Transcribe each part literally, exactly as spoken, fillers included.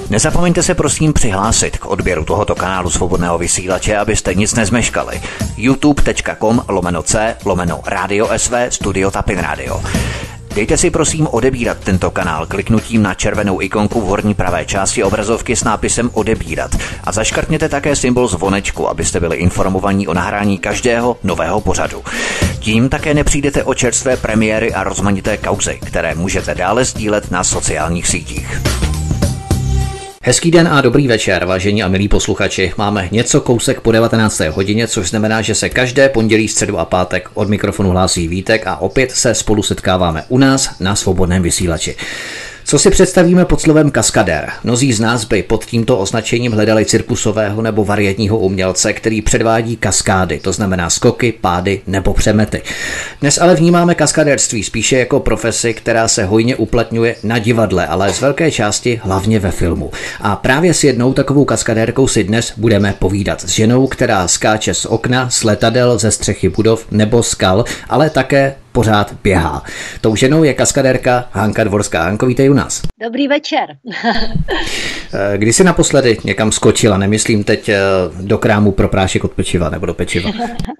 Nezapomeňte se prosím přihlásit k odběru tohoto kanálu Svobodného vysílače, abyste nic nezmeškali. youtube.com lomeno c lomeno Radio S V Studio Tapin Radio. Dejte si prosím odebírat tento kanál kliknutím na červenou ikonku v horní pravé části obrazovky s nápisem odebírat a zaškrtněte také symbol zvonečku, abyste byli informovaní o nahrání každého nového pořadu. Tím také nepřijdete o čerstvé premiéry a rozmanité kauzy, které můžete dále sdílet na sociálních sítích. Hezký den a dobrý večer, vážení a milí posluchači. Máme něco kousek po devatenácté hodině, což znamená, že se každé pondělí, středu a pátek od mikrofonu hlásí Vítek a opět se spolu setkáváme u nás na Svobodném vysílači. Co si představíme pod slovem kaskadér? Mnozí z nás by pod tímto označením hledali cirkusového nebo varietního umělce, který předvádí kaskády, to znamená skoky, pády nebo přemety. Dnes ale vnímáme kaskadérství spíše jako profesi, která se hojně uplatňuje na divadle, ale z velké části hlavně ve filmu. A právě s jednou takovou kaskadérkou si dnes budeme povídat. S ženou, která skáče z okna, z letadel, ze střechy budov nebo skal, ale také pořád běhá. Tou ženou je kaskadérka Hanka Dvorská. Hanko, vítej u nás. Dobrý večer. Kdy jsi naposledy někam skočila? Nemyslím teď do krámu pro prášek od pečiva nebo do pečiva.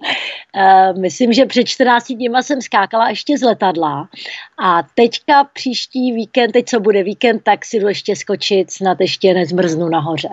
Myslím, že před čtrnácti dněma jsem skákala ještě z letadla a teďka příští víkend, teď co bude víkend, tak si jdu ještě skočit, snad ještě nezmrznu nahoře.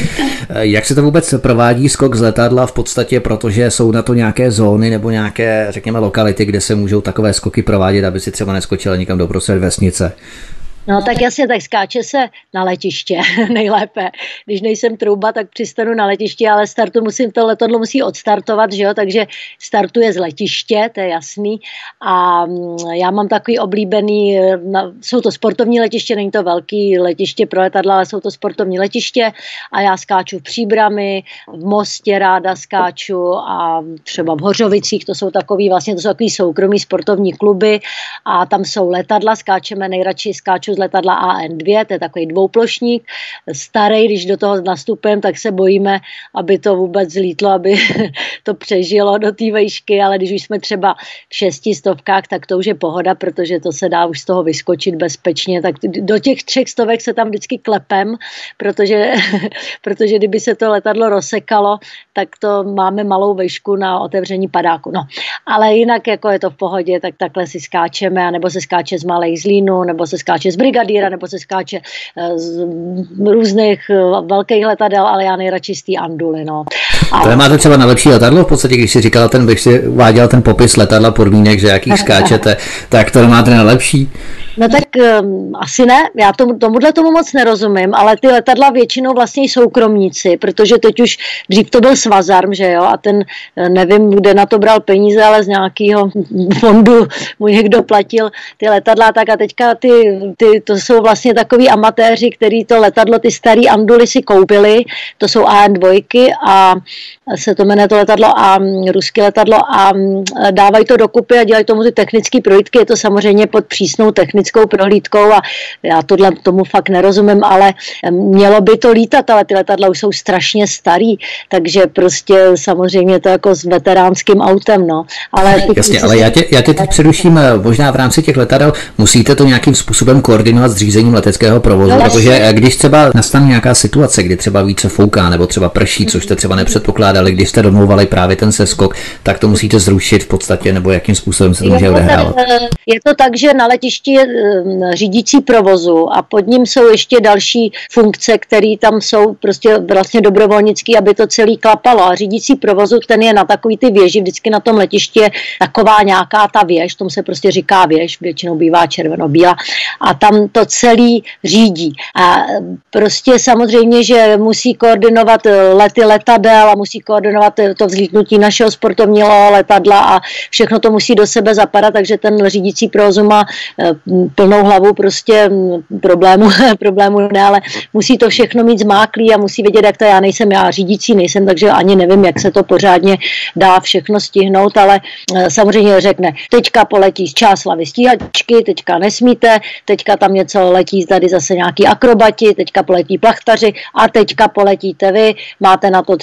Jak se to vůbec provádí skok z letadla v podstatě, protože jsou na to nějaké zóny nebo nějaké, řekněme, lokality, kde se můžou takové skoky provádět, aby si třeba neskočila nikam doprostřed vesnice? No tak jasně, tak skáče se na letiště nejlépe. Když nejsem trouba, tak přistanu na letiště, ale startu musím, to letadlo musí odstartovat, že jo, takže startuje z letiště, to je jasný. A já mám takový oblíbený, jsou to sportovní letiště, není to velký letiště pro letadla, ale jsou to sportovní letiště a já skáču v Příbrami, v Mostě ráda skáču a třeba v Hořovicích, to jsou takový, vlastně to jsou takový soukromý sportovní kluby a tam jsou letadla, skáčeme nejradši, skáču z letadla A N dva, to je takový dvouplošník, starý, když do toho nastupujeme, tak se bojíme, aby to vůbec zlítlo, aby to přežilo do té vejšky, ale když už jsme třeba v šestistovkách, tak to už je pohoda, protože to se dá už z toho vyskočit bezpečně, tak do těch třech stovek se tam vždycky klepem, protože, protože kdyby se to letadlo rozsekalo, tak to máme malou vejšku na otevření padáku. No, ale jinak jako je to v pohodě, tak takhle si skáčeme, nebo se skáče z Malých Zlínů, nebo se skáče z brigadíra, nebo se skáče z různých velkých letadel, ale já nejradši z té Anduly, no. A... To máte třeba na lepší letadlo v podstatě, když si říkala ten, bych si uváděl ten popis letadla, podmínek, že jaký skáčete, tak to máte na lepší? No tak um, asi ne, já tomu, tomuhle tomu moc nerozumím, ale ty letadla většinou vlastně jsou soukromníci, protože teď už dřív to byl Svazarm, že jo, a ten, nevím, kde na to bral peníze, ale z nějakého fondu mu někdo platil ty letadla, tak a teďka ty, ty to jsou vlastně takový amatéři, který to letadlo, ty starý Anduly si koupili, to jsou A N dva a se to jmenuje to letadlo a ruské letadlo a dávají to dokupy a dělají tomu ty technické prohlídky, je to samozřejmě pod přísnou technickou prohlídkou a já tohle tomu fakt nerozumím, ale mělo by to lítat, ale ty letadla už jsou strašně starý, takže prostě samozřejmě to jako s veteránským autem, no. Ale jasně, ale já tě, já tě teď přeruším, možná v rámci těch letadel musíte to nějakým způsobem koordinovat s řízením leteckého provozu, no, protože když třeba nastane nějaká situace, kdy třeba více fouká nebo třeba prší, což jste třeba nepředpokládali, když jste domlouvali právě ten seskok, tak to musíte zrušit v podstatě, nebo jakým způsobem se to může odehrávat? Je to tak, že na letišti je řídící provozu a pod ním jsou ještě další funkce, které tam jsou prostě vlastně dobrovolnický, aby to celý klapalo. A řídící provozu, ten je na takový ty věži, vždycky na tom letišti je taková nějaká ta věž, tomu se prostě říká věž, většinou bývá červeno-bílá a tam to celý řídí. A prostě samozřejmě, že musí koordinovat lety letadel a musí koordinovat to vzlítnutí našeho sportovního letadla a všechno to musí do sebe zapadat, takže ten řídící provozu má plnou hlavu prostě problému, problému ne, ale musí to všechno mít zmáklý a musí vědět, jak to já nejsem, já řídící nejsem, takže ani nevím, jak se to pořádně dá všechno stihnout, ale samozřejmě řekne, teďka poletí z Čáslavy stíhačky, teďka nesmíte, teďka tam něco letí tady zase nějaký akrobati, teďka poletí plachtaři a teďka poletíte vy, máte na to třeba třicet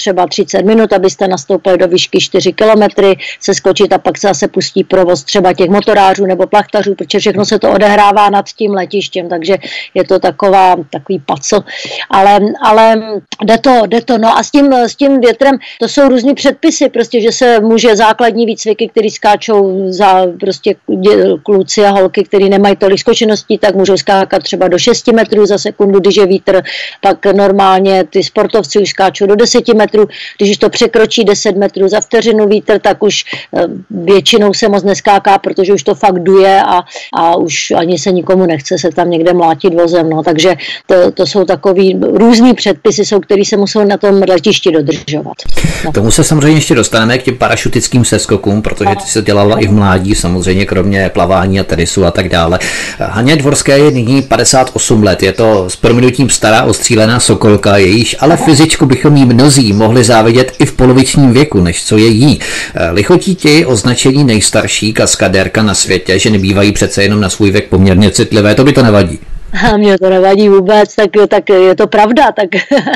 třicet minut, abyste nastoupili do výšky čtyři kilometry, se skočit a pak se zase pustí provoz třeba těch motorářů nebo plachtařů, protože všechno se to odehrává nad tím letištěm, takže je to taková, takový pacl. Ale, ale jde to, jde to. No a s tím, s tím větrem, to jsou různý předpisy, prostě, že se může základní výcviky, který skáčou za prostě kluci a holky, který nemají tolik zkušeností, tak můžou skákat třeba do šesti metrů za sekundu, když je vítr, pak normálně ty sportovci už skáčou do deseti metrů, když už to překročí deset metrů za vteřinu vítr, tak už většinou se moc neskáká, protože už to fakt duje a, a už ani se nikomu nechce se tam někde mlátit vozem, no, takže to, to jsou takový různý předpisy, jsou, který se musí na tom letišti dodržovat. No. Tomu se samozřejmě ještě dostaneme k těm parašutickým seskokům, protože ty se dělala i v mládí, samozřejmě kromě plavání a tenisu a tak dále. Haně Dvorské je nyní padesát osm let, je to s prominutím stará ostřílená sokolka, jejíž ale fyzičku bychom jí mnozí mohli závidět i v polovičním věku, než co je jí. Lichotí ti označení nejstarší kaskadérka na světě, že nebývají přece jenom na svůj věk poměrně citlivé, to by to nevadí. A mě to nevadí vůbec, tak, tak je to pravda, tak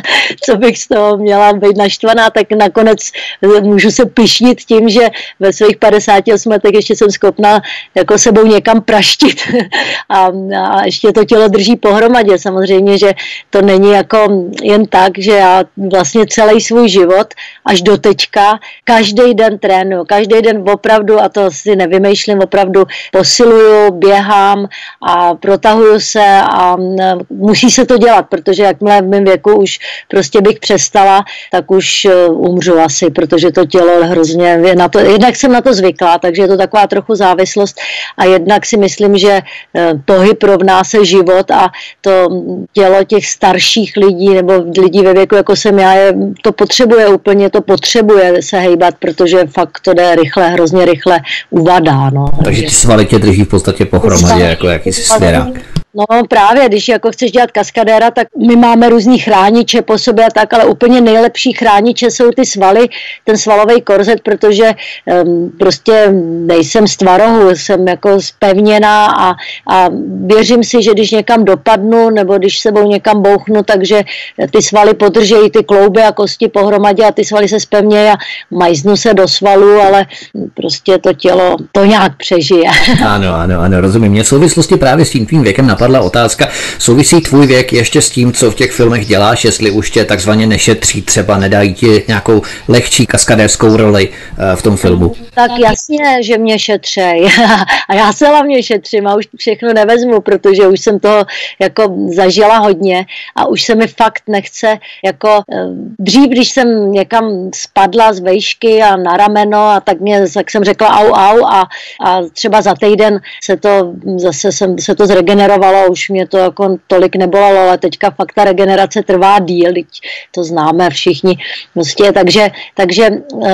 co bych z toho měla být naštvaná, tak nakonec můžu se pyšnit tím, že ve svých padesáti osmi letech ještě jsem schopná jako sebou někam praštit a, a ještě to tělo drží pohromadě. Samozřejmě, že to není jako jen tak, že já vlastně celý svůj život až do teďka každý den trénuju, každý den opravdu, a to si nevymýšlím, opravdu posiluju, běhám a protahuju se a musí se to dělat, protože jakmile v mém věku už prostě bych přestala, tak už umřu asi, protože to tělo hrozně je na to, jednak jsem na to zvyklá, takže je to taková trochu závislost a jednak si myslím, že pohyb rovná se život a to tělo těch starších lidí nebo lidí ve věku, jako jsem já, je, to potřebuje úplně, to potřebuje se hejbat, protože fakt to jde rychle, hrozně rychle uvadá. No. Takže ty svaly tě drží v podstatě pohromadě, jako jakýsi svěrák. No právě, když jako chceš dělat kaskadéra, tak my máme různý chrániče po sobě a tak, ale úplně nejlepší chrániče jsou ty svaly, ten svalový korzet, protože um, prostě nejsem z tvarohu, jsem jako zpevněná a, a věřím si, že když někam dopadnu nebo když sebou někam bouchnu, takže ty svaly podržejí ty klouby a kosti pohromadě a ty svaly se zpevnějí a majznu se do svalů, ale prostě to tělo to nějak přežije. Ano, ano, ano, rozumím. Mě v souvislosti právě s tím tvým věkem napadla otázka, souvisí tvůj věk ještě s tím, co v těch filmech děláš, jestli už tě takzvaně nešetří, třeba nedají ti nějakou lehčí kaskadérskou roli v tom filmu? Tak jasně, že mě šetřej. A já se hlavně šetřím a už všechno nevezmu, protože už jsem toho jako zažila hodně a už se mi fakt nechce, jako dřív, když jsem někam spadla z vejšky a na rameno a tak mě, tak jsem řekla au, au a, a třeba za týden se to, zase jsem, se to zregenerovalo, už mě to jako tolik nebolalo, ale teďka fakt ta regenerace trvá díl, to známe všichni. Prostě, takže, takže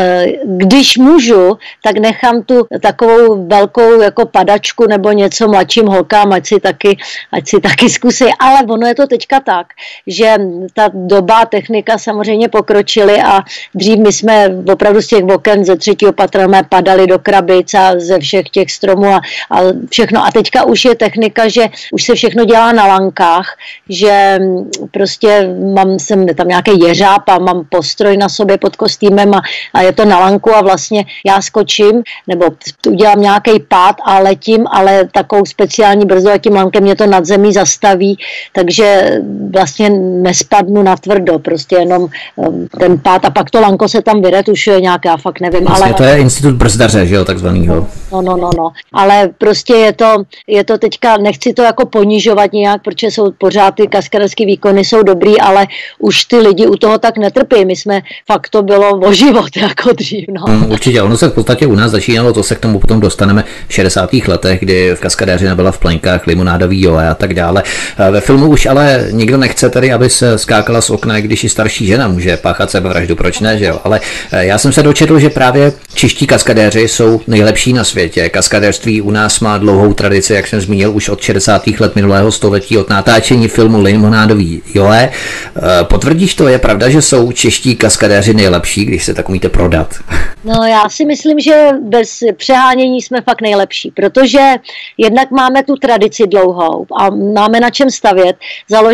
když můžu, tak nechám tu takovou velkou jako padačku nebo něco mladším holkám, ať si taky, ať si taky zkusí. Ale ono je to teďka tak, že ta doba a technika samozřejmě pokročily a dřív my jsme opravdu z těch oken ze třetího patra jsme padali do krabic a ze všech těch stromů a, a všechno. A teďka už je technika, že už se všechno dělá na lankách, že prostě mám jsem tam nějaký jeřáb a mám postroj na sobě pod kostýmem a, a je to na lanku a vlastně já skočím nebo udělám nějaký pád a letím, ale takovou speciální brzdou a tím lankem mě to nad zemí zastaví, takže vlastně nespadnu na tvrdo, prostě jenom ten pád a pak to lanko se tam vyretušuje nějak, já fakt nevím. Vlastně ale to je institut brzdaře, že jo, takzvanýho. No, no, no, no, ale prostě je to, je to teďka, nechci to jako ponižovat nějak, protože jsou pořád ty kaskaderské výkony jsou dobrý, ale už ty lidi u toho tak netrpí. My jsme, fakt to bylo o život jako dřív. No. Mm, určitě, ono se v podstatě u nás začínalo, to se k tomu potom dostaneme v šedesátých letech, kdy v kaskadéři nebyla v plenkách limonádový joe a tak dále. Ve filmu už ale nikdo nechce tedy, aby se skákala z okna, když i starší žena může páchat sebevraždu, proč ne, že jo? Ale já jsem se dočetl, že právě čeští kaskadéři jsou nejlepší na světě. Kaskadérství u nás má dlouhou tradici, jak jsem zmínil, už od šedesátých let minulého století, od natáčení filmu Limonádový joe. Potvrdíš to, je pravda, že jsou čeští kaskadéři nejlepší, když se tak umíte prodat? No já si myslím, že bez přehánění jsme fakt nejlepší, protože jednak máme tu tradici dlouhou a máme na čem stavět. Založil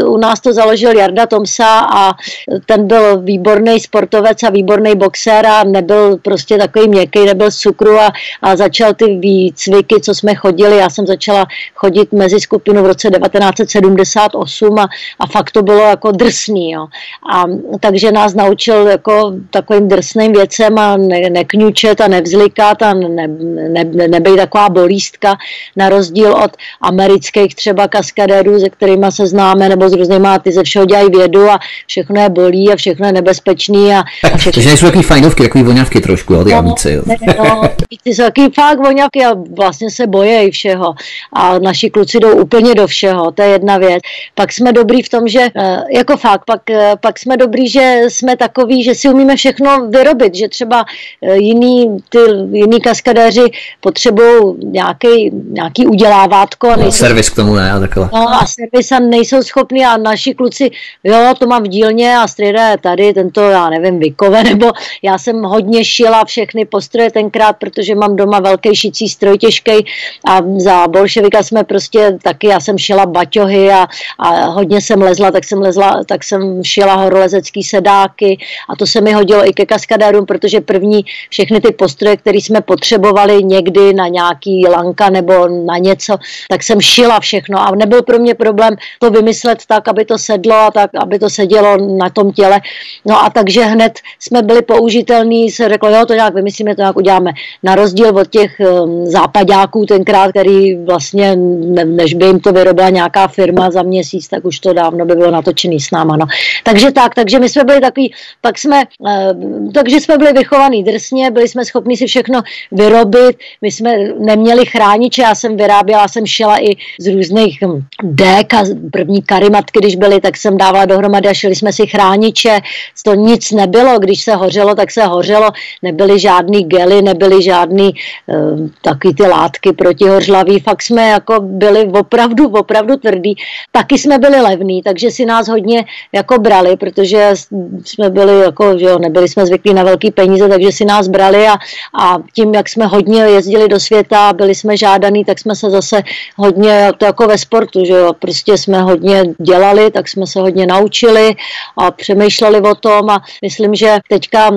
u nás to založil Jarda Tomsa a ten byl výborný sportovec a výborný boxer a nebyl prostě takový měkký, nebyl z cukru a, a začal ty výcviky, co jsme chodili. Já jsem začala chodit mezi skupinu v roce devatenáct set sedmdesát osm a, a fakt to bylo jako drsný. Jo. A takže nás naučil jako takovým drsným věcem a ne, nekňučet a nevzlikat a ne, ne, ne, nebejt taková bolístka na rozdíl od amerických třeba kaskadérů, se kterými se známe, nebo s různýma, ty ze všeho dělají vědu a všechno je bolí a všechno je nebezpečný. A, a všechno... Takže nejsou takový fajnovky, takový voňavky trošku, jo, ty no, amici, jo. Ne, no, ty jsou takový fakt voňavky a vlastně se bojejí všeho. A naši kluci jdou úplně do všeho, to je jedna věc. Pak jsme dobrý v tom, že jako fakt, pak, pak jsme dobrý, že jsme takový, že si umíme všechno vyrobit, že třeba jiný, ty jiný kaskadéři potřebují nějaký, nějaký udělávátko. A no, servis k tomu ne, a takhle. No a servis a nejsou schopní a naši kluci, jo, to mám v dílně a strýda je tady, tento, já nevím, vykove, nebo já jsem hodně šila všechny postroje tenkrát, protože mám doma velký šicí stroj těžkej a za bolševika jsme prostě taky, já jsem šila baťohy a, a hodně jsem lezla, tak jsem lezla, tak jsem šila horolezecký sedáky a to se mi hodilo i ke kaskadérům, protože první všechny ty postroje, které jsme potřebovali někdy na nějaký lanka nebo na něco, tak jsem šila všechno a nebyl pro mě problém to vymyslet tak, aby to sedlo a tak, aby to sedělo na tom těle. No a takže hned jsme byli použitelní, se řeklo, jo, to nějak vymyslíme, to nějak uděláme. Na rozdíl od těch um, západáků tenkrát, který vlastně, ne, než by jim to vyrobila nějaká firma za měsíc, tak už to dávno by bylo natočený s náma, no. Takže tak, takže my jsme byli takový, pak jsme, uh, takže jsme byli vychovaný drsně, byli jsme schopni si všechno vyrobit, my jsme neměli chrániče, já jsem vyráběla, já jsem šila i z různých dek a první karimatky, když byly, tak jsem dávala dohromady a šili jsme si chrániče, to nic nebylo, když se hořelo, tak se hořelo, nebyly žádný gely, nebyly žádný uh, takový ty látky protihořlavý, fakt jsme jako byli opravdu, opravdu tvrdý, taky jsme byli levný, takže si nás hodně jako brali, protože jsme byli jako, že jo, nebyli jsme zvyklí na velký peníze, takže si nás brali a, a tím, jak jsme hodně jezdili do světa, byli jsme žádaný, tak jsme se zase hodně, to jako ve sportu, že jo, prostě jsme hodně dělali, tak jsme se hodně naučili a přemýšleli o tom a myslím, že teďka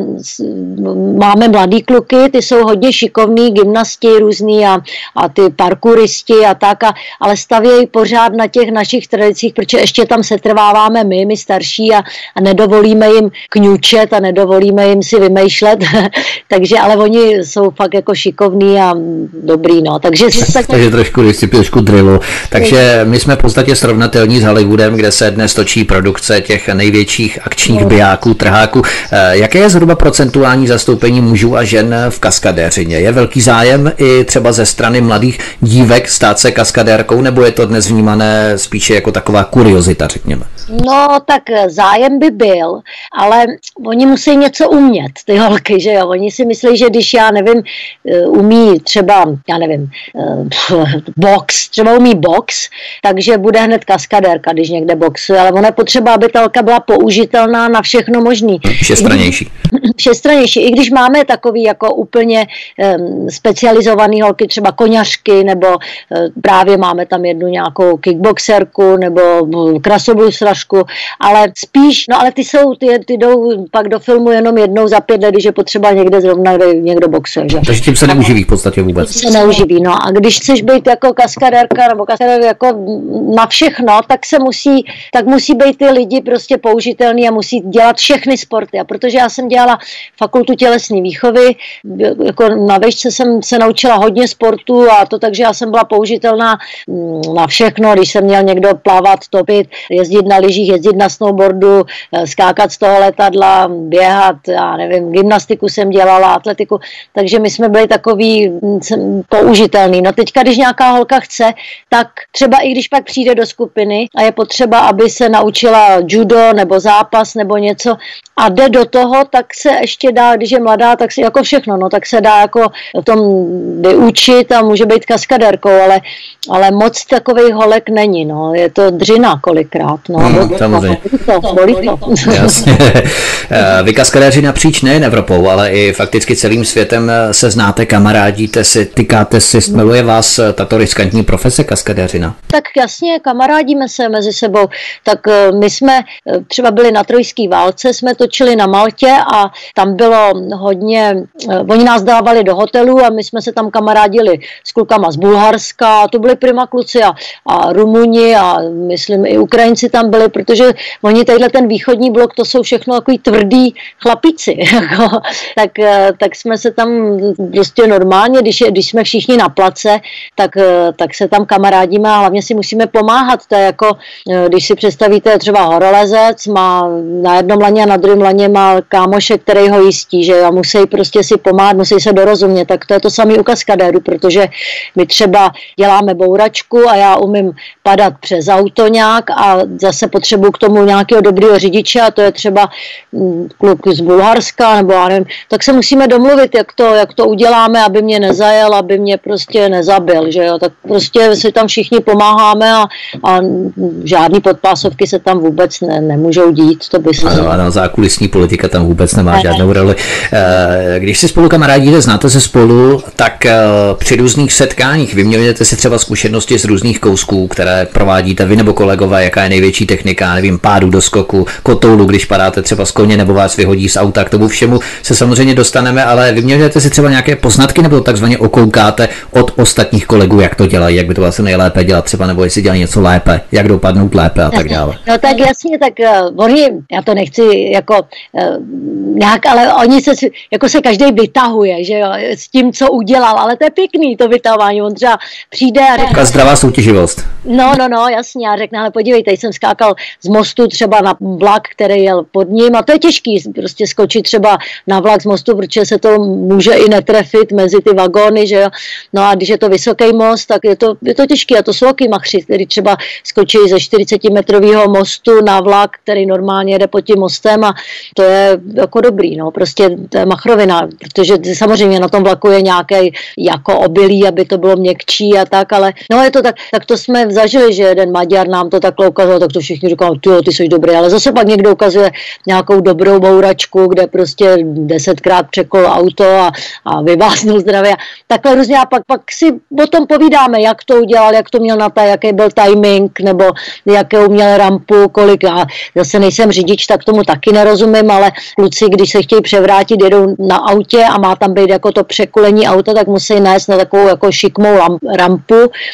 máme mladý kluky, ty jsou hodně šikovní, gymnasti různý a, a ty parkouristi a tak, a, ale stavějí pořád na těch našich tradicích, protože ještě tam setrváváme my, my starší a, a nedovolíme jim kňučet a nedovolíme jim si vymýšlet, takže ale oni jsou fakt jako šikovní a dobrý, no. Takže, tak... takže trošku disciplínu, trošku drillu. Takže my jsme v podstatě srovnatelní s Hollywoodem, kde se dnes točí produkce těch největších akčních no. bijáků, trháků. Jaké je zhruba procentuální zastoupení mužů a žen v kaskadéřině? Je velký zájem i třeba ze strany mladých dívek stát se kaskadérkou, nebo je to dnes vnímané spíše jako taková kuriozita, řekněme? No, tak zájem by byl, ale oni musí něco umět, ty holky, že jo? Oni si myslí, že když já nevím, umí třeba, já nevím, box, třeba umí box, takže bude hned kaskadérka, když někde boxuje, ale ona je potřeba, aby ta holka byla použitelná na všechno možný. Všestranější. Všestranější, i když máme takový jako úplně um, specializovaný holky, třeba koňařky, nebo uh, právě máme tam jednu nějakou kickboxerku, nebo um, krasobruslařku, ale spíš, no ale ty jsou, ty, ty jdou pak do filmu jenom jednou za pět let, když je potřeba někde zrovna, kde někdo boxuje, že? Takže tím se neuživí v podstatě vůbec. Tím se neuživí, no a když chceš být jako kaskadérka, nebo kaskadér jako na všechno, tak se musí, tak musí být ty lidi prostě použitelný a musí dělat všechny sporty, a protože já jsem dělala fakultu tělesné výchovy, jako na vejšce jsem se naučila hodně sportu a to takže já jsem byla použitelná na všechno, když jsem měl někdo plavat, topit, jezdit na lyžích, jezdit na snowboardu, skákat z toho letadla, běhat, já nevím, gymnastiku jsem dělala, atletiku, takže my jsme byli takový použitelný. No teďka, když nějaká holka chce, tak třeba i když pak přijde do skupiny a je potřeba, aby se naučila judo nebo zápas nebo něco a jde do toho, tak se ještě dá, když je mladá, tak si jako všechno, no tak se dá jako v tom vyučit a může být kaskadérkou, ale, ale moc takových holek není, no, je to dřina kolikrát, no. Hmm, samozřejmě. Bolí to. Jasně. Vy kaskadéři napříč nejen Evropou, ale i fakticky celým světem se znáte, kamarádíte si, tykáte si, smiluje vás tato riskantní profese kaskadéřina? Tak jasně, kamarádíme se mezi sebou, tak my jsme třeba byli na trojské válce, jsme točili na Maltě a tam bylo hodně, oni nás dávali do hotelu a my jsme se tam kamarádili s klukama z Bulharska, a to byli prima kluci a, a Rumuni a myslím i Ukrajinci tam byli, protože oni tadyhle ten východní blok, to jsou všechno takový tvrdý chlapíci, jako, tak, tak jsme se tam prostě normálně, když, je, když jsme všichni na place, tak, tak se tam kamarádíme a hlavně si musíme pomáhat, to je jako, když si představíte třeba horolezec, má na jednom laně a na druhém laně má kámoše, který ho jistí, že a musí prostě si pomáhat, musí se dorozumět, tak to je to samé u kaskadéru, protože my třeba děláme bouračku a já umím padat přes auto nějak a zase potřebuji k tomu nějakého dobrého řidiče a to je třeba kluk z Bulharska nebo já nevím, tak se musíme domluvit, jak to, jak to uděláme, aby mě nezajel, aby mě prostě nezabil, že jo, tak prostě si tam všichni pomáháme a, a žádný podpásovky se tam vůbec ne, nemůžou dít, to by se... Ano, ano, zákulisní politika tam vůbec nemá ne. žádnou roli. Když si spolu kamarádíte, znáte se spolu, tak při různých setkáních vyměňujete si třeba zkušenosti z různých kousků, které provádíte vy nebo kolegové, jaká je největší technika, nevím, pádu do skoku, kotoulu, když padáte třeba z koně nebo vás vyhodí z auta, k tomu všemu se samozřejmě dostaneme, ale vyměňujete si třeba nějaké poznatky nebo takzvaně okoukáte od ostatních kolegů, jak to dělají, jak by to vlastně nejlépe dělat třeba, nebo jestli dělají něco lépe, jak dopadnout lépe a tak dále. No tak jasně, tak uh, oni, já to nechci jako uh, nějak, ale oni se, jako se každý vytahuje, že jo, s tím, co udělal, ale to je pěkný, to vytahování, on třeba přijde a řekne... Zdravá soutěživost. No, no, no, jasně, a řekne, ale podívejte, jsem skákal z mostu třeba na vlak, který jel pod ním a to je těžký, prostě skočit třeba na vlak z mostu, protože se to může i netrefit mezi ty vagóny, že jo, no a když je to vysoký most, tak je to, je to těžký a to jsou taky machři, který třeba skočí ze čtyřicetimetrového mostu na vlak, který normálně jede pod tím mostem a to je jako dobrý, no, prostě to je machrovina, protože samozřejmě na tom vlaku je nějaký jako obilí, aby to bylo měkčí a tak, ale no je to tak, tak to jsme zažili, že jeden Maďar nám to takhle ukazoval, tak to všichni říkali, ty, ty jsi dobrý, ale zase pak někdo ukazuje nějakou dobrou bouračku, kde prostě desetkrát překol auto a, a vyváznul zdravě. Takhle různě a pak, pak si o tom povídáme, jak to udělal, jak to měl na ta, jaký byl timing, nebo jakou měl rampu, kolik. Já zase nejsem řidič, tak tomu taky nerozumím, ale kluci, když se chtějí převrátit, jedou na autě a má tam být jako to překulení auta, tak musí nést na takovou jako šikmou rampu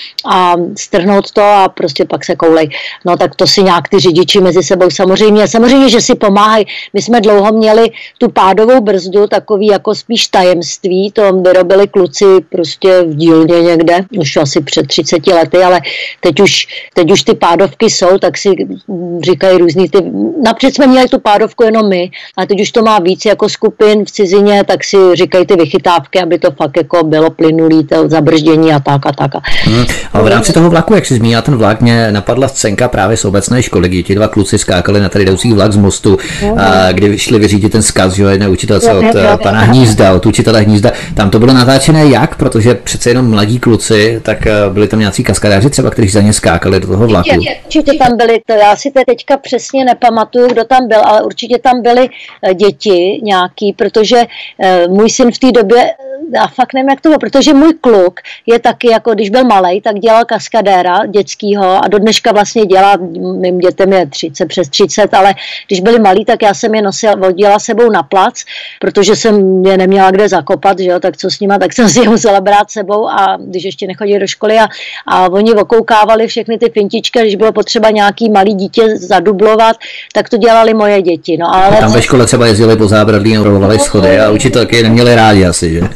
a strhnout to a prostě pak se koulej. No tak to si nějak ty řidiči mezi sebou samozřejmě, samozřejmě, že si pomáhají. My jsme dlouho měli tu pádovou brzdu, takový jako spíš tajemství, to vyrobili kluci prostě v dílně někde, už asi před třiceti lety, ale teď už, teď už ty pádovky jsou, tak si říkají různý ty, napřed jsme měli tu pádovku jenom my, a teď už to má víc jako skupin v cizině, tak si říkají ty vychytávky, aby to fakt jako bylo plynulý, to zabrždění a tak a tak. Hmm, a v rámci toho vlaku, jak jsi zmínila ten vlak, mě napadla scénka právě z obecné školy, kdy ti dva kluci skákali na tady jdoucí vlak z mostu, uh-huh. a kdy šli vyřídit ten vzkaz, že jedné učitelce od uh, pana Hnízda, od učitele Hnízda. Tam to bylo natáčené jak? Protože přece jenom mladí kluci, tak uh, byli tam nějací kaskadáři třeba, kteří za ně skákali do toho vlaku. Určitě tam byli, to já si to teďka přesně nepamatuju, kdo tam byl, ale určitě tam byly děti nějaký, protože uh, můj syn v té době, já fakt nevím, jak to bylo, protože můj kluk je taky, jako když byl malej, tak dělal kaskadéra dětskýho a do dneška vlastně dělá, mým dětem je třicet, přes třicet, ale když byli malí, tak já jsem je nosila, vodila sebou na plac, protože jsem je neměla kde zakopat, že jo, tak co s nima, tak jsem si je musela brát sebou a když ještě nechodili do školy a, a oni okoukávali všechny ty fintičky, když bylo potřeba nějaký malý dítě zadublovat, tak to dělali moje děti. No, ale tam ve škole třeba jezdili po zábradlí, rolovali schody a učitelky neměli rádi asi, že?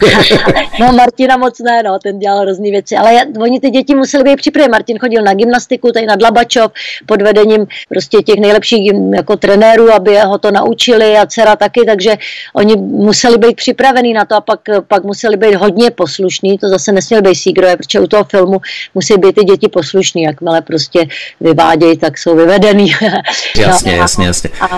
No Martina moc ne, no, ten dělal různý věci, ale já, oni ty děti museli být připraveni. Martin chodil na gymnastiku, tady na Dlabačov, pod vedením prostě těch nejlepších jako trenérů, aby ho to naučili a dcera taky, takže oni museli být připravení na to a pak, pak museli být hodně poslušní, to zase nesměl být sígroje, protože u toho filmu musí být ty děti poslušní, jakmile prostě vyvádějí, tak jsou vyvedený. Jasně, no, jasně, jasně. A,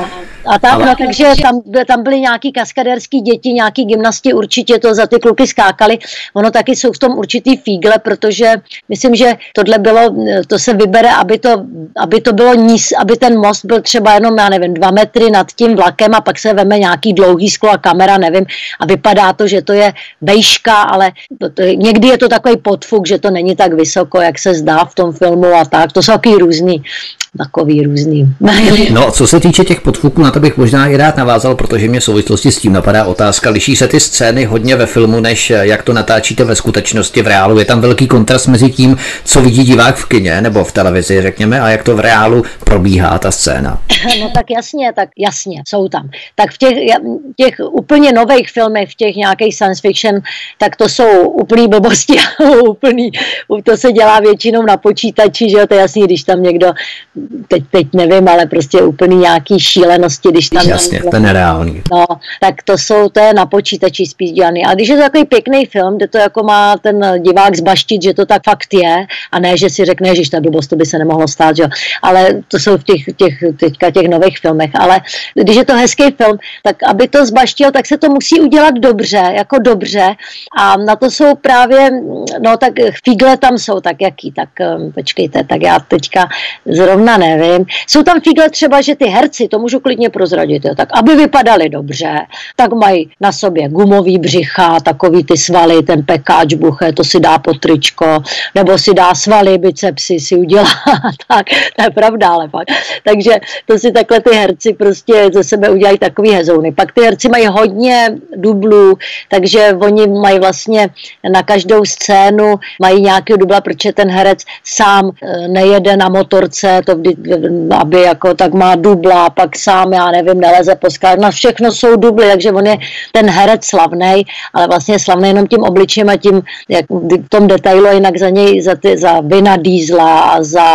A tak, ale... no, takže tam, tam byly nějaký kaskadérský děti, nějaký gymnasti, určitě to za ty kluky skákali. Ono taky jsou v tom určitý fígle, protože myslím, že tohle bylo, to se vybere, aby to, aby to bylo níz, aby ten most byl třeba jenom, já nevím, dva metry nad tím vlakem a pak se veme nějaký dlouhý sklo a kamera, nevím, a vypadá to, že to je vejška, ale to, to, někdy je to takový podfuk, že to není tak vysoko, jak se zdá v tom filmu a tak. To jsou takový různý, takový různý. No, co se týče těch podfuků, na to bych možná i rád navázal, protože mě v souvislosti s tím napadá otázka. Liší se ty scény hodně ve filmu, než jak to natáčíte ve skutečnosti v reálu? Je tam velký kontrast mezi tím, co vidí divák v kině nebo v televizi, řekněme, a jak to v reálu probíhá ta scéna? No tak jasně, tak jasně, jsou tam. Tak v těch, těch úplně nových filmech, v těch nějakých science fiction, tak to jsou úplný blbosti, úplný, to se dělá většinou na počítači, že jo, to je jasný, když tam někdo, teď, teď nevím, ale prostě úplný nějaký šílenosti, když tam... Jasně, to je nereálný. No, tak to jsou, to je na počítači spíš dělaný. A když je to takový pěkný film, kde to jako má ten divák zbaštit, že to tak fakt je, a ne, že si řekne, že ta blbost, to by se nemohlo stát, že jo. Ale to jsou v těch, těch, teďka těch nových filmech. Ale když je to hezký film, tak aby to zbaštil, tak se to musí udělat dobře, jako dobře. A na to jsou právě, no tak fígle tam jsou, tak jaký, tak um, počkejte, tak já teďka zrovna nevím. Jsou tam fígle třeba, že ty herci, to můžu klidně prozradit, jo, tak aby vypadali dobře, tak mají na sobě gumový břicha, takový ty svaly, ten pekáč buche, to si dá pod tričko, nebo si dá svaly, bicepsy si udělá, tak, to je pravda, ale fakt. Takže to si takhle ty herci prostě ze sebe udělají takový hezouny. Pak ty herci mají hodně dublů, takže oni mají vlastně na každou scénu mají nějaký dubla, protože ten herec sám nejede na motorce, to vždy, aby jako tak má dubla, pak sám, já nevím, neleze po skalách, na všechno jsou dubly, takže on je ten herec slavnej, ale vlastně je slavnej jenom tím obličem a tím, jak v tom detailu, jinak za něj, za, ty, za Vina Diesla a za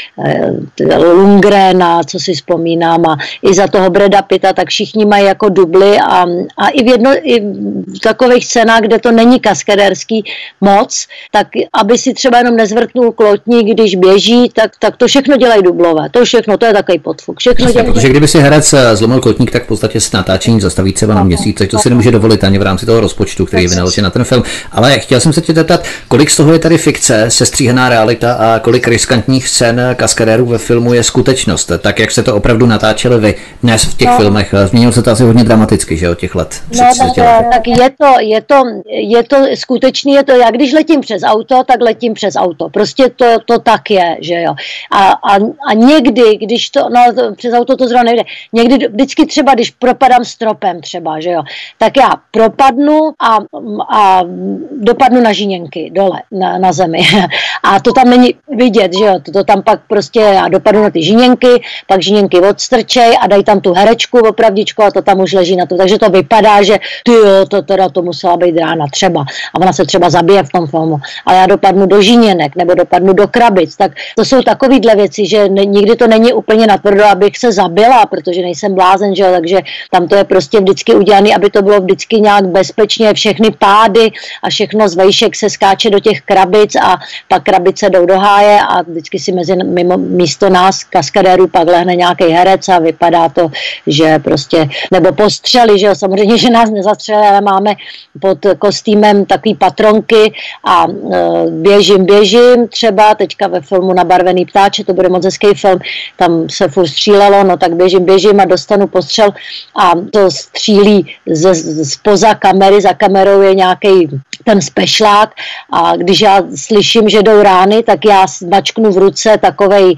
eh, Lundgrena, co si vzpomínám, a i za toho Brada Pitta, tak všichni mají jako dubly a, a i v jedno, i v takových scénách, kde to není kaskadérský moc, tak aby si třeba jenom nezvrtnul klotník, když běží, tak, tak to všechno dělají dublové. To všechno, to je takový podfuk. Všechno Jasně, dělají... Protože kdyby si herec zlomil klotník, tak v podstatě se natáčení zastaví třeba na měsíc, to si nemůže dovolit ani v rámci toho rozpočtu, který je vynaložen na ten film. Ale chtěl jsem se tě zeptat, kolik z toho je tady fikce, sestříhaná realita a kolik riskantních scén kaskadérů ve filmu je skutečnost, tak jak se to opravdu natáčeli vy dnes v těch no. filmech. Změnilo se to asi hodně dramaticky, že od těch let. No tak, tak je to, je to, je to skutečný, je to, já když letím přes auto, tak letím přes auto. Prostě to, to tak je, že jo. A, a, a někdy, když to, no to, přes auto to zrovna nejde, někdy vždycky třeba, když propadám stropem třeba, že jo, tak já propadnu a, a dopadnu na žíněnky dole, na, na zemi. A to tam není vidět, že jo, to, to tam pak prostě, já dopadnu na ty žíněnky, pak žíněnky odstrčej a dají tam tu herečku opravdičku a to tam už leží na to. Takže to vypadá, že ty jo, to teda to musela být rána třeba. A ona se třeba zabije v tom filmu. A já dopadnu do žíněnek nebo dopadnu do krabic. Tak to jsou takovýhle věci, že ne, nikdy to není úplně natvrdo, abych se zabila, protože nejsem blázen, že jo, takže tam to je prostě vždycky udělané, aby to bylo vždycky nějak bezpečně, všechny pády a všechno z vejšek se skáče do těch krabic a pak krabice jdou do háje a vždycky si mezi mimo, místo nás kaskadérů pak lehne nějaký herec a vypadá to, že prostě, nebo postřeli, že jo, samozřejmě, že nás nezastřeli, ale máme pod kostýmem takový patronky a e, běžím, běžím, třeba teďka ve filmu Nabarvený ptáče, to bude moc hezký film, tam se furt střílelo, no tak běžím, běžím a dostanu postřel a to střílí ze, spoza kamery, za kamerou je nějaký ten spešlák a když já slyším, že jdou rány, tak já mačknu v ruce takovej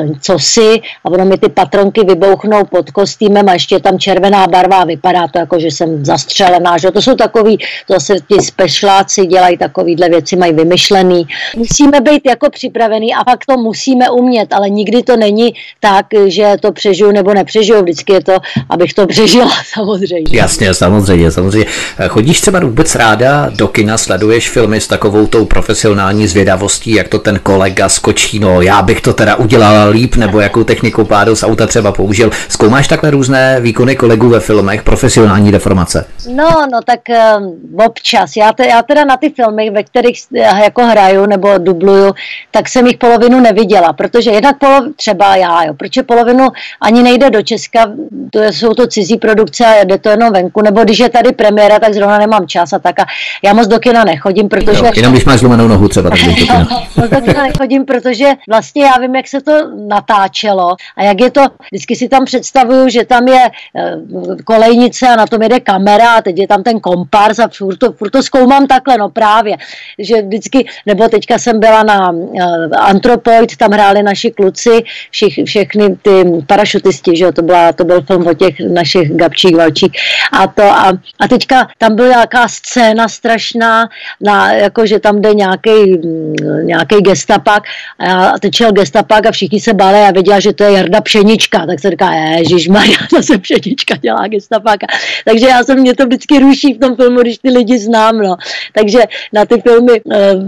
cosi a ono mi ty patronky vybouchnou pod kostýmem a ještě je tam červená barva a vypadá to jako, že jsem zastřelená, že to jsou takový, to zase ti spešláci dělají takovýhle věci, mají vymyšlený. Musíme být jako připravený a fakt to musíme umět, ale nikdy to není tak, že to přežiju nebo nepřežiju, vždycky je to, abych to přežila, samozřejmě. Jasně, samozřejmě, samozřejmě. Chodíš třeba vůbec ráda do kina, sleduješ filmy s takovou tou profesionální zvědavostí, jak to ten kolega skočí, no já bych to teda udělala líp, nebo jakou techniku pádu z auta třeba použil. Zkoumáš takhle různé výkony kolegů ve filmech, profesionální deformace? No, no tak um, občas. Já, te, já teda na ty filmy, ve kterých jako hraju nebo dubluju, tak jsem jich polovinu neviděla, protože jednak polo, třeba já, jo, proč polovinu ani nejde do Česka, to jsou to cizí produkce a jde to jenom venku, nebo když je tady premiéra, tak zrovna nemám čas a tak a já moc do kina nechodím, protože... Jo, jenom když máš zlomenou nohu třeba, tak do kina. Moc do kina nechodím, protože vlastně já vím, jak se to natáčelo a jak je to, vždycky si tam představuju, že tam je kolejnice a na tom jede kamera a teď je tam ten kompárs a furt to, furt to zkoumám takhle, no právě, že vždycky, nebo teďka jsem byla na uh, Anthropoid, tam hráli naši kluci, všich, všechny ty parašutisti, že jo, to, byla, to byl film o těch našich Gabčík, Valčík a to a, a teďka tam byla nějaká scéna strašná, na, jako že tam jde nějaký nějaký gestapák a teď šel gestapák a všichni se báli a věděla, že to je Jarda Pšenička, tak se říká, ježišmarja, to se Pšenička dělá gestapáka. Takže já jsem, mě to vždycky ruší v tom filmu, když ty lidi znám, no. Takže na ty filmy,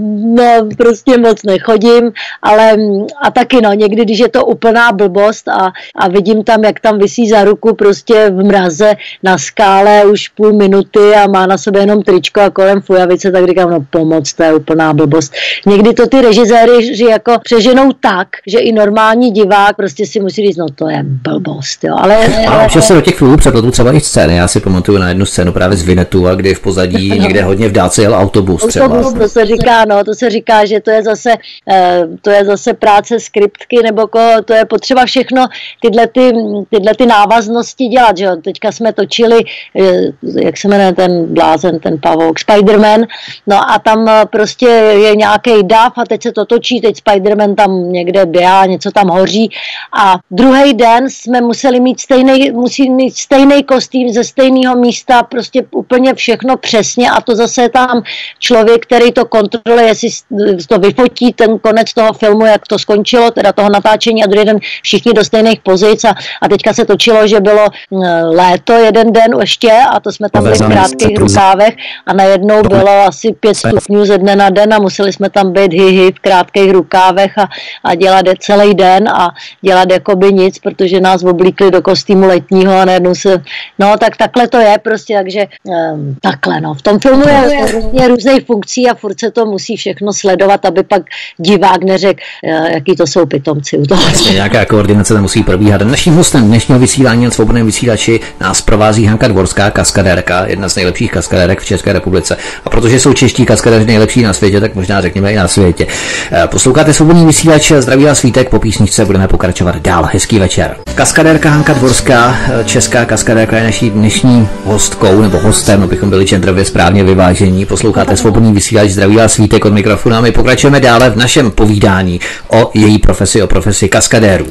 no, prostě moc nechodím, ale a taky, no, někdy, když je to úplná blbost a, a vidím tam, jak tam visí za ruku prostě v mraze na skále už půl minuty a má na sobě jenom tričko a kolem fujavice, tak říkám, no pomoc, to je úplná blbost. Někdy to ty režiséry že jako přeženou tak, že i normální divák prostě si musí říct, no to je blbost, jo. Ale, ale občas se do těch filmů přepletou třeba i scény. Já si pamatuju na jednu scénu právě z Vinetu, kdy v pozadí no. někde hodně v dálce jel autobus třeba. Autobus, to se říká, no, to se říká, že to je zase, eh, to je zase práce skriptky, nebo ko, to je potřeba všechno tyhle, ty, tyhle ty návaznosti dělat, že jo. Teďka jsme točili, eh, jak se jmenuje ten blázen, ten pavouk, Spider-Man, no a tam prostě je nějaký dav a teď se to točí, teď Spider-Man tam někde běhá, něco tam hoří a druhý den jsme museli mít stejný, musí mít stejný kostým ze stejného místa, prostě úplně všechno přesně a to zase je tam člověk, který to kontroluje, jestli to vyfotí ten konec toho filmu, jak to skončilo, teda toho natáčení a druhý den všichni do stejných pozic a, a teďka se točilo, že bylo léto jeden den ještě a to jsme tam byli v krátkých rukávech a najednou bylo asi pět stupňů ze dne na den a museli jsme tam být hy-hy v krátkých rukávech a, a dělat celý den a dělat jakoby nic, protože nás oblíkli do kostýmu letního a najednou se, no tak takhle to je prostě, takže um, takhle no. V tom filmu je různě různých funkcí a furt se to musí všechno sledovat, aby pak divák neřekl, jaký to jsou pitomci u toho. Vlastně nějaká koordinace tam musí probíhat. Naším hostem dnešního vysílání na Svobodném vysílači nás provází Hanka Dvorská, kaskadérka, jedna z nejlepších kaskadérek v České republice. A protože jsou čeští kaskadéři nejlepší na světě, tak možná řekněme i na světě. Posloucháte Svobodný vysílač, zdraví vás Vítek, po písničce budeme pokračovat dál. Hezký večer. Kaskadérka Hanka Dvorská, česká kaskadérka, je naší dnešní hostkou nebo hostem, abychom byli genderově správně vyvážení. Posloucháte Svobodný vysílač, zdraví vás Vítek od mikrofonu a my pokračujeme dále v našem povídání o její profesi, o profesi kaskadérů.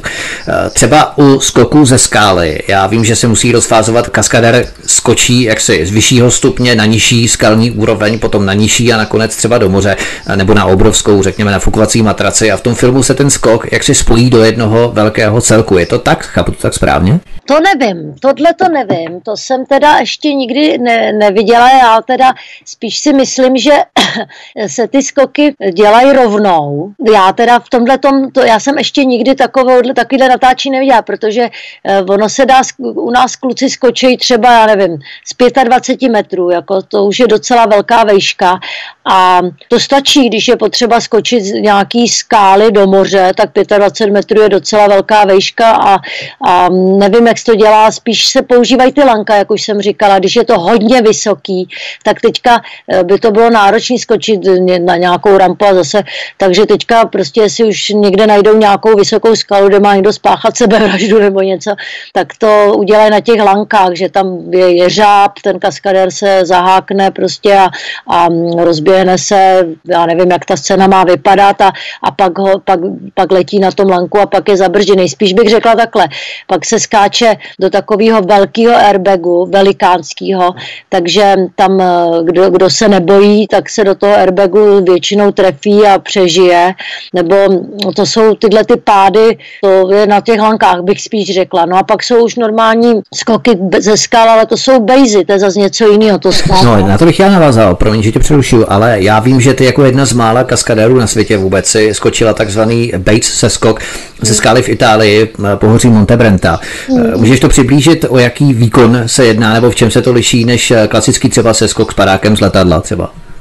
Třeba u skoku ze skály. Já vím, že se musí rozfázovat, kaskadér skočí jaksi z vyššího stupně na nižší skalní úroveň, potom na nižší a nakonec třeba do moře nebo na obrovskou, řekněme, nafukovací matraci a v tom filmu se ten skok jaksi spojí do jednoho velkého celku. Je to tak? Chápu to tak správně? To nevím, tohle to nevím, to jsem teda ještě nikdy ne, neviděla, já teda spíš si myslím, že se ty skoky dělají rovnou. Já teda v tomhle tom, to, já jsem ještě nikdy takovou, takovýhle natáčí neviděla, protože eh, ono se dá, u nás kluci skočí třeba, já nevím, z dvacet pět metrů, jako to už je docela velká vejška a to stačí, když je potřeba skočit z nějaký skály do moře, tak dvacet pět metrů je docela velká vejška a, a nevím, jak se to dělá, spíš se používají ty lanka, jak už jsem říkala, když je to hodně vysoký, tak teďka by to bylo náročné skočit na nějakou rampu a zase, takže teďka prostě, jestli už někde najdou nějakou vysokou skalu, kde má někdo spáchat sebevraždu nebo něco, tak to udělají na těch lankách, že tam je jeřáb, ten kaskadér se zahákne prostě a, a rozběhne se, já nevím, jak ta scéna má vypadat a, a pak, ho, pak, pak letí na tom lanku a pak je zabržděný. Spíš bych řekla takhle, pak se skáče do takového velkého airbagu, velikánského, takže tam, kdo, kdo se nebojí, tak se do toho airbagu většinou trefí a přežije, nebo to jsou tyhle ty pády, to je na těch lankách, bych spíš řekla. No a pak jsou už normální skoky ze skal, ale to jsou bejzy, to je zase něco jiného. To skal. No, na to bych já navázal, promiň, že tě přerušuju, ale já vím, že ty jako jedna z mála kaskadérů na světě vůbec si skočila takzvaný Bates seskok ze skály v Itálii, pohoří Montebrenta. Hmm. Můžeš to přiblížit, o jaký výkon se jedná, nebo v čem se to liší, než klasický třeba seskok s padákem z letadla třeba?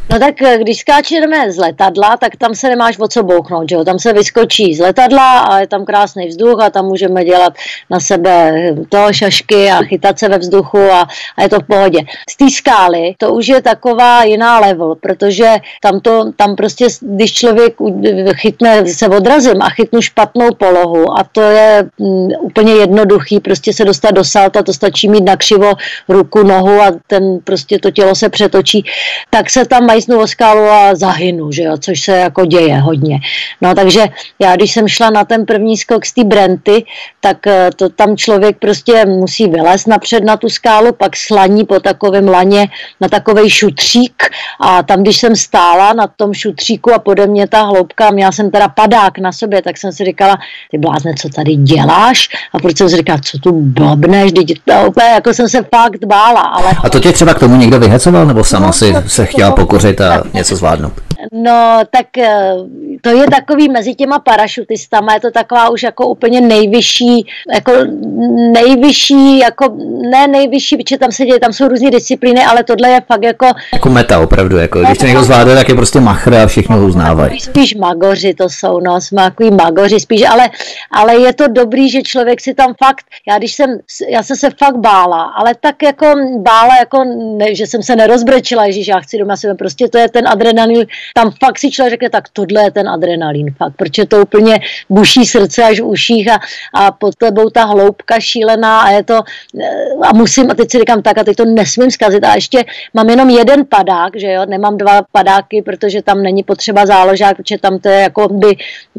No tak když skáčeme z letadla, tak tam se nemáš o co bouchnout, že jo? Tam se vyskočí z letadla a je tam krásný vzduch a tam můžeme dělat na sebe to šašky a chytat se ve vzduchu a, a je to v pohodě. Z té skály to už je taková jiná level, protože tam, to, tam prostě, když člověk chytne, se odrazím a chytnu špatnou polohu a to je m, úplně jednoduchý, prostě se dostat do salta, to stačí mít nakřivo ruku, nohu a ten prostě to tělo se přetočí, tak se tam majsnu o skálu a zahynu, že jo, což se jako děje hodně. No takže já, když jsem šla na ten první skok z té Brenty, tak to tam člověk prostě musí vylézt napřed na tu skálu, pak slaní po takovém laně na takovej šutřík a tam, když jsem stála na tom šutříku a pode mě ta hloubka, měla jsem teda padák na sobě, tak jsem si říkala, ty blázne, co tady děláš? A proč jsem si říkala, co tu blbneš? Jako jsem se fakt bála. Ale... A to tě třeba k tomu někdo vyhecoval, nebo sama no, si se chtěla pokořit a něco zvládnout? No, tak to je takový mezi těma parašutistama, je to taková už jako úplně nejvyšší, jako nejvyšší, jako ne nejvyšší, protože tam se děje, tam jsou různé disciplíny, ale tohle je fakt jako... Jako meta opravdu, jako když to někdo zvládne, tak je prostě machr a všichni ho uznávají. Spíš magoři to jsou, no, jsme takový magoři spíš, ale, ale je to dobrý, že člověk si tam fakt, já když jsem, já jsem se fakt bála, ale tak jako bála, jako ne, že jsem se nerozbrečila, ježiš, já chci doma sebe, prostě to je ten adrenalin, tam fakt si člověk řekne, tak tohle je ten adrenalin fakt, protože to úplně buší srdce až v uších a, a pod tebou ta hloubka šílená a je to, a musím, a teď si říkám tak a teď to nesmím zkazit a ještě mám jenom jeden padák, že jo, nemám dva padáky, protože tam není potřeba záložák, protože tam to je jako by,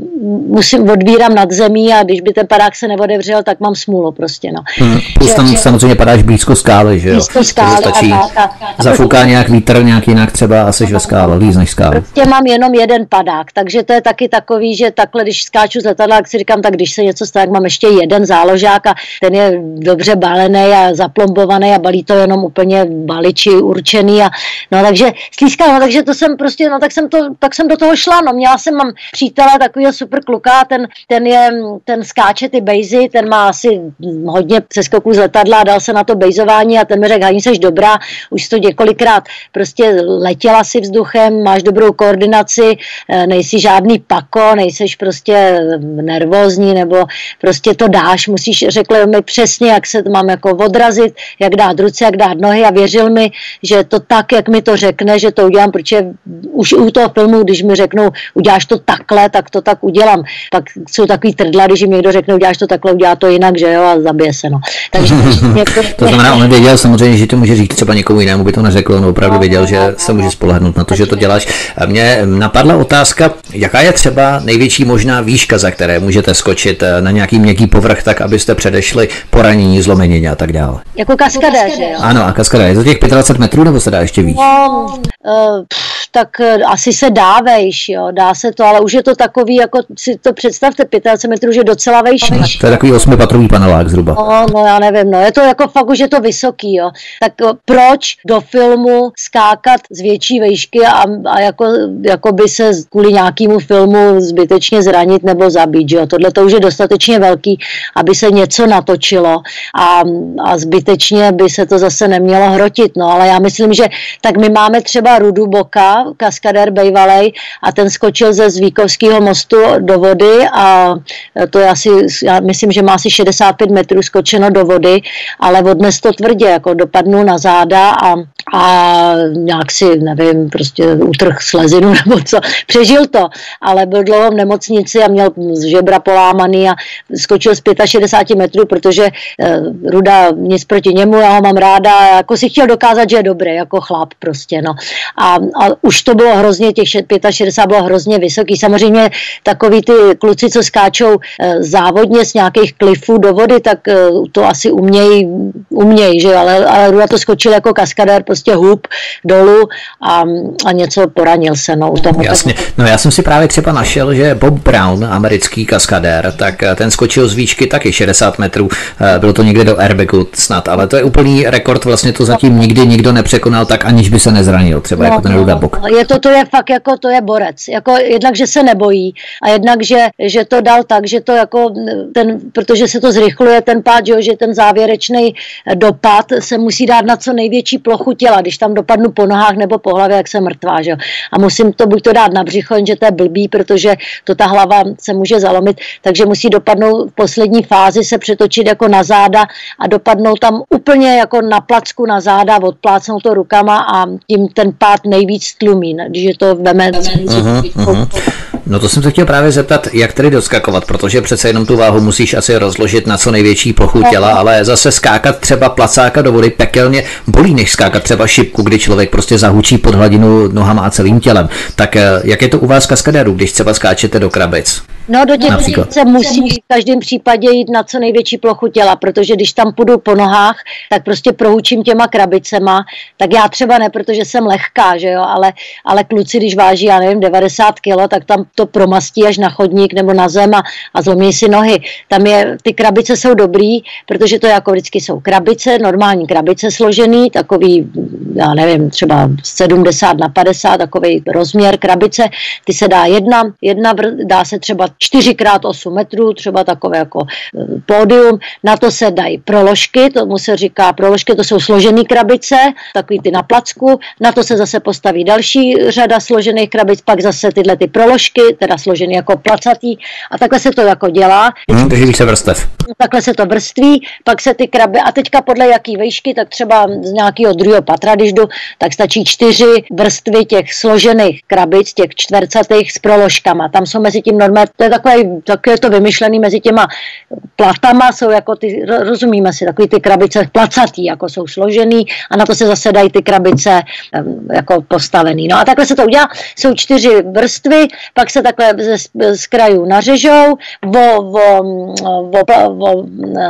musím odvírám nad zemí a když by ten padák se neodevřel, tak mám smůlu prostě, no. Hmm, plus tam že, samozřejmě padáš blízko skály, že jo? Blízko skály. Stačí, a, a, a, zafouká nějak vítr, nějak jinak třeba a seš ve skále, lízneš skálu. Prostě mám jenom jeden padák, takže to je taky takový, že takhle, když skáču z letadla, tak si říkám, tak když se něco stane, tak mám ještě jeden záložák a ten je dobře balený a zaplombovaný a balí to jenom úplně baliči určený a no takže slízka, no takže to jsem prostě, no tak jsem to, tak jsem do toho šla, no měla jsem, mám přítele takovýho super kluka, ten, ten je, ten skáče ty bejzy, ten má asi hodně seskoků z letadla, dal se na to bejzování a ten mi řekl, Hani, seš dobrá, už jsi to několikrát prostě letěla si vzduchem, máš dobrou koordinaci, nejsi žádný pako, nejseš prostě nervózní, nebo prostě to dáš, musíš, řekl mi přesně, jak se mám jako odrazit, jak dát ruce, jak dát nohy a věřil mi, že to tak, jak mi to řekne, že to udělám, protože už u toho filmu, když mi řeknou, uděláš to takhle, tak to tak udělám. Pak jsou takový trdla, když jim někdo řekne, uděláš to takhle, udělá to jinak, že jo, a zabije se, no. Takže někdo... To znamená, on věděl samozřejmě, že to může říct třeba někomu jinému, by to neřekl, on opravdu věděl, že se může spolehnout na to, že to děláš. A mě napadla otázka, jaká je třeba největší možná výška, za které můžete skočit na nějaký měkký povrch, tak abyste předešli poranění, zlomenině a tak dále. Jako kaskadéř, jo? Ano, a kaskadéř. Je to těch dvacet pět metrů, nebo se dá ještě výš? No, uh, tak uh, asi se dá vejš, jo, dá se to, ale už je to takový, jako si to představte, dvacet pět metrů, že docela vejš. No, to je takový osmipatrový panelák zhruba. No, no, já nevím, no, je to jako fakt už je to vysoký, jo. Tak uh, proč do filmu skákat z větší vejšky a, a jako, jako by se kvůli nějakému filmu zbytečně zranit nebo zabít, jo. Tohle to už je dostatečně velký, aby se něco natočilo a, a zbytečně by se to zase nemělo hrotit, no, ale já myslím, že tak my máme třeba Rudu Boka, kaskadér bejvalej, a ten skočil ze Zvíkovského mostu do vody a to je asi, já myslím, že má asi šedesát pět metrů skočeno do vody, ale odnes to tvrdě, jako dopadnul na záda a, a nějak si, nevím, prostě utrh slezinu nebo co, přežil to, ale byl dlouho v nemocnici a měl žebra polámaný a skočil z šedesát pět metrů, protože eh, Ruda nic proti němu, já ho mám ráda, jako si chtěl dokázat, že je dobrý, jako chlap prostě, no. A, a už to bylo hrozně, těch šedesát pět bylo hrozně vysoký. Samozřejmě takový ty kluci, co skáčou eh, závodně z nějakých klifů do vody, tak eh, to asi umějí, umějí, že, ale, ale Ruda to skočil jako kaskadér, prostě hůb dolů a, a něco poranil se, no. U toho Jasně, tak... no já jsem si právě třeba našel, že Bob Brown, americký kaskadér, tak ten skočil z výšky taky šedesát metrů, bylo to někde do airbagu snad, ale to je úplný rekord, vlastně to zatím nikdy nikdo nepřekonal tak, aniž by se nezranil, třeba no, jako ten Ruda Bok. Je to, to je fakt jako, to je borec. Jako jednak, že se nebojí a jednak, že, že to dal tak, že to jako ten, protože se to zrychluje ten pád, že, že ten závěrečný dopad se musí dát na co největší plochu těla. Když tam dopadnu po nohách nebo po hlavě, jak jsem mrtvá, že? A musím to buď to dát na břicho, jenže to je blbý, protože to ta hlava se může zalomit, takže musí dopadnout v poslední fázi, se přetočit jako na záda a dopadnout tam úplně jako na placku na záda, odplácnout to rukama a tím ten pád nejvíc tlumí, když je to veme. Uh-huh, uh-huh. No to jsem se chtěl právě zeptat, jak tedy doskakovat, protože přece jenom tu váhu musíš asi rozložit na co největší plochu těla, ale zase skákat třeba placáka do vody pekelně bolí, než skákat třeba šipku, kdy člověk prostě zahučí pod hladinu nohama a celým tělem. Tak jak je to u vás kaskadérů, když třeba skáčete do krabic? No do těch se musí v každém případě jít na co největší plochu těla, protože když tam půjdu po nohách, tak prostě prohučím těma krabicema, tak já třeba ne, protože jsem lehká, že jo, ale, ale kluci, když váží, já nevím, devadesát kilo, tak tam to promastí až na chodník nebo na zem a, a zlomí si nohy. Tam je, ty krabice jsou dobrý, protože to jako vždycky jsou krabice, normální krabice složený, takový, já nevím, třeba sedmdesát na padesát, takový rozměr krabice, ty se dá jedna, jedna dá se třeba čtyři krát osm metrů, třeba takové jako pódium, na to se dají proložky, tomu se říká proložky, to jsou složené krabice, takový ty na placku, na to se zase postaví další řada složených krabic, pak zase tyhle ty proložky, teda složený jako placatý a takhle se to jako dělá. Hmm, takže se vrstev. Takhle se to vrství, pak se ty kraby, a teďka podle jaký vejšky, tak třeba z nějakého druhého patra, když jdu, tak stačí čtyři vrstvy těch složených krabic, těch čtvercatých s proložkama. Tam jsou mezi tím normálně, to je takové, takové to vymyšlené mezi těma platama, jsou jako ty, rozumíme si, takový ty krabice placatý, jako jsou složený a na to se zase dají ty krabice jako postavený. No a takhle se to udělá, jsou čtyři vrstvy, pak se takhle z, z krajů nařežou, vo, vo, vo, vo,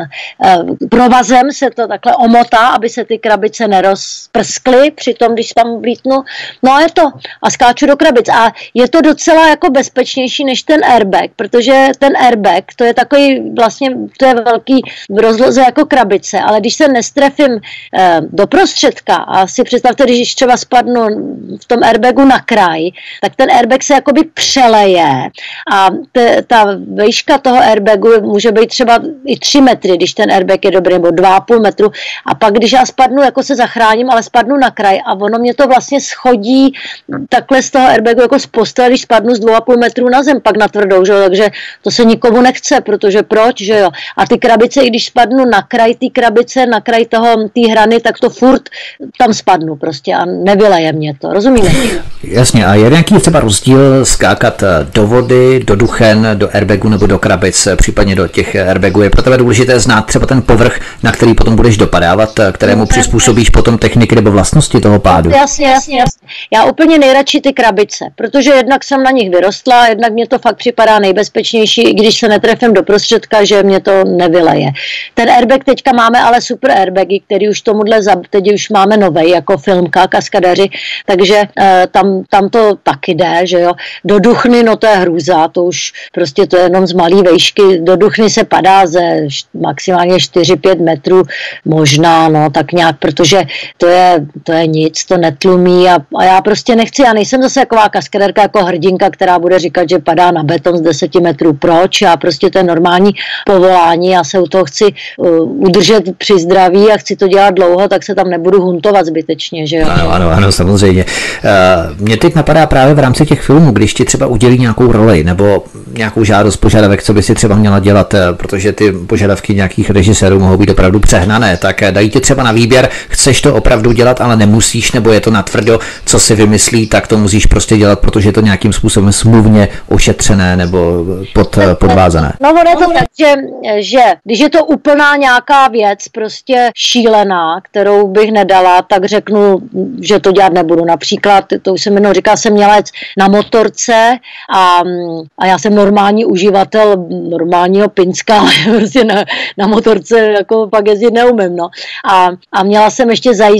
provazem se to takhle omotá, aby se ty krabice nerozprskly při tom, když tam vlítnu. No a je to. A skáču do krabic. A je to docela jako bezpečnější než ten airbag, protože ten airbag, to je takový vlastně, to je velký v rozloze jako krabice, ale když se nestrefím eh, do prostředka a si představte, když třeba spadnu v tom airbagu na kraj, tak ten airbag se jakoby přeleje a te, ta vejška toho airbagu může být třeba i tři metry, když ten airbag je dobrý, nebo dva a půl metru a pak když já spadnu, jako se zachráním, ale spadnu na kraj a ono mě to vlastně schodí takhle z toho airbagu jako z postele, když spadnu z dvou a půl metru na zem, pak na tvrdou, že jo, takže to se nikomu nechce, protože proč, že jo. A ty krabice, i když spadnu na kraj ty krabice, na kraj toho, té hrany, tak to furt tam spadnu prostě a nevyleje mě to, rozumíte? Jasně, a je nějaký třeba rozdíl skákat do vody, do duchen, do airbagu nebo do krabic, případně do těch airbagů? Je pro tebe důležité znát třeba ten povrch, na který potom budeš dopadávat, kterému přizpůsobíš potom techniky nebo vlastnosti toho pádu? Jasně, jasně, jasně. Já úplně nejradši ty krabice, protože jednak jsem na nich vyrostla, jednak mě to fakt připadá nejbezpečnější, i když se netrefím do prostředka, že mě to nevyleje. Ten airbag teďka máme ale super airbagy, který už tomuhle, teď už máme novej, jako filmka, kaskadeři, takže eh, tam, tam to taky jde, že jo. Do duchny, no to je hrůza, to už prostě to je jenom z malý vejšky, do duchny se padá ze maximálně čtyři pět metrů, možná, no tak nějak, protože to je, to je nic, to netlumí a, a já prostě nechci, já nejsem zase taková kaskaderka jako hrdinka, která bude říkat, že padá na beton z deseti metrů, proč? Já prostě to je normální povolání, já se u toho chci uh, udržet při zdraví a chci to dělat dlouho, tak se tam nebudu huntovat zbytečně, že jo? Ano, ano, ano, samozřejmě. Uh, mě teď napadá právě v rámci těch filmů, když ti třeba udělí nějakou roli nebo nějakou žádost, požadavek, co by si třeba měla dělat, protože ty požadavky nějakých režisérů mohou být opravdu přehnané, tak dají ti třeba na výběr, chceš to opravdu dělat, ale nemusíš, nebo je to natvrdo, co si vymyslí, tak to musíš prostě dělat, protože je to nějakým způsobem smluvně ošetřené nebo pod, podvázané. No ono je to tak, že, že když je to úplná nějaká věc, prostě šílená, kterou bych nedala, tak řeknu, že to dělat nebudu. Například, to už jsem jenom říkala, jsem měla jet na motorce a, a já jsem normální uživatel normálního Pinska, ale prostě na, na motorce jako pak jezdit neumím, no. A, a měla jsem ještě za jízdy vzít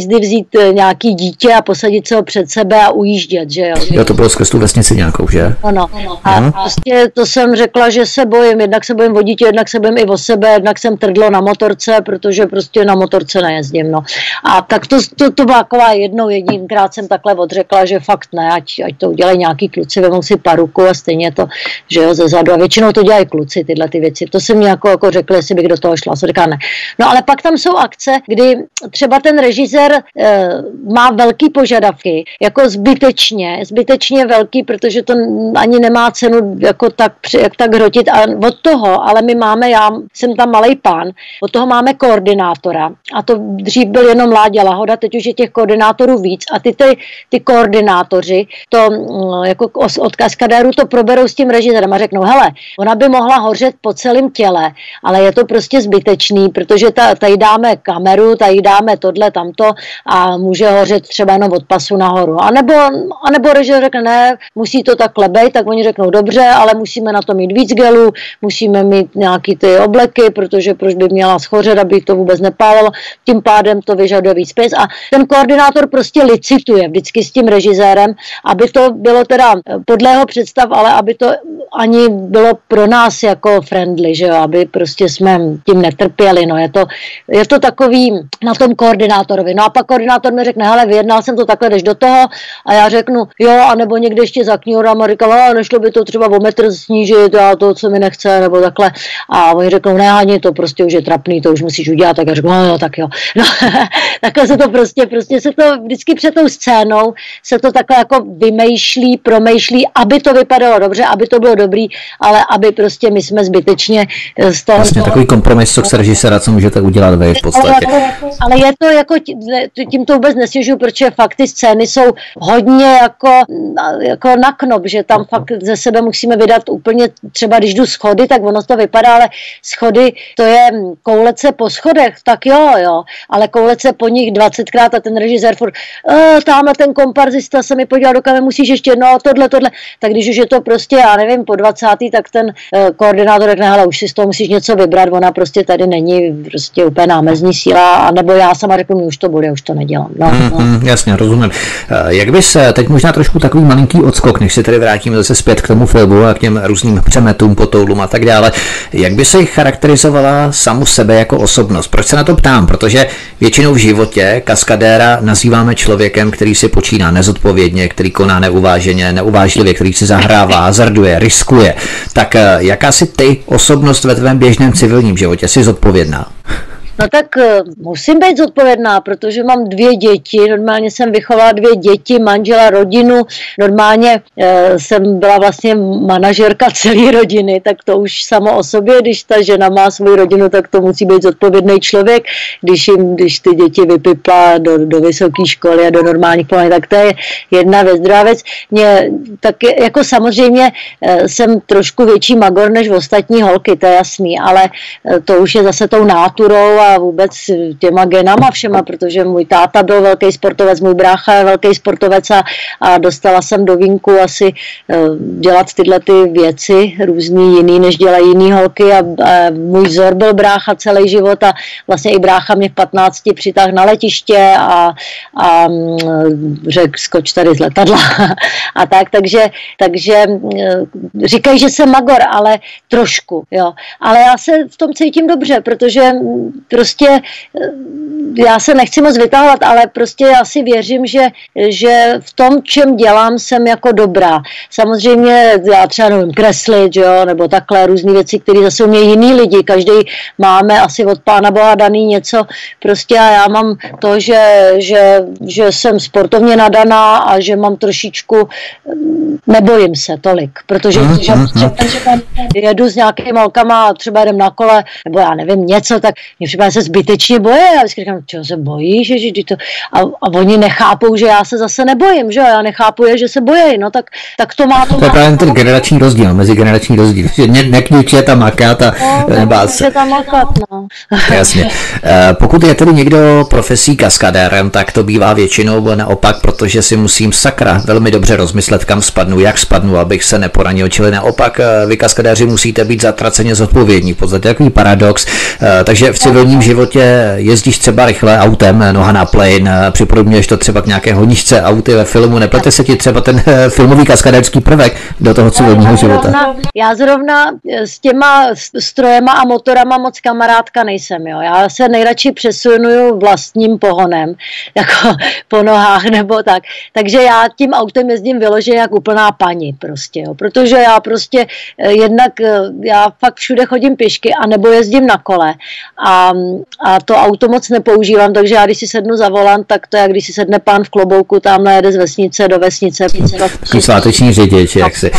nějaký dítě a posadit se ho před sebe a ujíždět, že jo. Jo, to bylo skrz tu vesnici nějakou, že? Ano. A uh-huh. prostě to jsem řekla, že se bojím, jednak se bojím o dítě, jednak se bojím i o sebe, jednak jsem trdlo na motorce, protože prostě na motorce nejezdím, no. A tak to, to, to byla taková jednou jedinkrát jsem takhle odřekla, že fakt ne, ať, ať to udělají nějaký kluci, vemou si paruku a stejně to, že jo, zezadu. A většinou to dělají kluci, tyhle ty věci. To se mi jako, jako řekli, jestli bych do toho šla. Se říká ne. No ale pak tam jsou akce, kdy třeba ten režisér e, má velký požadavky, jako zbytečně, zbytečně velký, protože to ani nemá cenu jako tak, jak tak hrotit. A od toho, ale my máme, já jsem tam malej pán, od toho máme koordinátora. A to dřív byl jenom Láďa Lahoda, teď už je těch koordinátorů víc. A ty, ty, ty koordinátoři to jako od kaskadérů to proberou s tím režisérem a řeknou, hele, ona by mohla hořet po celém těle, ale je to prostě zbytečný, protože ta, tady dáme kameru, tady dáme tohle, tamto a může hořet třeba jenom od pasu nahoru. A nebo, a nebo režisér řekne, ne, musí to takhle být, tak oni řeknou, dobře, ale musíme na to mít víc gelů, musíme mít nějaký ty obleky, protože proč by měla schořet, aby to vůbec nepálilo, tím pádem to vyžaduje víc peněz. A ten koordinátor prostě licituje vždycky s tím režisérem, aby to bylo teda podle jeho představ, ale aby to ani bylo pro nás jako friendly, že jo, aby prostě jsme tím netrpěli, no je to, je to takový na tom koordinátorovi. No a pak koordinátor mi řekne, hele, vyjednal jsem to takhle, jdeš do toho a já řeknu, jo, anebo někde ještě za knihovnám a říkám, ale nešlo by to třeba o metr snížit a to, co mi nechce, nebo takhle. A oni řeknou, ne, ani to prostě už je trapný, to už musíš udělat, tak já řeknu, no, no tak jo. No, takhle se to prostě, prostě se to vždycky před tou scénou se to takhle jako vymýšlí, promýšlí, aby to vypadalo dobře, aby to bylo dobrý, ale aby prostě my jsme zbytečně z toho... Vlastně takový kompromis, co chce režiséra, co můžete udělat vy v podstatě. Ale, ale je to jako, tím to vůbec nestěžuju, protože fakt ty scény jsou hodně jako, jako na knop, že tam fakt ze sebe musíme vydat úplně, třeba když jdu schody, tak ono to vypadá, ale schody, to je koulece po schodech, tak jo, jo, ale koulece po nich dvacetkrát a ten režisér furt, tamhle ten komparzista se mi podíval do kamery, musíš ještě, no tohle, tohle, tak když už je to prostě, já nevím, po dvacátý, tak ten uh, koordinátor řekne, hele, už si z toho musíš něco vybrat, ona prostě tady není prostě úplně námezní síla, anebo já sama řeknu, mi už to bude, už to nedělám. No, mm, no. Mm, jasně, rozumím. Jak bys, teď možná trošku takový malinký odskok, než se tady vrátíme zase zpět k tomu filmu a k těm různým přemetům, potoulům a tak dále. Jak by se charakterizovala samu sebe jako osobnost? Proč se na to ptám? Protože většinou v životě kaskadéra nazýváme člověkem, který si počíná nezodpovědně, který koná neuváženě, neuvážlivě, který si zahrává, hazarduje, riskuje. Tak jaká si ty osobnost ve tvém běžném civilním životě? Jsi zodpovědná? No tak musím být zodpovědná, protože mám dvě děti, normálně jsem vychovala dvě děti, manžela, rodinu, normálně e, jsem byla vlastně manažerka celé rodiny, tak to už samo o sobě, když ta žena má svou rodinu, tak to musí být zodpovědný člověk, když jim, když ty děti vypipla do, do vysoké školy a do normálních plánů, tak to je jedna věc. Druhá věc, mě, tak jako samozřejmě e, jsem trošku větší magor než ostatní holky, to je jasný, ale e, to už je zase tou náturou a vůbec těma genama všema, protože můj táta byl velký sportovec, můj brácha je velký sportovec a, a dostala jsem do vínku asi uh, dělat tyhle ty věci, různý jiný, než dělají jiný holky a, a můj vzor byl brácha celý život a vlastně i brácha mě v patnácti přitáhl na letiště a, a řekl, skoč tady z letadla a tak, takže, takže říkají, že jsem magor, ale trošku, jo. Ale já se v tom cítím dobře, protože prostě já se nechci moc vytahovat, ale prostě já si věřím, že, že v tom, čem dělám, jsem jako dobrá. Samozřejmě já třeba nevím kreslit, jo, nebo takhle různé věci, které zase umějí jiný lidi. Každý máme asi od Pána Boha daný něco prostě a já mám to, že, že, že jsem sportovně nadaná a že mám trošičku, nebojím se tolik, protože mm, že, mm, že, že jedu s nějakými holkama a třeba jdem na kole, nebo já nevím něco, tak mě připadá, se zbytečně boje. Já vždycky říkám, čeho se bojíš? Že to... a, a oni nechápou, že já se zase nebojím, že já nechápu je, že se bojí, no tak, tak to má to. To je právě ten generační rozdíl, mezigenerační rozdíl, že ne, nekňuče tam makat a no, nebá se. Tam makat, no. Jasně. Pokud je tedy někdo profesí kaskadérem, tak to bývá většinou naopak, protože si musím sakra velmi dobře rozmyslet, kam spadnu, jak spadnu, abych se neporanil, čili naopak vy kaskadéři musíte být zatraceně zodpovědní, v podstatě takový paradox, takže v civilním životě jezdíš třeba rychle autem, noha na plyn, připodobňuješ to třeba k nějaké honičce auty ve filmu, neplete se ti třeba ten filmový kaskadérský prvek do toho civilního života? Já zrovna s těma strojema a motorama moc kamarádka nejsem, jo. Já se nejradši přesunuju vlastním pohonem, jako po nohách nebo tak. Takže já tím autem jezdím vyloženě jak úplná paní prostě, jo. Protože já prostě jednak, já fakt všude chodím pěšky a nebo jezdím na kole a, a to auto moc nepoužívám, takže já když si sednu za volant, tak to je, když si sedne pán v klobouku, tamhle jede z vesnice do vesnice. Takový sváteční řidič, jak si.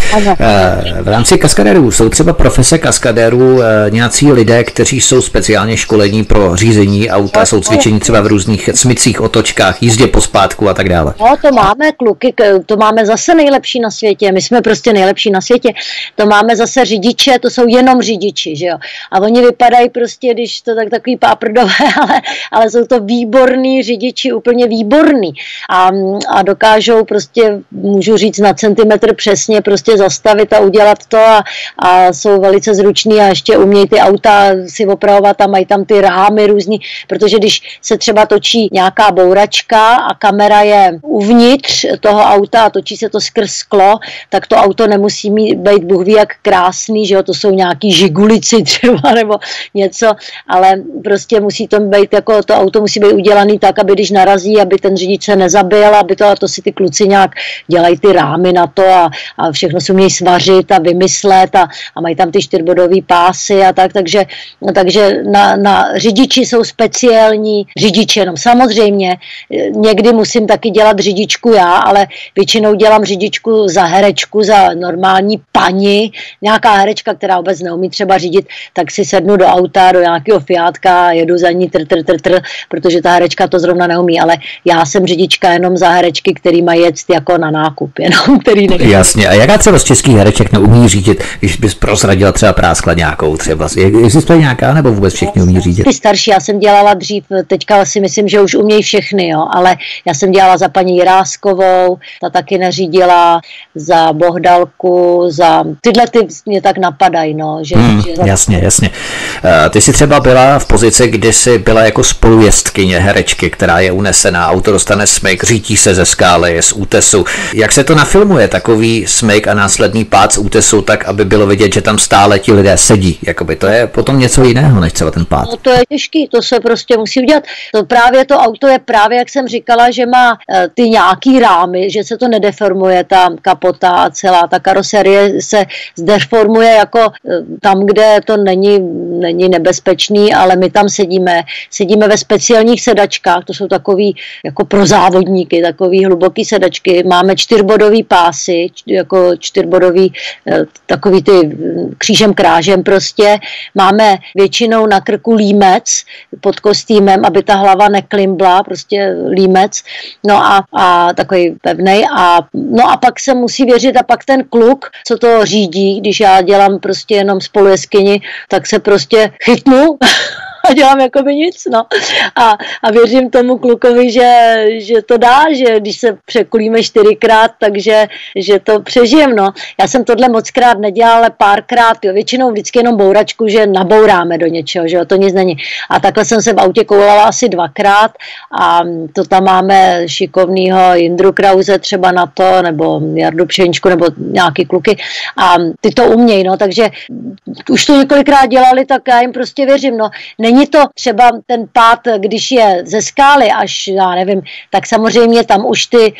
V rámci kaskadérů jsou třeba profese kaskadérů nějací lidé, kteří jsou speciálně školení pro řízení auta, jsou cvičení třeba v různých smycích, otočkách, jízdě pospátku a tak dále. No, to máme kluky, to máme zase nejlepší na světě, my jsme prostě nejlepší na světě, to máme zase řidiče, to jsou jenom řidiči, že jo. A oni vypadají prostě, když to tak takový páprdové, ale, ale jsou to výborní řidiči, úplně výborní. A, a dokážou prostě, můžu říct na centimetr přesně, prostě zastavit a udělat to a, a jsou velice zruční a ještě umějí ty auta si opravovat a mají tam ty rámy různý, protože když se třeba točí nějaká bouračka a kamera je uvnitř toho auta a točí se to skrz sklo, tak to auto nemusí mít, být Bůh ví jak krásný, že jo, to jsou nějaký žigulici třeba nebo něco, ale prostě musí to být jako, to auto musí být udělaný tak, aby když narazí, aby ten řidič se nezabil, aby to, a to si ty kluci nějak dělají ty rámy na to a, a všechno si umějí svařit a vymyslet a, a mají tam ty čtyřbodový pásy a tak, takže, takže na, na řidiči jsou speciální řidiči jenom. Samozřejmě někdy musím taky dělat řidičku já, ale většinou dělám řidičku za herečku, za normální paní, nějaká herečka, která vůbec neumí třeba řídit, tak si sednu do auta, do nějakého Fiatka a jedu za ní tr, tr, tr, tr, protože ta herečka to zrovna neumí, ale já jsem řidička jenom za herečky, který mají jet jako na nákup, jenom který neumí. Jasně, a jaká třeba z českých hereček neumí řídit, když bys prozradila třeba Práskla nějakou třeba, existuje nějaká, nebo vůbec všichni umí řídit? Ty starší, já jsem dělala dřív, teďka si myslím, že už umějí všechny, jo, ale já jsem dělala za paní Jiráskovou, ta taky neřídila, za Bohdalku, za tyhle ty mě tak napadají, no. Že, hmm, že za... Jasně, jasně. Ty jsi třeba byla v pozici, kdy jsi byla jako spolujezdkyně herečky, která je unesená, auto dostane smyk, řítí se ze skály, z útesu. Jak se to nafilmuje, takový smyk a následný pád z útesu, tak aby bylo vidět, že tam stále ti lidé sedí? Jakoby to je potom něco jiného, než třeba ten pád. No to je těžký, to se prostě musí udělat. To právě to auto je právě, jak jsem říkala, že má e, ty nějaký rámy, že se to nedeformuje, ta kapota a celá ta karoserie se zdeformuje jako e, tam, kde to není, není nebezpečný, ale my tam sedíme, sedíme ve speciálních sedačkách, to jsou takový jako pro závodníky, takový hluboký sedačky, máme čtyřbodový pásy, jako čtyřbodový, e, takový ty křížem krážem prostě, máme většinou na krku límec pod kostýmem, aby ta hlava neklimbla, prostě límec, no a, a takový pevnej a no a pak se musí věřit a pak ten kluk, co to řídí, když já dělám prostě jenom spolujeskyni, tak se prostě chytnu a dělám jako by nic, no. A, a věřím tomu klukovi, že, že to dá, že když se překulíme čtyřikrát, takže že to přežijem, no. Já jsem tohle mockrát nedělala, ale párkrát, jo. Většinou vždycky jenom bouračku, že nabouráme do něčeho, že jo, to nic není. A takhle jsem se v autě koulala asi dvakrát a to tam máme šikovnýho Jindru Krause třeba na to, nebo Jardu Pšeničku, nebo nějaký kluky a ty to umějí, no, takže už to několikrát dělali, tak já jim prostě věřím, no. Není to třeba ten pád, když je ze skály až, já nevím, tak samozřejmě tam už ty,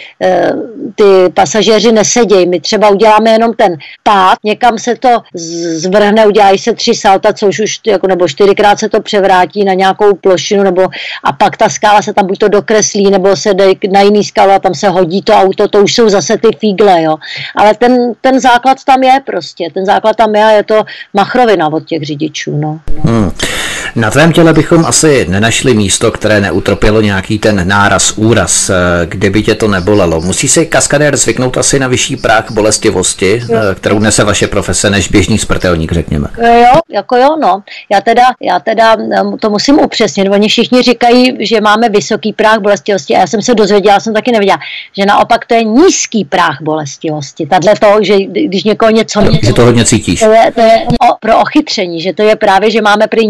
ty pasažéři nesedějí. My třeba uděláme jenom ten pád, někam se to zvrhne, udělají se tři salta, což už jako, nebo čtyřikrát se to převrátí na nějakou plošinu, nebo a pak ta skála se tam buď to dokreslí, nebo se jde na jiný skálu a tam se hodí to auto, to už jsou zase ty fígle, jo. Ale ten, ten základ tam je prostě, ten základ tam je a je to machrovina od těch řidičů, no. Hmm. Na tvém těle bychom asi nenašli místo, které neutropilo nějaký ten náraz, úraz, kde by tě to nebolelo. Musí si kaskadér zvyknout asi na vyšší práh bolestivosti, jo, kterou nese vaše profese, než běžný smrtelník, řekněme. Jo, jako jo, no. Já teda, já teda to musím upřesnit. Oni všichni říkají, že máme vysoký práh bolestivosti a já jsem se dozvěděla, jsem taky nevěděla, že naopak to je nízký práh bolestivosti. Tadle to, že když někoho něco... Jo, že to hodně cítíš. To je, to je o, pro ochytření, že to je právě, že máme prý nízký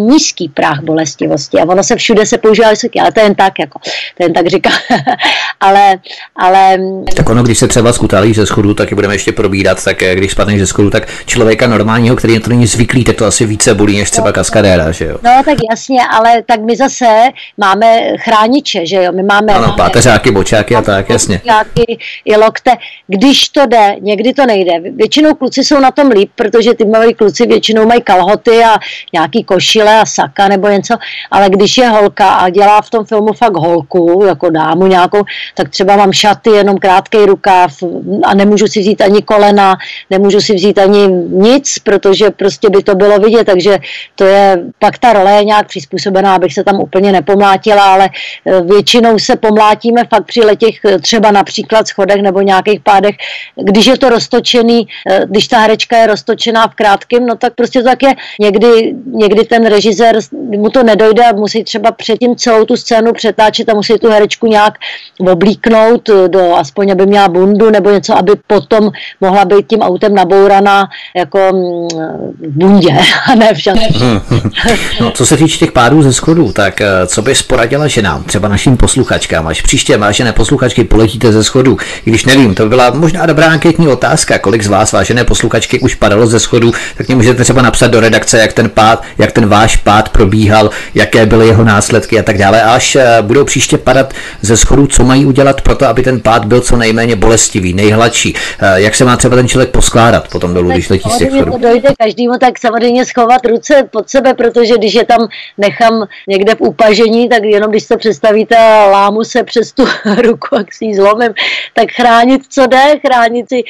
práh bolestivosti. A ono se všude se používá vysoký, ale to je jen tak, jako, to jen tak říká. ale, ale... Tak ono, když se třeba skutálíš ze schodu, tak je budeme ještě probírat, tak když spadneš ze schodu, tak člověka normálního, který na to není zvyklý, tak to asi více bolí, než třeba kaskadéra, že jo? No tak jasně, ale tak my zase máme chrániče, že jo, my máme... Ano, páteřáky, bočáky a tak, jasně. Bočáky i lokte, když to jde, někdy to nejde. Většinou kluci jsou na tom líp, protože ty malí kluci většinou mají kalhoty a nějaký košile a saka nebo něco, ale když je holka a dělá v tom filmu fakt holku, jako dámu nějakou, tak třeba mám šaty, jenom krátký rukáv a nemůžu si vzít ani kolena, nemůžu si vzít ani nic, protože prostě by to bylo vidět, takže to je, pak ta role je nějak přizpůsobená, abych se tam úplně nepomlátila, ale většinou se pomlátíme fakt při letěch třeba například schodech nebo nějakých pádech, když je to roztočený, když ta herečka je roztočená v krátkém, no tak prostě to tak je. Někdy, někdy ten režisér, mu to nedojde a musí třeba předtím celou tu scénu přetáčet a musí tu herečku nějak oblíknout do, aspoň aby měla bundu nebo něco, aby potom mohla být tím autem nabouraná jako v bundě a ne v žádné. No, co se týče těch pádů ze schodů, tak co bys poradila ženám, třeba našim posluchačkám, až příště, vážené posluchačky, poletíte ze schodů, i když nevím, to byla možná dobrá anketní otázka, kolik z vás, vážené posluchačky, už padalo ze schodů, tak mě můžete třeba napsat do redakce, jak ten pád, jak ten váš pád probíhal, jaké byly jeho následky a tak dále. A až budou příště padat ze schodů, co mají udělat pro to, aby ten pád byl co nejméně bolestivý, nejhladší. Jak se má třeba ten člověk poskládat potom dolů, když letí z těch schodů? To dojde každému, tak samozřejmě schovat ruce pod sebe, protože když je tam nechám někde v upažení, tak jenom když se představíte a lámu se přes tu ruku, jak si ji zlomím, tak chránit, co jde, chránit si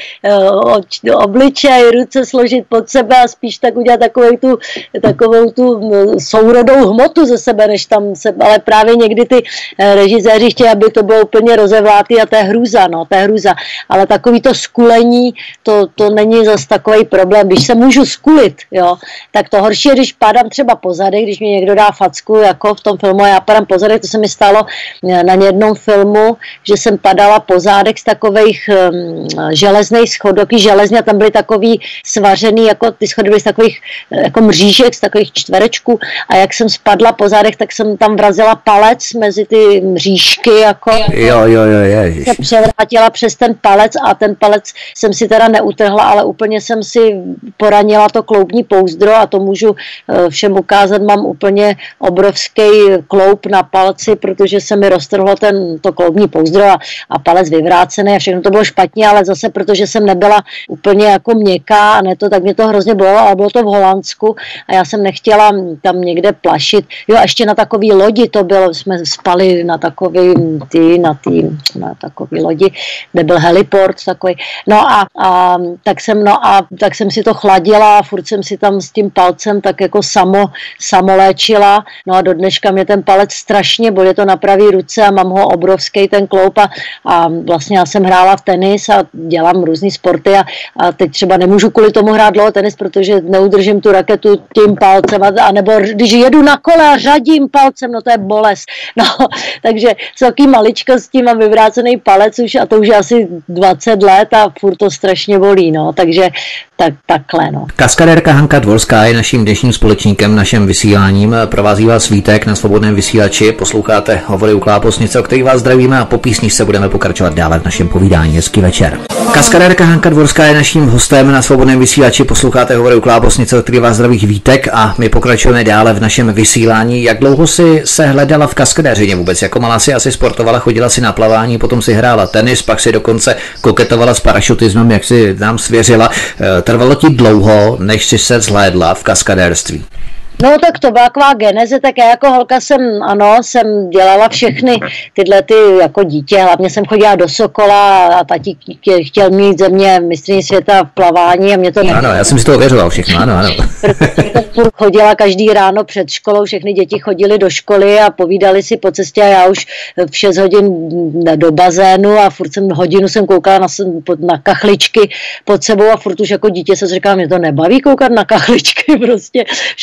uh, obličej, ruce složit pod sebe a spíš tak udělat takovou tu, takovou tu sourodou hmotu ze sebe, než tam se, ale právě někdy ty režiséři chtějí, aby to bylo úplně rozevlátý a to je hrůza, no, to je hrůza, ale takový to skulení, to, to není zas takový problém, když se můžu skulit, jo, tak to horší je, když padám třeba po zadech, když mi někdo dá facku, jako v tom filmu, já padám po zadech, to se mi stalo na jednom filmu, že jsem padala po zádech z takových um, železných schodů, železně, a tam byly takový svařený, jako ty schody byly z takových jako mřížek, z takových čtverečků a jak jsem spadla po zádech, tak jsem tam vrazila palec mezi ty mřížky, jako jo, jo, jo, ježiš. Se převrátila přes ten palec a ten palec jsem si teda neutrhla, ale úplně jsem si poranila to kloubní pouzdro a to můžu všem ukázat, mám úplně obrovský kloup na palci, protože se mi roztrhlo ten, to kloubní pouzdro a, a palec vyvrácený a všechno to bylo špatně, ale zase protože jsem nebyla úplně jako měkká a ne to, tak mě to hrozně bylo, ale bylo to v Holandsku a já jsem nechtěla tam někde plašit. Jo, a ještě na takový lodi to bylo, jsme spali na takový ty, na ty, na takový lodi, kde byl heliport takový. No a, a tak jsem, no a tak jsem si to chladila a furt jsem si tam s tím palcem tak jako samo, samo léčila. No a do dneška mě ten palec strašně bolí, je to na pravý ruce a mám ho obrovský ten kloup a, a vlastně já jsem hrála v tenis a dělám různý sporty a, a teď třeba nemůžu kvůli tomu hrát dlouho tenis, protože neudržím tu raketu tím palcem a, a nebo když jedu na kole a řadím palcem, no to je bolest. No, takže s taký maličkostí mám vyvrácený palec už a to už je asi dvacet let a furt to strašně bolí, no, takže tak, takhle, no. Kaskadérka Hanka Dvorská je naším dnešním společníkem, našem vysíláním. Provází vás Vítek na Svobodném vysílači. Posloucháte Hovory u Klábosnice, o kterých vás zdravíme a po písničce budeme pokračovat dále v našem povídání. Hezký večer. Kaskadérka Hanka Dvorská je naším hostem na Svobodném vysílači. Posloucháte Hovory u Klábosnice, o kterých vás zdraví Vítek a my pokračujeme dále v našem vysílání. Jak dlouho si se hledala v kaskadéřině vůbec? Jako malá si asi sportovala, chodila si na plavání, potom si hrála tenis, pak si dokonce koketovala s parašutismem, jak si nám svěřila. Trvalo ti dlouho, než si se zhlédla v kaskadérství? No tak to byla taková geneze, tak já jako holka jsem, ano, jsem dělala všechny tyhle ty jako dítě, hlavně jsem chodila do Sokola a tatík chtěl mít ze mě mistryni světa v plavání a mě to nebylo. Ano, já jsem si to ověřoval všechno, ano, ano. Protože chodila každý ráno před školou, všechny děti chodily do školy a povídali si po cestě a já už v šest hodin do bazénu a furt jsem hodinu jsem koukala na, na kachličky pod sebou a furt už jako dítě se říkala, mě to nebaví koukat na kachličky, prostě všechny děti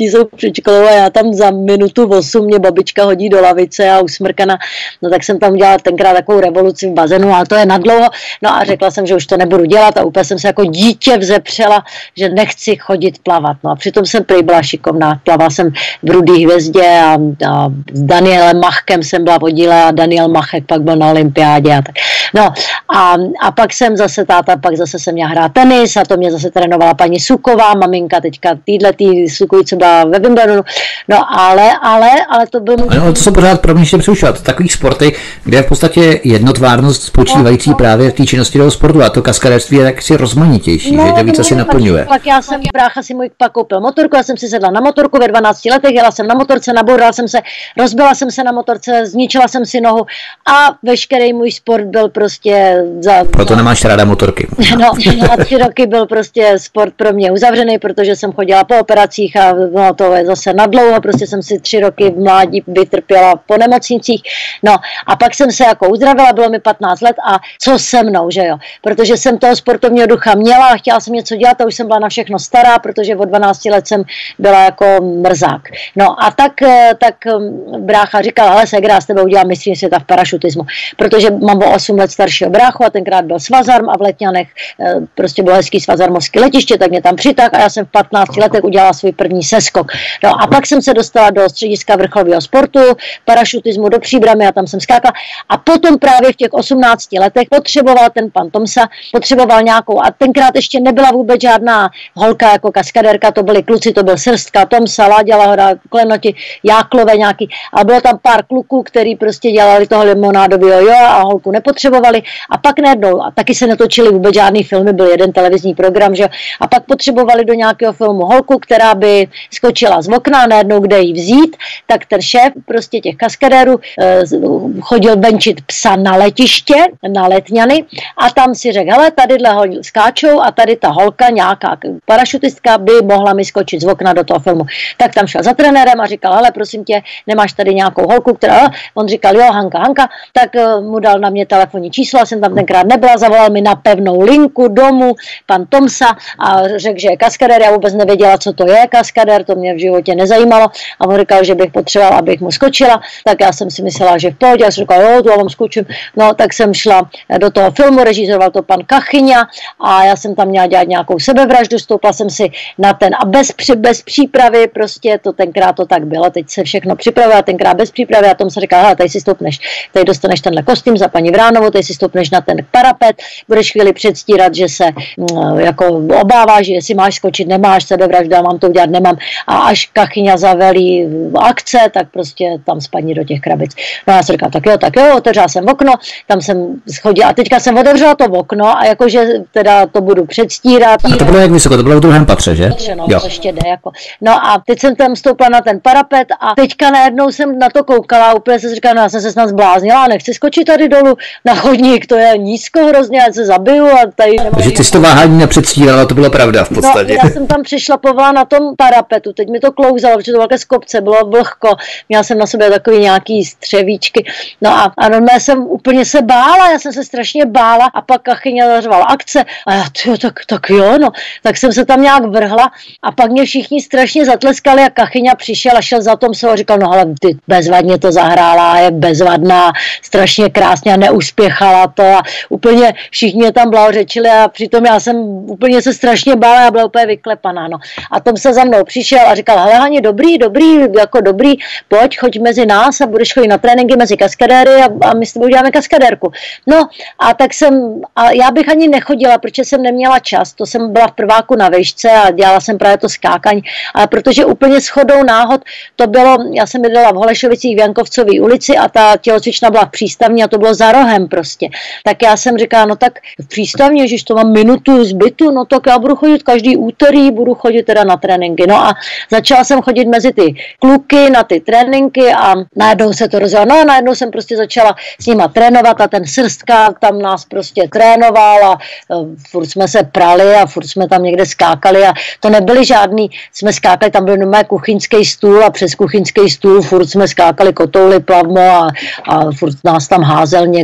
děti jsou před školou a já tam za minutu osm mě babička hodí do lavice a usmrkana. No tak jsem tam udělala tenkrát takovou revoluci v bazénu, ale to je nadlouho. No a řekla jsem, že už to nebudu dělat a úplně jsem se jako dítě vzepřela, že nechci chodit plavat. No a přitom jsem prý byla šikovná. Plavala jsem v Rudý hvězdě a, a s Danielem Machkem jsem byla v oddíle a Daniel Machek pak byl na olympiádě a tak. No a, a pak jsem zase táta, pak zase jsem měla hrát tenis a to mě zase trénovala paní Suková, maminka teďka týhle tý Sukový, co byla ve Wimbledonu. No ale, ale, ale to byl... No, to jsou pořád pro mě přerušovat. Takový sporty, kde je v podstatě jednotvárnost spočívající no, no. právě v té činnosti toho sportu a to kaskadérství je taky rozmanitější, no, že to víc asi naplňuje. Pak já jsem, brácha si můj pak koupil motorku, já jsem si sedla na motorku ve dvanácti letech, jela jsem na motorce, nabourala jsem se, rozbila jsem se na motorce, zničila jsem si nohu a veškerý můj sport byl prostě za... Proto nemáš ráda motorky. No, na tři roky byl prostě sport pro mě uzavřený, protože jsem chodila po operacích a no, to je zase nadlouho, prostě jsem si tři roky v mládí vytrpěla po nemocnicích. No a pak jsem se jako uzdravila, bylo mi patnáct let a co se mnou, že jo, protože jsem toho sportovního ducha měla a chtěla jsem něco dělat a už jsem byla na všechno stará, protože od dvanácti let jsem byla jako mrzák. No a tak, tak brácha říkal, hele segra, s tebe udělám mistryni světa v parašutismu, protože mám o osm let staršího bráchu a tenkrát byl svazarm a v Letňanech prostě bylo hezký svazarmovský letiště, tak mě tam přitáhl a já jsem v patnácti letech udělala svůj první seskok. No a pak jsem se dostala do střediska vrcholového sportu, parašutismu do Příbramy a tam jsem skákala a potom právě v těch osmnácti letech potřeboval ten pan Tomsa, potřeboval nějakou a tenkrát ještě nebyla vůbec žádná holka jako kaskadérka, to byli kluci, to byl Srstka, Tomsa, Láďa Lahoda, Klenoti, Jáklové nějaký a bylo tam pár kluků, který prostě dělali toho limonádového jo a holku nepotřebovali a pak najednou, a taky se netočili vůbec žádný filmy, byl jeden televizní program, že a pak potřebovali do nějakého filmu holku, která by skočila z okna a najednou kde jí vzít, tak ten šéf prostě těch kaskadérů eh, chodil benčit psa na letiště, na Letňany a tam si řekl, hele, tadyhle skáčou a tady ta holka, nějaká parašutistka by mohla mi skočit z okna do toho filmu. Tak tam šel za trenérem a říkal, hele, prosím tě, nemáš tady nějakou holku, která, on říkal, jo, Hanka, Hanka, tak uh, mu dal na mě telefonní číslo, já jsem tam tenkrát nebyla, zavolal mi na pevnou linku domů pan Tomsa a řekl, že je kaskadér, já vůbec nevěděla, co to je kaskadér, to mě v životě nezajímalo a on říkal, že bych potřebovala, abych mu skočila, tak já jsem si myslela, že v pohodě, já jsem říkala, jo, tu já vám skočím, no tak jsem šla do toho filmu, režíroval to pan Kachyňa a já jsem tam měla dělat nějakou sebevraždu, stoupla jsem si na ten a bez, bez přípravy, prostě to tenkrát to tak bylo, teď se všechno připravila, tenkrát bez přípravy a tomu se říká, hele, tady si stoupneš, tady dostaneš tenhle kostým za paní Vránovou, tady si stoupneš na ten parapet, budeš chvíli předstírat, že se mm, jako obáváš, že jestli máš skočit, nemáš sebevraždu, mám to udělat, nemám a až Kachyňa zavelí akce, tak prostě tam spadni do těch krabic. No já jsem říkala, tak jo, tak jo, otevřela jsem okno, tam jsem schodila a teďka jsem otevřela to okno a jakože teda to budu předstírat. A to bylo jak vysoko, to bylo v druhém patře, že? No, jo. To ještě jde jako. No a teď jsem tam stoupla na ten parapet a teďka najednou jsem na to koukala a úplně jsem říkala, no já jsem se snad zbláznila, nechci skočit tady dolů na chodník, to je nízko hrozně, já se zabiju a tady nemám. Takže ty jsi to váhání nepředstírala, to bylo pravda v podstatě. No, já jsem tam přišlapovala na tom parapetu, teď mi to klouzalo, protože to velké z kopce, bylo vlhko, měla jsem na sobě takový nějaký střevíčky, no a, a normálně jsem úplně se bála, já jsem se strašně bála a pak Kachyňa zařvala akce a já, tyjo, tak, tak jo, no, tak jsem se tam nějak vrhla a pak mě všichni strašně zatleskali a Kachyňa přišel a šel za tom se a říkal, no ale ty bezvadně to zahrála, je bezvadná, strašně krásně a neuspěchala to a úplně všichni tam blahořečili a přitom já jsem úplně se strašně bála a byla úplně vyklepaná, no. A Tom se za mnou přišel a říkal, hele Hani, dobrý, dobrý, jako dobrý, pojď, choď mezi nás a budeš chodit na tréninky mezi kaskadéry a, a my s tebou uděláme kaskadérku. No a tak jsem, a já bych ani nechodila, protože jsem neměla čas, to jsem byla v prváku na vejšce a dělala jsem právě to skákaň, ale protože úplně shodou náhod to bylo, já jsem bydlela v Holešovicích v Jankovcové ulici a ta tělocvična byla v přístavní a to bylo za rohem prostě. Tak já jsem říkala, no tak v přístavní, ježiš, to mám minutu zbytu, no tak já budu chodit každý úterý, budu chodit teda na tréninky. No a začala jsem chodit mezi ty kluky na ty tréninky a najednou se to rozjelo. No a najednou jsem prostě začala s nima trénovat a ten Srstka tam nás prostě trénoval a furt jsme se prali a furt jsme tam někde skákali a to nebyly žádný, jsme skákali, tam byl normálně kuchyňský stůl a přes kuchyňský stůl furt jsme skákali kotouly, plavmo a, a furt nás tam házel někdo a tak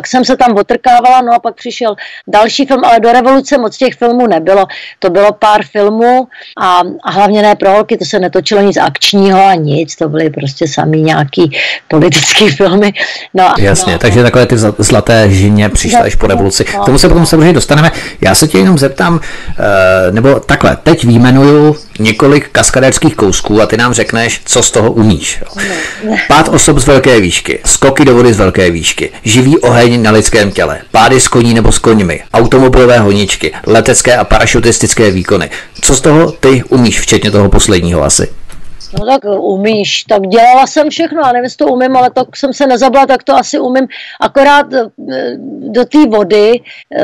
jsem se tam otrkávala, no a pak přišel další film, ale do revoluce moc těch filmů nebylo. To bylo pár filmů a, a hlavně ne pro holky, to se netočilo nic akčního a nic, to byly prostě samý nějaký politický filmy. No, Jasně, no, takže takové ty zlaté ženě přišly až po revoluci. K tomu se potom samozřejmě dostaneme. Já se tě jenom zeptám, nebo takhle, teď výjmenuju několik kaskadérských kousků a ty nám řekneš, co z toho umíš. Pád osob z velké výšky, skoky do vody z velké výšky, živý oheň na lidském těle, pády z koní nebo s koňmi, automobilové honičky, letecké a parašutistické výkony. Co z toho ty umíš, včetně toho posledního asi? No tak umíš, tak dělala jsem všechno, já nevím, jestli to umím, ale tak jsem se nezabila, tak to asi umím, akorát do té vody,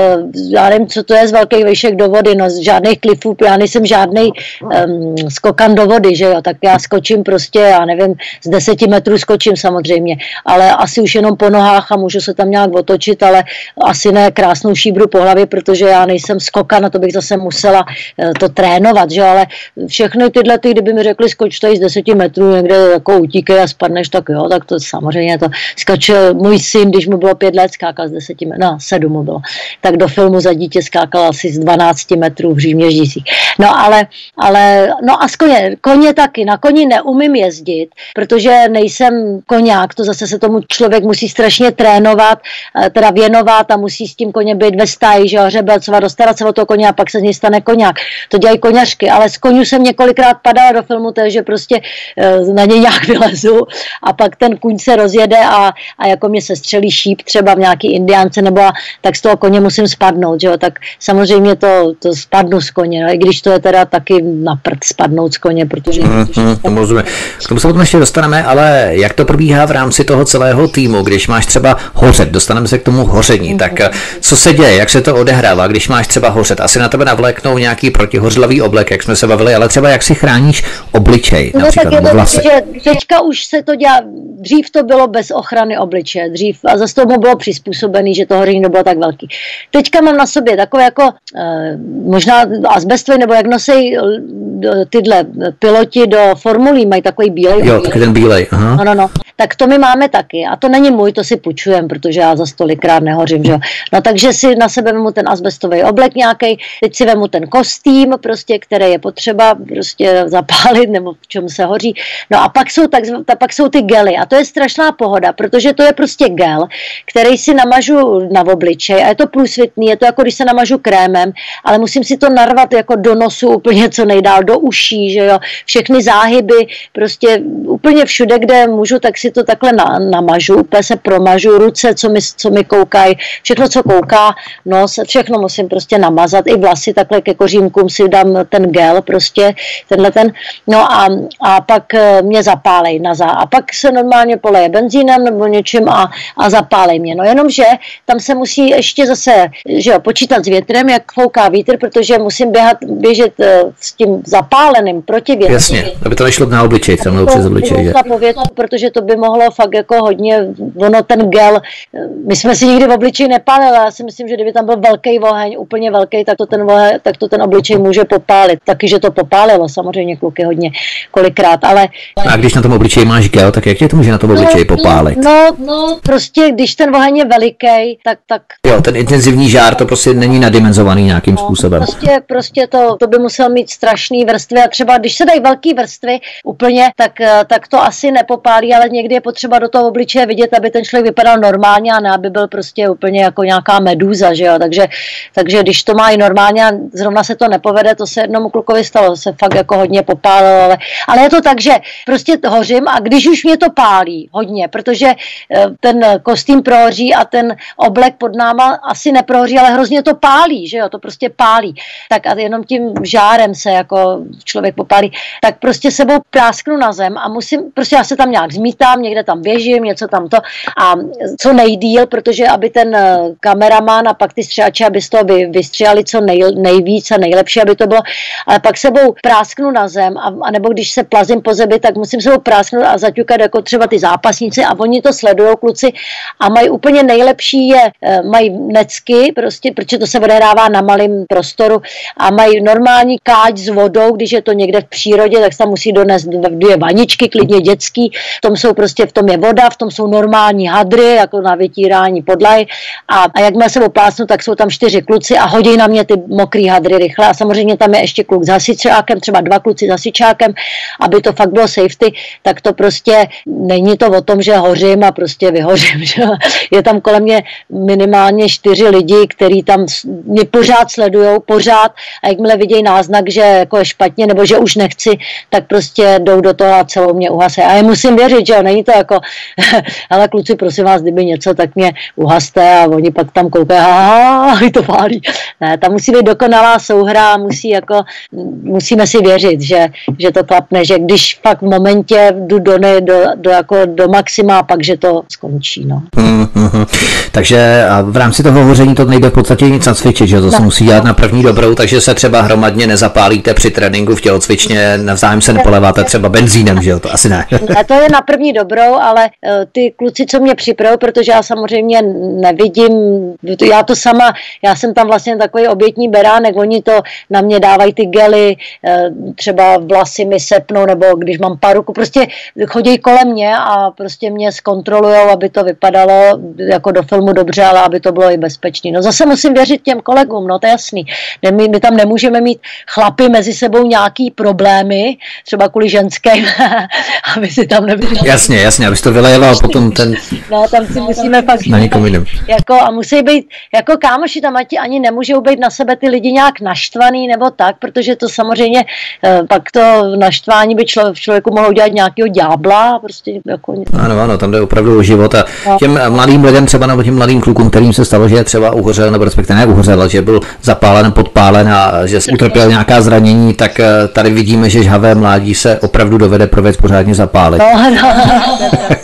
já nevím, co to je z velkých výšek do vody, no z žádných klifů, já nejsem žádnej um, skokan do vody, že jo, tak já skočím prostě, já nevím, z deseti metrů skočím samozřejmě, ale asi už jenom po nohách a můžu se tam nějak otočit, ale asi ne krásnou šíbru po hlavě, protože já nejsem skokan, na to bych zase musela to trénovat, že jo, ale všechny tyhle, ty, kdyby mi řekli skoč tady z deseti metrů někde jako utíkej a spadneš, tak jo, tak to samozřejmě to skačil můj syn, když mu bylo pět let, skákal z deseti metrů, no sedm mu bylo, tak do filmu Za dítě skákal asi z dvanácti metrů v Říměždících. No ale, ale, no a z koně, koně taky, na koni neumím jezdit, protože nejsem koňák, to zase se tomu člověk musí strašně trénovat, teda věnovat a musí s tím koně být ve stáji, že jo, hřebelcovat, dostarat se o toho koně a pak se z něj stane koňák. To dělají koňařky, ale z koňů jsem několikrát padala do filmu, takže prostě na něj nějak vylezu a pak ten kůň se rozjede a, a jako mě se střelí šíp třeba v nějaký indiánce nebo a, tak z toho koně musím spadnout, že jo, tak samozřejmě to, to spadnu z koně, no, i když to je teda taky na prd spadnout z koně, protože... Mm, protože mm, tomu rozumím. K tomu se potom ještě dostaneme, ale jak to probíhá v rámci toho celého týmu, když máš třeba hořet, dostaneme se k tomu hoření, mm, tak co se děje, jak se to odehrává, když máš třeba hořet, asi na tebe navléknou nějaký protihořlavý oblek, jak jsme se bavili, ale třeba jak si chráníš obličej, no, například tak je to, vlasy. že teďka už se to dělá, dřív to bylo bez ochrany obličeje, dřív a zase tomu bylo přizpůsobený, že to hoření nebylo tak velký. Teďka mám na sobě takové jako e, možná azbestový, nebo jak nosí tyhle piloti do formulí, mají takový bílej. Jo, taky ten bílej. Aha. No, no, no. Tak to my máme taky. A to není můj, to si půjčujem, protože já za tolikrát nehořím, že jo. No takže si na sebe vemu ten azbestový oblek nějaký, teď si vemu ten kostým, prostě, který je potřeba prostě zapálit, nebo v čem se hoří. No a pak jsou, tak, pak jsou ty gely. A to je strašná pohoda, protože to je prostě gel, který si namažu na obličej a je to průsvitný, je to jako když se namažu krémem, ale musím si to narvat jako do nosu úplně co nejdál, do uší, že jo, všechny záhyby, prostě úplně všude, kde můžu, tak si to takhle na, namažu, úplně se promažu, ruce, co mi, co mi koukají, všechno, co kouká, nos, všechno musím prostě namazat, i vlasy takhle ke kořínkům si dám ten gel prostě, tenhle ten, no a, a pak mě zapálej na zá, a pak se normálně poleje benzínem nebo něčím a, a zapálej mě, no jenomže tam se musí ještě zase, že jo, počítat s větrem, jak fouká vítr, protože musím běhat, běžet uh, s tím zapáleným proti větru. Jasně, aby to nešlo na obličej, tam bylo přes obličej, že? Povět, protože to by mohlo fakt jako hodně, ono ten gel, my jsme si nikdy v obličeji nepálili, já si myslím, že kdyby tam byl velký oheň, úplně velký, tak to ten oheň, tak to ten obličej může popálit. Taky, že to popálilo, samozřejmě kluky hodně kolikrát, ale... A když na tom obličeji máš gel, tak jak tě to může na tom obličeji popálit? No, no, prostě když ten oheň je veliký, tak, tak... Jo, ten intenzivní žár, to prostě není nadimenzovaný nějakým no, způsobem. Prostě, prostě to, to by musel mít strašný vrstvy a třeba když se dají velký vrstvy úplně, tak, tak to asi nepopálí, ale někdy je potřeba do toho obličeje vidět, aby ten člověk vypadal normálně a ne, aby byl prostě úplně jako nějaká medúza, že jo, takže, takže když to má i normálně a zrovna se to nepovede, to se jednomu klukovi stalo, se fakt jako hodně popálilo, ale, ale je to tak, že prostě hořím a když už mě to pálí hodně, protože ten kostým prohoří a ten oblek pod náma asi neprohoří, ale hrozně to pálí, že jo, to prostě pálí, tak a jenom tím žárem se jako člověk popálí, tak prostě sebou prásknu na zem a musím, prostě já se tam nějak zmítám, někde tam běžím, něco tam to a co nejdýl, protože aby ten kameraman a pak ty střihači, aby z toho by vystřihali co nej, nejvíc a nejlepší, aby to bylo, ale pak sebou prásknu na zem a, a nebo když se plazím po zemi, tak musím se ho prásknout a zaťukat jako třeba ty zápasníci a oni to sledujou kluci a mají úplně nejlepší je, mají necky prostě, protože to se odehrává na malém prostoru a mají normální káč s vodou, když je to někde v přírodě, tak se tam musí donést dvě vaničky, klidně dětský, v tom jsou prostě, v tom je voda, v tom jsou normální hadry, jako na vytírání podlahy a, a jakmile se oplásnu, tak jsou tam čtyři kluci a hodí na mě ty mokrý hadry rychle a samozřejmě tam je ještě kluk s hasičákem, třeba dva kluci s hasičákem, aby to fakt bylo safety, tak to prostě není to o tom, že hořím a prostě vyhořím. Že? Je tam kolem mě minimálně čtyři lidi, kteří tam mě pořád sledujou, pořád a jakmile vidějí náznak, že jako je špatně nebo že už nechci, tak prostě jdou do toho a celou mě uhasí. A já musím věřit, že jo, není to jako, ale kluci, prosím vás, kdyby něco, tak mě uhaste a oni pak tam koukají, a to pálí. Ne, tam musí být dokonalá souhra, musí jako, musíme si věřit, že, že to klapne, že když fakt v momentě jdu do, ne, do, do, jako do maxima, pak že to skončí. No. Mm-hmm. Takže v rámci toho hoření to nejde v podstatě nic nacvičit, že to no, se musí dělat no. na první dobrou, takže se třeba hromadně nezapálíte při tréninku v tělocvičně, navzájem se nepoleváte třeba benzínem, že jo, to asi ne. A to je na první dobrou, ale ty kluci, co mě připravují, protože já samozřejmě nevidím, já to sama, já jsem tam vlastně takový obětní beránek, oni to na mě dávají ty gely, třeba vlasy mi sepnou, nebo když mám paruku, prostě chodí kolem mě a prostě mě zkontrolujou, aby to vypadalo jako do filmu dobře, ale aby to bylo i bezpečný. No zase musím věřit těm kolegům, no to je jasný. My, my tam nemůžeme mít chlapy mezi sebou nějaký problémy, třeba kvůli ženským, aby si tam nebyli. Jasně, jasně, abys to vylejela a potom ten... No tam si musíme fakt... Na někom jiném. Jako, a musí být, jako kámoši tam ani nemůžou být na sebe ty lidi nějak naštvaný nebo tak, protože to samozřejmě pak to naštvání by člo, v člověku mohlo dělat nějakého ďábla. Prostě jako... Ano, ano, tam jde opravdu o život a no. Těm mladým lidem třeba nebo těm mladým klukům, kterým se stalo, že třeba uhořel, nebo respektive neuhořel, že byl zapálen, podpálen a že utrpěl nějaká zranění, tak tady vidíme, že žhavé mládí se opravdu dovede pro věc pořádně zapálit. No, no, no.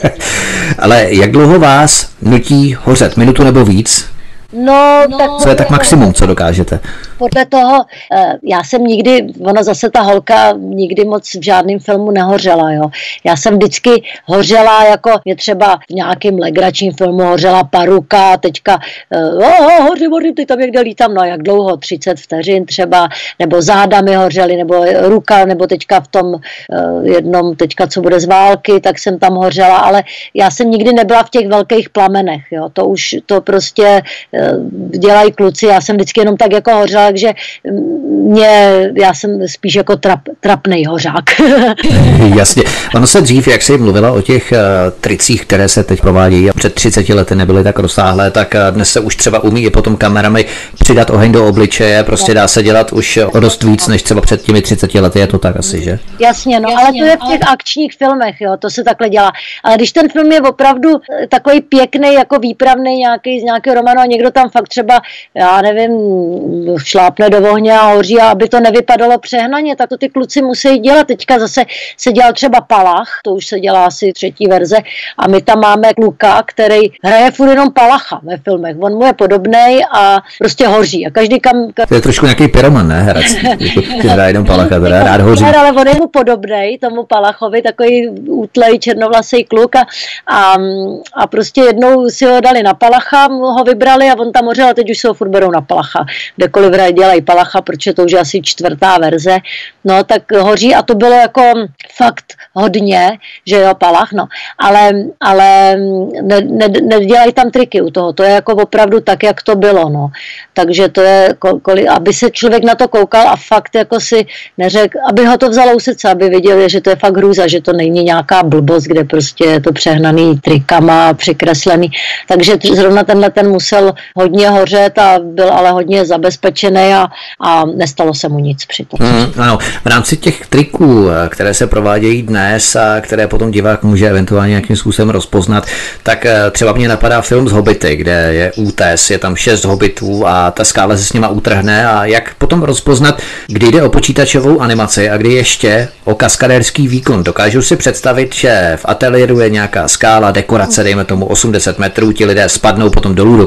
Ale jak dlouho vás nutí hořet? Minutu nebo víc? No, tak co je tak maximum, co dokážete? Podle toho, já jsem nikdy, ona zase ta holka nikdy moc v žádném filmu nehořela, jo. Já jsem vždycky hořela, jako mě třeba v nějakém legračním filmu hořela paruka, teďka oh, hořím, hořím, teď tam někde lítám, no jak dlouho, třicet vteřin třeba, nebo záda mi hořely, nebo ruka, nebo teďka v tom jednom, teďka co bude z války, tak jsem tam hořela, ale já jsem nikdy nebyla v těch velkých plamenech, jo. To už, to prostě dělají kluci, já jsem vždycky jenom tak jako hořela, takže mě, já jsem spíš jako trap, trapnej hořák. Jasně. Ono se dřív, jak jsi mluvila o těch uh, tricích, které se teď provádějí a před třiceti lety nebyly tak rozsáhlé, tak uh, dnes se už třeba umí i potom kamerami přidat oheň do obličeje, prostě dá se dělat už o dost víc, než třeba před těmi třiceti lety, je to tak asi, že? Jasně, no, Jasně, ale to je v těch ale... akčních filmech, jo, to se takhle dělá. Ale když ten film je opravdu takový pěkný, jako výpravný nějaký z nějakého románu a někdo tam fakt třeba, já nevím, šlápne do ohně a hoří, a aby to nevypadalo přehnaně, tak to ty kluci musí dělat. Teďka zase se dělal třeba Palach, to už se dělá asi třetí verze, a my tam máme kluka, který hraje furt jenom Palacha ve filmech. On mu je podobnej a prostě hoří. A každý kam... kam... To je trošku nějaký pyroman, ne? Herec, ty hraje jenom Palacha, teda rád hoří. Ale on je mu podobnej, tomu Palachovi, takový útlej černovlasej kluk a, a, a prostě jednou si ho dali na Palacha, ho vybrali a on tam hořel a teď už se ho furt berou na Palacha. Kdekoliv dělají Palacha, protože to už je asi čtvrtá verze, no tak hoří a to bylo jako fakt hodně, že jo, Palach, no, ale, ale ne, ne, nedělají tam triky u toho, to je jako opravdu tak, jak to bylo, no, takže to je, koli, aby se člověk na to koukal a fakt jako si neřekl, aby ho to vzalo u srdce, aby viděl, že to je fakt hrůza, že to není nějaká blbost, kde prostě je to přehnaný trikama, přikreslený, takže zrovna tenhle ten musel hodně hořet a byl ale hodně zabezpečený a, a nestalo se mu nic přitom. Hmm, ano, v rámci těch triků, které se provádějí dnes a které potom divák může eventuálně nějakým způsobem rozpoznat, tak třeba mě napadá film z Hobity, kde je útes, je tam šest hobitů a ta skála se s nima utrhne a jak potom rozpoznat, kdy jde o počítačovou animaci a kdy ještě o kaskadérský výkon. Dokážu si představit, že v ateliéru je nějaká skála, dekorace, dejme tomu osmdesát metrů, ti lidé spadnou potom dolů do krabic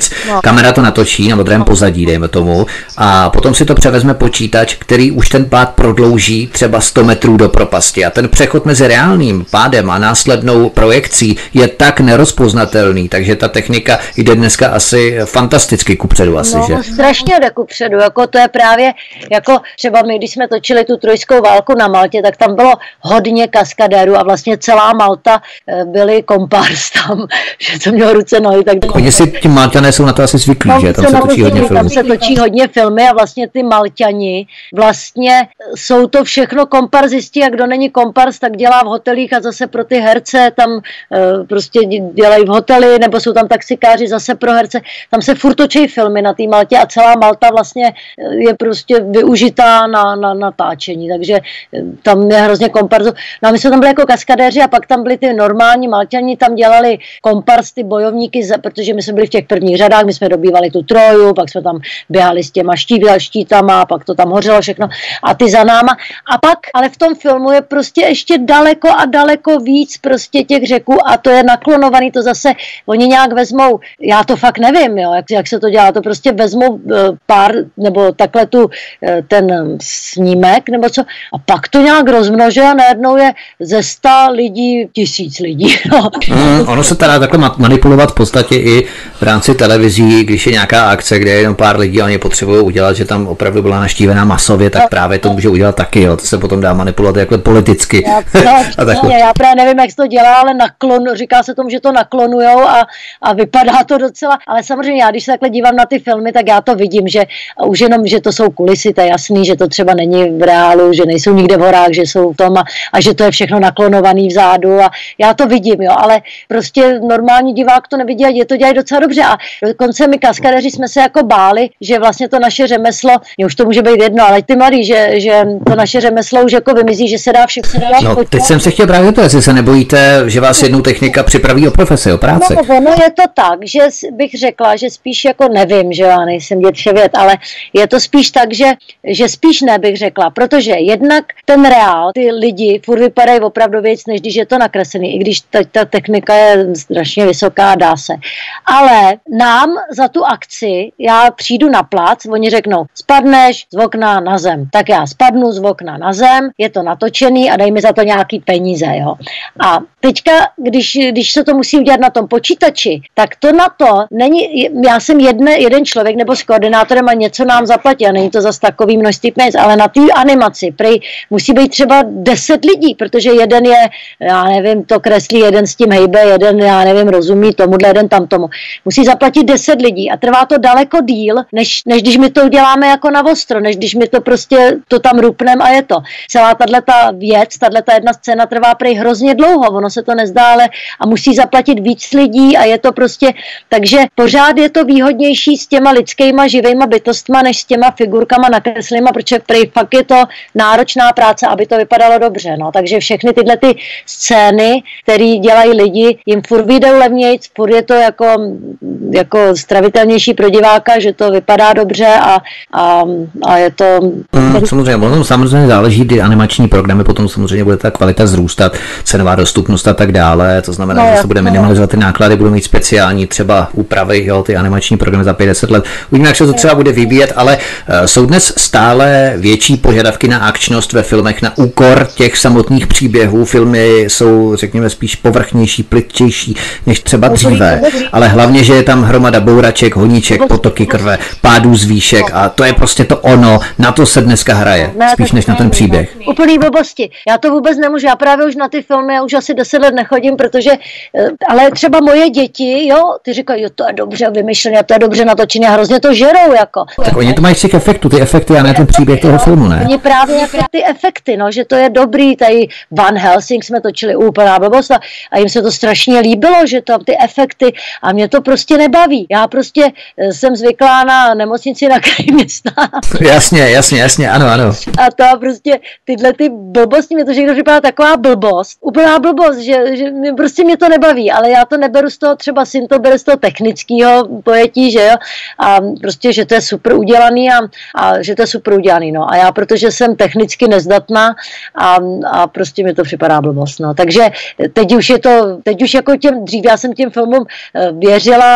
věc. No. Kamera to natočí na modrém pozadí, dejme tomu, a potom si to převezme počítač, který už ten pád prodlouží třeba sto metrů do propasti. A ten přechod mezi reálným pádem a následnou projekcí je tak nerozpoznatelný, takže ta technika jde dneska asi fantasticky kupředu asi, no, že? Strašně jde kupředu, jako to je právě, jako třeba my, když jsme točili tu trojskou válku na Maltě, tak tam bylo hodně kaskadérů a vlastně celá Malta byly kompars tam, že to mělo ruce, nohy. Tak oni si, ti Malťané jsou na to asi zvyklí, no, že? Tam se točí hodně filmů. Tam se točí hodně filmy a vlastně ty Malťani, vlastně jsou to všechno komparzisti a kdo není kompars, tak dělá v hotelích a zase pro ty herce tam uh, prostě dělají v hoteli, nebo jsou tam taxikáři zase pro herce. Tam se furt točí filmy na té Maltě a celá Malta vlastně je prostě využitá na, na natáčení, takže tam je hrozně komparzu. No a my jsme tam byli jako kaskadéři a pak tam byli ty normální Malťani, tam dělali kompars, ty bojovníky, protože my jsme byli v těch prvních řadách, my jsme dobývali tu Troju, pak jsme tam běhali s těma štítama, pak to tam hořelo všechno a ty za náma. A pak, ale v tom filmu je prostě ještě daleko a daleko víc prostě těch řeků a to je naklonovaný, to zase oni nějak vezmou, já to fakt nevím, jo, jak, jak se to dělá, to prostě vezmou uh, pár, nebo takhle tu, uh, ten snímek, nebo co, a pak to nějak rozmnoží a najednou je ze sta lidí tisíc lidí. No. Mm, ono se teda takhle manipulovat v podstatě i v rámci televizí, když je nějaká akce, kde je jenom pár lidí a oni potřebují udělat, že tam opravdu byla naštívená masově, tak právě to může udělat taky, jo. To se potom dá manipulovat jako politicky. Já, no, já právě nevím, jak se to dělá, ale naklon, říká se tomu, že to naklonujou a, a vypadá to docela, ale samozřejmě já, když se takhle dívám na ty filmy, tak já to vidím, že už jenom, že to jsou kulisy, to je jasný, že to třeba není v reálu, že nejsou nikde v horách, že jsou v tom a, a že to je všechno naklonovaný vzadu a já to vidím, jo, ale prostě normální divák to nevidí a je to dělají docela dobře a dokonce my kaskadeři jsme se jako báli, že vlastně to naše řemeslo, mě už to může být jedno, ale ty mladý, že, že to naše řemeslo už jako vymizí, že se dá všechno. No, teď jsem se chtěl právě to, jestli se nebojíte, že vás jednou technika připraví o profesi, o práci. No, ono je to tak, že bych řekla, že spíš jako nevím, že já nejsem dětševět, ale je to spíš tak, že, že spíš ne bych řekla, protože jednak ten reál, ty lidi furt vypadají opravdu věc, než když je to nakreslený, i když ta, ta technika je strašně vysoká, dá se. Ale nám za tu akci, já přijdu na plac, oni řeknou, spadneš z okna na zem, tak já spadnu z okna na zem, je to natočený a dej mi za to nějaký peníze, jo. A teďka, když, když se to musí udělat na tom počítači, tak to na to není, já jsem jedne, jeden člověk nebo s koordinátorem a něco nám zaplatí a není to zas takový množství peněz, ale na té animaci prej musí být třeba deset lidí, protože jeden je, já nevím, to kreslí, jeden s tím hejbe, jeden, já nevím, rozumí tomuhle, jeden tam tomu. Musí zaplatit deset lidí a trvá to daleko díl, než, než když my to uděláme jako na ostro, než když my to prostě to tam rupneme a je to. Celá tato věc, tato jedna scéna trvá prej hrozně dlouho, ono se to nezdá, ale a musí zaplatit víc lidí a je to prostě, takže pořád je to výhodnější s těma lidskýma živejma bytostma, než s těma figurkama nakreslýma, protože prej fakt je to náročná práce, aby to vypadalo dobře, no, takže všechny tyhle ty scény, které dělají lidi, jim furt vyjdou levnějc, furt je to jako, jako stravitelnější pro diváka, že to vypadá dobře a, a, a je to... Mm, samozřejmě, ono samozřejmě záleží, kdy animační programy, potom samozřejmě bude ta kvalita zrůstat, cenová dostupnost a tak dále, to znamená, no, že se bude minimalizovat ty náklady, budou mít speciální třeba úpravy, jo, ty animační programy za pět deset let. Uvidíme, jak se to třeba bude vyvíjet, ale uh, jsou dnes stále větší požadavky na akčnost ve filmech na úkor těch samotných příběhů. Filmy jsou, řekněme, spíš povrchnější, plytčejší než třeba dříve, ale hlavně, že je tam hromada bouraček, honíček, potoky krve, pádů z výšek a to je prostě to ono, na to se dneska hraje, spíš než na ten příběh. Úplný blbosti. Já to vůbec nemůžu, já právě už na ty filmy, já už asi deset let nechodím, protože, ale třeba moje děti, jo, ty říkají, jo, to je dobře vymyšlené, to je dobře natočené a hrozně to žerou, jako. Tak oni to mají z těch efektů, ty efekty a ne ten příběh toho filmu, ne? Oni právě jako ty efekty, no, že to je dobrý, tady Van Helsing jsme točili úplná blbost a, a jim se to strašně líbilo, že to ty efekty a mě to prostě nebaví. Já prostě jsem zvyklá na nemocnici na kraji města. Jasně, jasně, jasně, ano, ano. A to prostě tyhle ty blbosti, mě to všechno připadá taková blbost, úplná blbost, že, že mě, prostě mě to nebaví, ale já to neberu z toho, třeba syn to bere z toho technického pojetí, že jo, a prostě, že to je super udělaný a, a že to je super udělaný, no. A já, protože jsem technicky nezdatná a, a prostě mi to připadá blbost, no. Takže teď už je to, teď už jako těm, dřív já jsem těm filmům věřila a ronila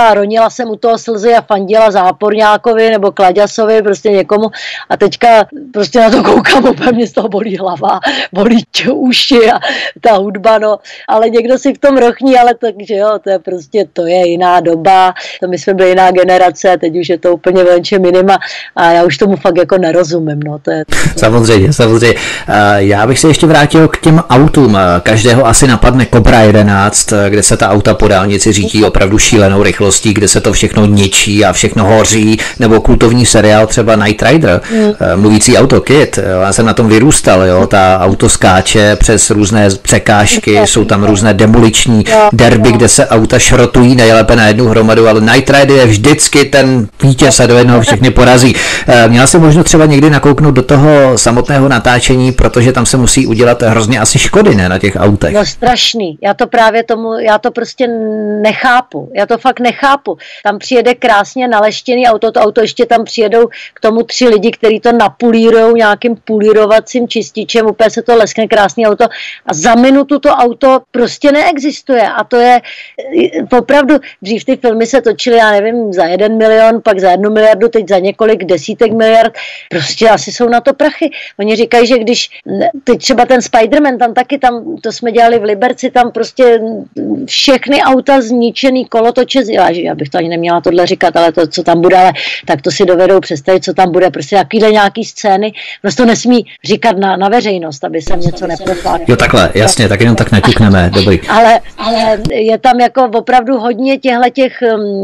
léla jsem u toho slzy a fandila Záporňákovi nebo Klaďasovi, prostě někomu a teďka prostě na to koukám, úplně mě z toho bolí hlava, bolí uši a ta hudba, no, ale někdo si v tom rochní, ale takže jo, to je prostě, to je jiná doba, to my jsme byli jiná generace, teď už je to úplně venče minima a já už tomu fakt jako nerozumím, no, to je... Samozřejmě, samozřejmě. Já bych se ještě vrátil k těm autům. Každého asi napadne Cobra jedenáct, kde se ta auta po dálnici řítí opravdu šílenou rychlostí, kde se to všechno ničí a všechno hoří, nebo kultovní seriál třeba Knight Rider, mm. mluvící auto Kid. Já jsem na tom vyrůstal, jo, ta auto skáče přes různé překážky, jsou tam různé demoliční derby, kde se auta šrotují nejlépe na jednu hromadu, ale Knight Rider je vždycky ten vítěz a do jednoho všechny porazí. Měla jsem možnost třeba někdy nakouknout do toho samotného natáčení, protože tam se musí udělat hrozně asi škody, ne, na těch autech. No strašný, já to právě tomu, já to prostě nechápu, já to fakt nechápu. Tam přijede krásně naleštěný auto, to auto ještě tam přijedou k tomu tři lidi, kteří to napulírujou nějakým pulírovacím čističem, úplně se to leskne, krásný auto a za minutu to auto prostě neexistuje a to je opravdu, dřív ty filmy se točily, já nevím, za jeden milion, pak za jednu miliardu, teď za několik desítek miliard, prostě asi jsou na to prachy. Oni říkají, že když teď třeba ten Spider-Man, tam taky, tam to jsme dělali v Liberci, tam prostě všechny auta zničený, kolotoče, já bych to ani neměla tohle říkat, ale to, co tam bude, ale tak to si dovedou představit, co tam bude, prostě jakýhle nějaký scény, prostě to nesmí říkat na, na veřejnost, aby se něco neproflá. Jo, takhle, jasně, tak jenom tak naťukneme, dobrý. Ale, ale je tam jako opravdu hodně těchto těch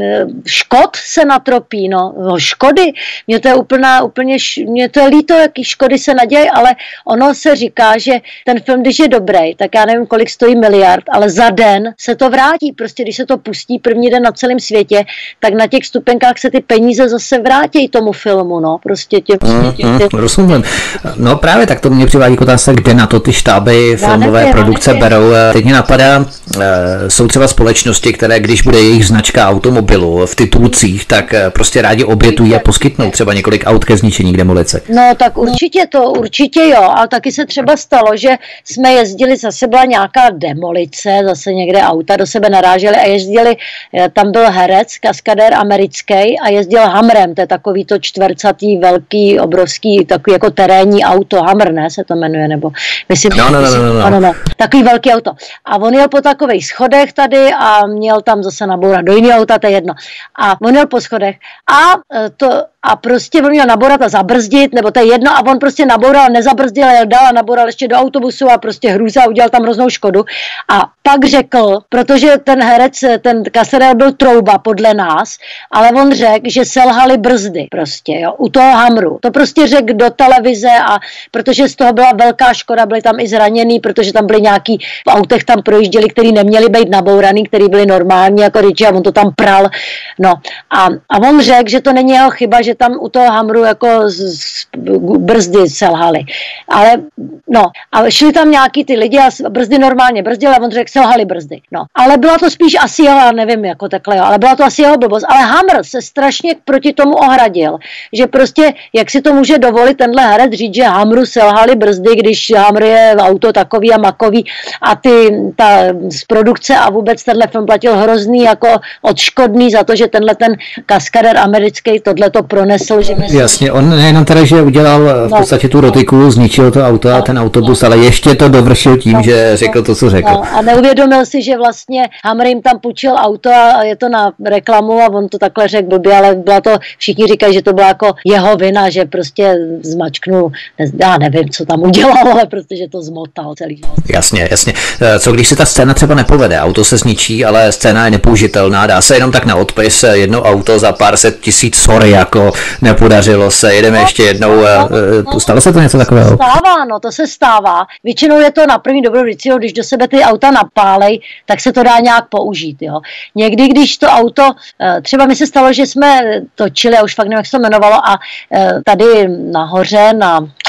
škod se natropí, no, škody, mě to je úplná, úplně, mě to je líto, jaký škody se nadějí, ale ono se říká, že ten film, když je dobrý, tak já nevím, kolik stojí miliard, ale za den se to vrátí, prostě když se to pustí první den na celém světě, tak na těch stupenkách se ty peníze zase vrátí tomu filmu, no, prostě tě... Mm, tě, tě, mm, rozumím. No právě tak to mě přivádí k otázce, kde na to ty štáby filmové nevím, produkce nevím. berou. Teď mě napadá, jsou třeba společnosti, které když bude jejich značka automobilu v titulcích, tak prostě rádi obětují a poskytnou třeba několik aut ke zničení, k demolici. No tak určitě to, určitě jo, ale taky se třeba stalo, že jsme jezdili, zase byla nějaká demolice, zase někde auta do sebe naráželi a jezdili, tam byl herec, kaskadér americký a jezdil Hammerem, to je takový to čtvercatý, velký, obrovský, takový jako terénní auto, Hammer, ne, se to jmenuje, nebo myslím, no, no, no, no, no. Ano, no, takový velký auto. A on jel po takových schodech tady a měl tam zase nabourat do jiného auta, to je jedno. A on jel po schodech a to a prostě on měl nabourat a zabrzdit, nebo to je jedno, a on prostě naboural, nezabrzdil, jel dál a naboural ještě do autobusu a prostě hrůza, udělal tam hroznou škodu. A pak řekl, protože ten herec, ten kaskadér byl trouba podle nás, ale on řekl, že selhali brzdy prostě, jo, u toho Hammeru. To prostě řekl do televize a protože z toho byla velká škoda, byli tam i zraněný, protože tam byli nějaký v autech tam projížděli, který neměli být nabouraný, který byli normální, jako říči, a on to tam pral. No a, a on řekl, že to není jeho chyba, že tam u toho Hammeru jako z, z, brzdy selhaly. Ale no, a šli tam nějaký ty lidi a brzdy normálně brzdili a on řekl, selhaly brzdy. No, ale byla to spíš asi jeho, já nevím, jako takhle, jo, ale byla to asi jeho blbost. Ale Hammer se strašně proti tomu ohradil, že prostě, jak si to může dovolit tenhle herec říct, že Hammeru selhaly brzdy, když Hammer je auto takový a makový a ty, ta z produkce a vůbec tenhle film platil hrozný jako odškodný za to, že tenhle ten kaskadér americký tohleto pronesl, že myslím, jasně, on nejenom teda, že udělal v podstatě tu rotiku, zničil to auto a ten autobus, ale ještě to dovršil tím, no, že řekl to, co řekl. No, a neuvědomil si, že vlastně Hammer jim tam půjčil auto a je to na reklamu a on to takhle řekl blbě, ale byla to, všichni říkají, že to byla jako jeho vina, že prostě zmačknul, já nevím, co tam udělal, ale protože to zmotal celý. Jasně, jasně. Co když si ta scéna třeba nepovede, auto se zničí, ale scéna je nepoužitelná, dá se jenom tak na odpis, jedno auto za pár set tisíc, sorry, jako nepodařilo se, jedeme no, ještě jednou, no, no, stalo se to něco takového? Stává, no, to se stává. Většinou je to na první dobrou věci, když do sebe ty auta napálej, tak se to dá nějak použít, jo. Někdy, když to auto, třeba mi se stalo, že jsme točili, já už fakt nevím, jak se to jmenovalo, a tady nahoře, na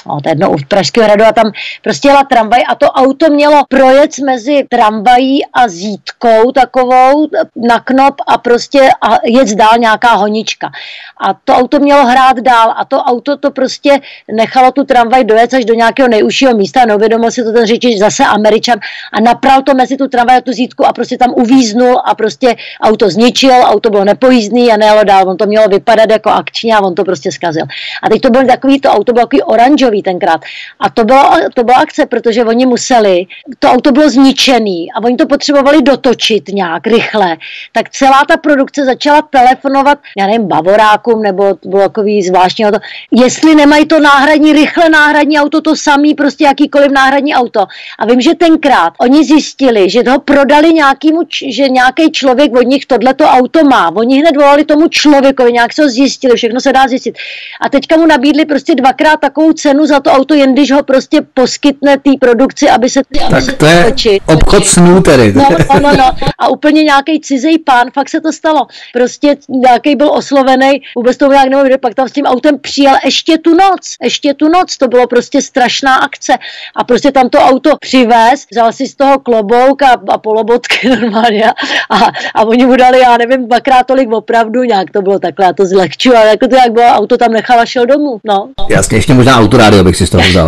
no, to je jedno, u Pražského hradu a tam prostě jela tramvaj a to auto mělo projet mezi tramvají a zítkou takovou na knop a prostě a jet dál nějaká honička. A to auto mělo hrát dál a to auto to prostě nechalo tu tramvaj dojet až do nějakého nejužšího místa, neuvědomil si to ten řidič, zase Američan a napral to mezi tu tramvaj a tu zítku a prostě tam uvíznul a prostě auto zničil, auto bylo nepojízdný a nejelo dál, on to mělo vypadat jako akčně a on to prostě zkazil. A teď to bylo takový, to auto bylo takový oranžový tenkrát a to bylo, to byla akce, protože oni museli, to auto bylo zničený a oni to potřebovali dotočit nějak rychle, tak celá ta produkce začala telefonovat, já nevím, Bavorákům nebo to bylo takový zvláštní auto, jestli nemají to náhradní, rychle náhradní auto, to samý, prostě jakýkoliv náhradní auto. A vím, že tenkrát oni zjistili, že ho prodali nějakému, že nějaký člověk od nich tohleto auto má. Oni hned volali tomu člověkovi, nějak se ho zjistili, všechno se dá zjistit. A teďka mu nabídli prostě dvakrát takovou cenu za to auto, jen když ho prostě poskytne té produkci, aby se tak to je točit. Obchod snů tedy. No, no, no, no. A úplně nějaký cizej pán, fakt se to stalo. Prostě nějaký byl oslovený, vůbec to nějak nemohl, pak tam s tím autem přijel ještě tu noc, ještě tu noc, to bylo prostě strašná akce. A prostě tam to auto přivez, vzal si z toho klobouk a, a polobotky normálně a, a oni mu dali, já nevím, dvakrát tolik opravdu, nějak to bylo takhle, já to zlehču, ale jako to jak bylo, auto tam nechala, šel domů, no. Jasně, ještě možná autorádio bych si z toho vzal,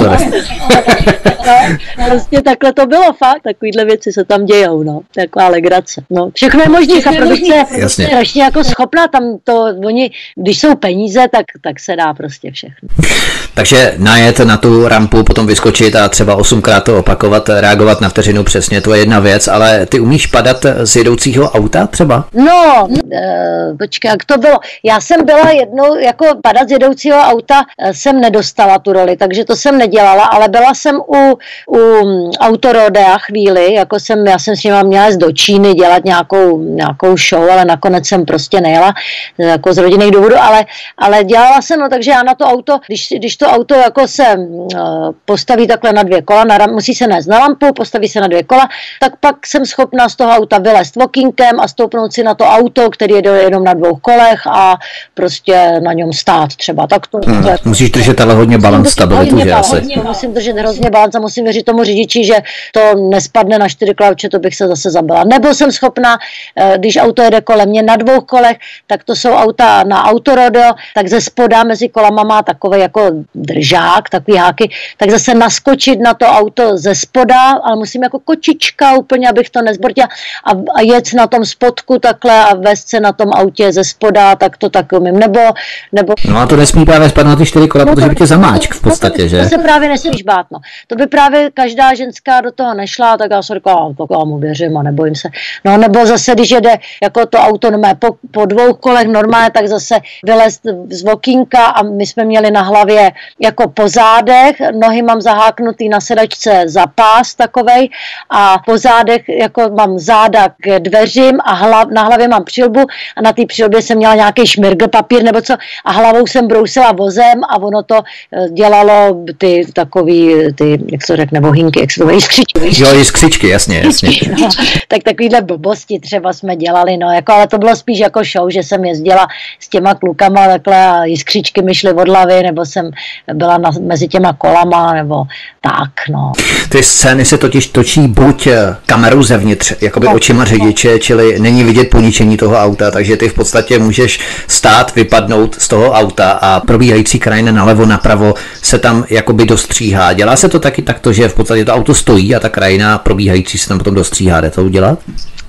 prostě takhle to bylo fakt, takovýhle věci se tam dějou, no, taková legrace, no. Všechno je možný, ta produkce je strašně jako schopná, tam to, oni, když jsou peníze, tak, tak se dá prostě všechno. Takže najet na tu rampu, potom vyskočit a třeba osmkrát to opakovat, reagovat na vteřinu přesně, to je jedna věc, ale ty umíš padat z jedoucího auta třeba? No, e, počkej, jak to bylo? Já jsem byla jednou, jako padat z jedoucího auta jsem nedostala tu roli, takže to jsem nedělala, ale byla jsem u, u Autorodea chvíli, jako jsem, já jsem s nima měla jít do Číny dělat nějakou, nějakou show, ale nakonec jsem prostě nejela, jako z rodinných důvodů, ale, ale dělala jsem, no takže já na to auto, když, když to auto jako se uh, postaví takhle na dvě kola, na ram, musí se nést na lampu, postaví se na dvě kola, tak pak jsem schopná z toho auta vylézt walkingem a stoupnout si na to auto, který jede jenom na dvou kolech a prostě na něm stát třeba. Tak to, hmm, to, musíš držet ale hodně balans, stabilitu, že asi. To musím držet hrozně balans a musím věřit tomu řidiči, že to nespadne na čtyři klavče, to bych se zase zabila. Nebo jsem schopná, když auto jede kolem mě na dvou kolech, tak to jsou auta na Autorodeo, tak ze spoda mezi kolama má takový jako držák, takový háky, tak zase naskočit na to auto ze spoda, ale musím jako kočička úplně, abych to nezbortila a, a jet na tom spodku takhle a vést se na tom autě ze spoda, tak to tak umím. Nebo, nebo... No a to nesmí právě spadnout na ty čtyři kola, no, protože by tě zamáčk v podstatě, to, že? To se právě nesmíš bát, no. To by právě každá ženská do toho nešla, tak já jsem říkala, tak já mu věřím a nebojím se. No nebo zase, když jede jako to auto no, po, po dvou kolech normálně, tak zase vylézt z okýnka a my jsme měli na hlavě jako po zádech, nohy mám zaháknutý na sedačce za pás takovej a po zádech jako mám záda k dveřím a hlav, na hlavě mám přilbu a na té přilbě jsem měla nějaký šmirgl papír nebo co a hlavou jsem brousila vozem a ono to dělalo ty takový, ty, jak se řekne, bohínky, jak se to jiskřičky. Jo, jiskřičky, jasně, jasně. No, tak takovýhle blbosti třeba jsme dělali, no, jako, ale to bylo spíš jako show, že jsem jezdila s těma klukama takhle a jiskřičky mi šly od hlavy, nebo jsem byla na, mezi těma kolama, nebo tak, no. Ty scény se totiž točí buď kamerou zevnitř, jakoby no, očima řidiče, no. Čili není vidět poničení toho auta, takže ty v podstatě můžeš stát, vypadnout z toho auta a probíhající krajina nalevo, napravo se tam jakoby dostříhá. Dělá se to taky takto, že v podstatě to auto stojí a ta krajina probíhající se tam potom dostříhá. Jde to udělat?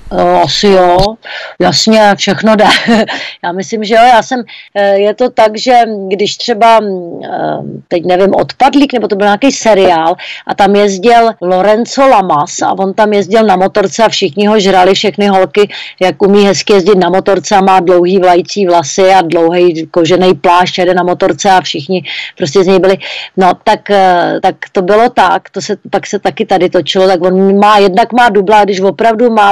Asi jo, jasně, všechno jde. Já myslím, že jo, já jsem, je to tak, že když třeba, teď nevím, Odpadlík, nebo to byl nějaký seriál a tam jezdil Lorenzo Lamas a on tam jezdil na motorce a všichni ho žrali, všechny holky, jak umí hezky jezdit na motorce a má dlouhý vlajcí vlasy a dlouhý kožený plášť, jede na motorce a všichni prostě z něj byli, no tak, tak to bylo tak, to se, pak se taky tady točilo, tak on má, jednak má dubla, když opravdu má být zá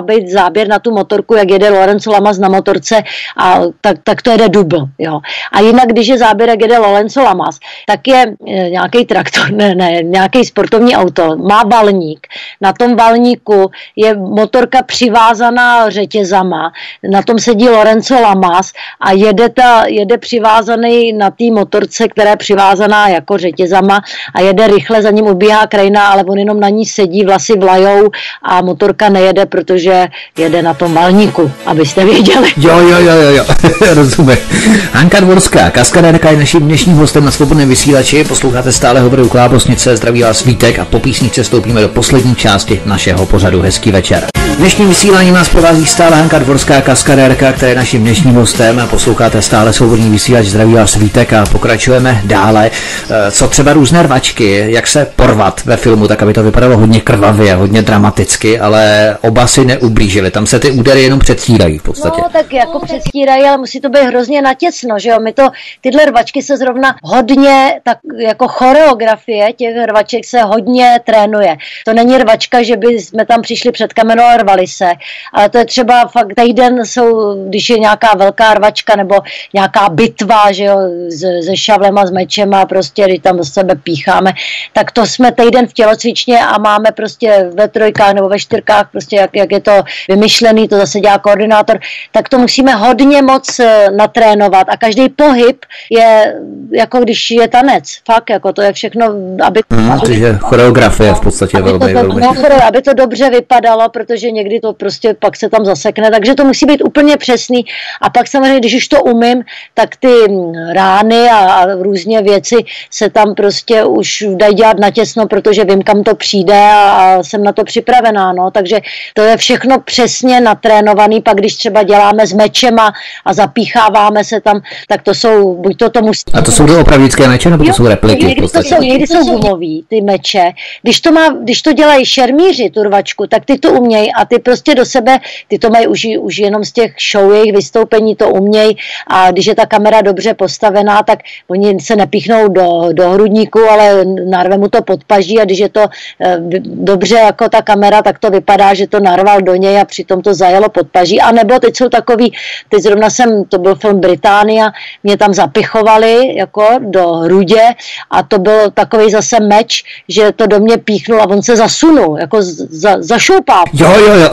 záběr na tu motorku, jak jede Lorenzo Lamas na motorce, a tak, tak to jede dubl, jo. A jinak, když je záběr, jak jede Lorenzo Lamas, tak je e, nějaký traktor, ne, ne, nějaký sportovní auto, má balník, na tom balníku je motorka přivázaná řetězama, na tom sedí Lorenzo Lamas a jede, ta, jede přivázaný na té motorce, která je přivázaná jako řetězama a jede rychle, za ním ubíhá krajina, ale on jenom na ní sedí, vlasy vlajou a motorka nejede, protože jede na tom valníku, abyste věděli. Jo, jo, jo, jo, jo. Rozumím. Hanka Dvorská, kaskadérka, je naším dnešním hostem na Svobodném vysílači. Posloucháte stále hovory u Klábosnice, zdraví vás Vítek a po písničce vstoupíme do poslední části našeho pořadu. Hezký večer. Dnešním vysíláním nás provází stále Hanka Dvorská, kaskadérka, která je naším dnešním hostem. Posloucháte stále Svobodný vysílač, zdraví vás Vítek a pokračujeme dále. Co třeba různé rvačky, jak se porvat ve filmu, tak aby to vypadalo hodně krvavě, hodně dramaticky, ale oba si neublížili. Tam se ty údery jenom předstírají v podstatě. No, tak jako předstírají, ale musí to být hrozně natěsno, že jo? My to, tyhle rvačky se zrovna hodně, tak jako choreografie těch rvaček se hodně trénuje. To není rvačka, že by jsme tam přišli před kamerou a rvali se, ale to je třeba fakt týden jsou, když je nějaká velká rvačka nebo nějaká bitva, že jo, se šavlem a s mečem a prostě, když tam do sebe pícháme, tak to jsme týden v tělocvičně a máme prostě ve trojkách nebo ve čtyřkách, prostě jak, jak je to vymyšlený, to zase dělá koordinátor, tak to musíme hodně moc natrénovat a každý pohyb je jako když je tanec, fakt, jako to je všechno, aby... Hmm, aby takže choreografie v podstatě aby velmi, to, velmi. No, aby to dobře vypadalo, protože někdy to prostě pak se tam zasekne, takže to musí být úplně přesný a pak samozřejmě, když už to umím, tak ty rány a, a různě věci se tam prostě už dají dělat natěsno, protože vím, kam to přijde a, a jsem na to připravená, no, takže to je všechno přesně natrénovaný, pak když třeba děláme s mečema a zapícháváme se tam, tak to jsou, buď to to musí... A to jsou doopravdické meče, nebo to jo, jsou repliky někdy v podstatě? To jsou, někdy jsou gumový, ty meče. Když to, má, když to dělají šermíři, tu rvačku, tak ty to umějí a ty prostě do sebe, ty to mají už, už jenom z těch show, jejich vystoupení to umějí a když je ta kamera dobře postavená, tak oni se nepíchnou do, do hrudníku, ale narve mu to podpaží a když je to e, dobře jako ta kamera, tak to vypadá, že to narval do něj a přitom to zajelo podpaží. A nebo teď jsou takový, teď zrovna jsem, to byl film Británia, mě tam zapichovali jako do hrudě a to byl takový zase meč, že to do mě píchnul a on se zasunul, jako za, zašoupá. Jo, jo, jo.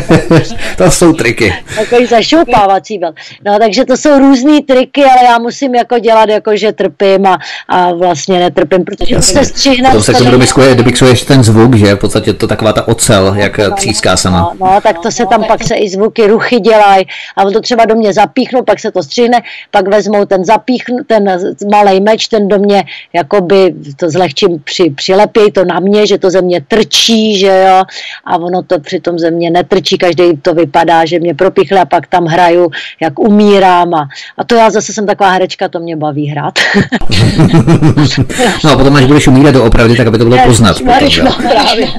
To jsou triky. Takový zašoupávací byl. No, takže to jsou různý triky, ale já musím jako dělat, jako že trpím a, a vlastně netrpím, protože to se střihne. Potom se k tomu dobiskuje, dobiksuješ ten zvuk, že v podstatě to taková ta ocel, jak no, tříská sama. No, no, tak to se tam pak se i zvuky, ruchy dělají a on to třeba do mě zapíchnou, pak se to střihne, pak vezmou ten zapíchnu, ten malej meč, ten do mě jakoby to zlehčím při, přilepěj to na mě, že to ze mě trčí, že jo, a ono to přitom ze mě netrčí, každý to vypadá, že mě propíchli a pak tam hraju, jak umírám a, a to já zase jsem taková herečka, to mě baví hrát. No a potom, až budeš umírat doopravdy, tak aby to bylo poznat. Ježiš, potom, no, právě.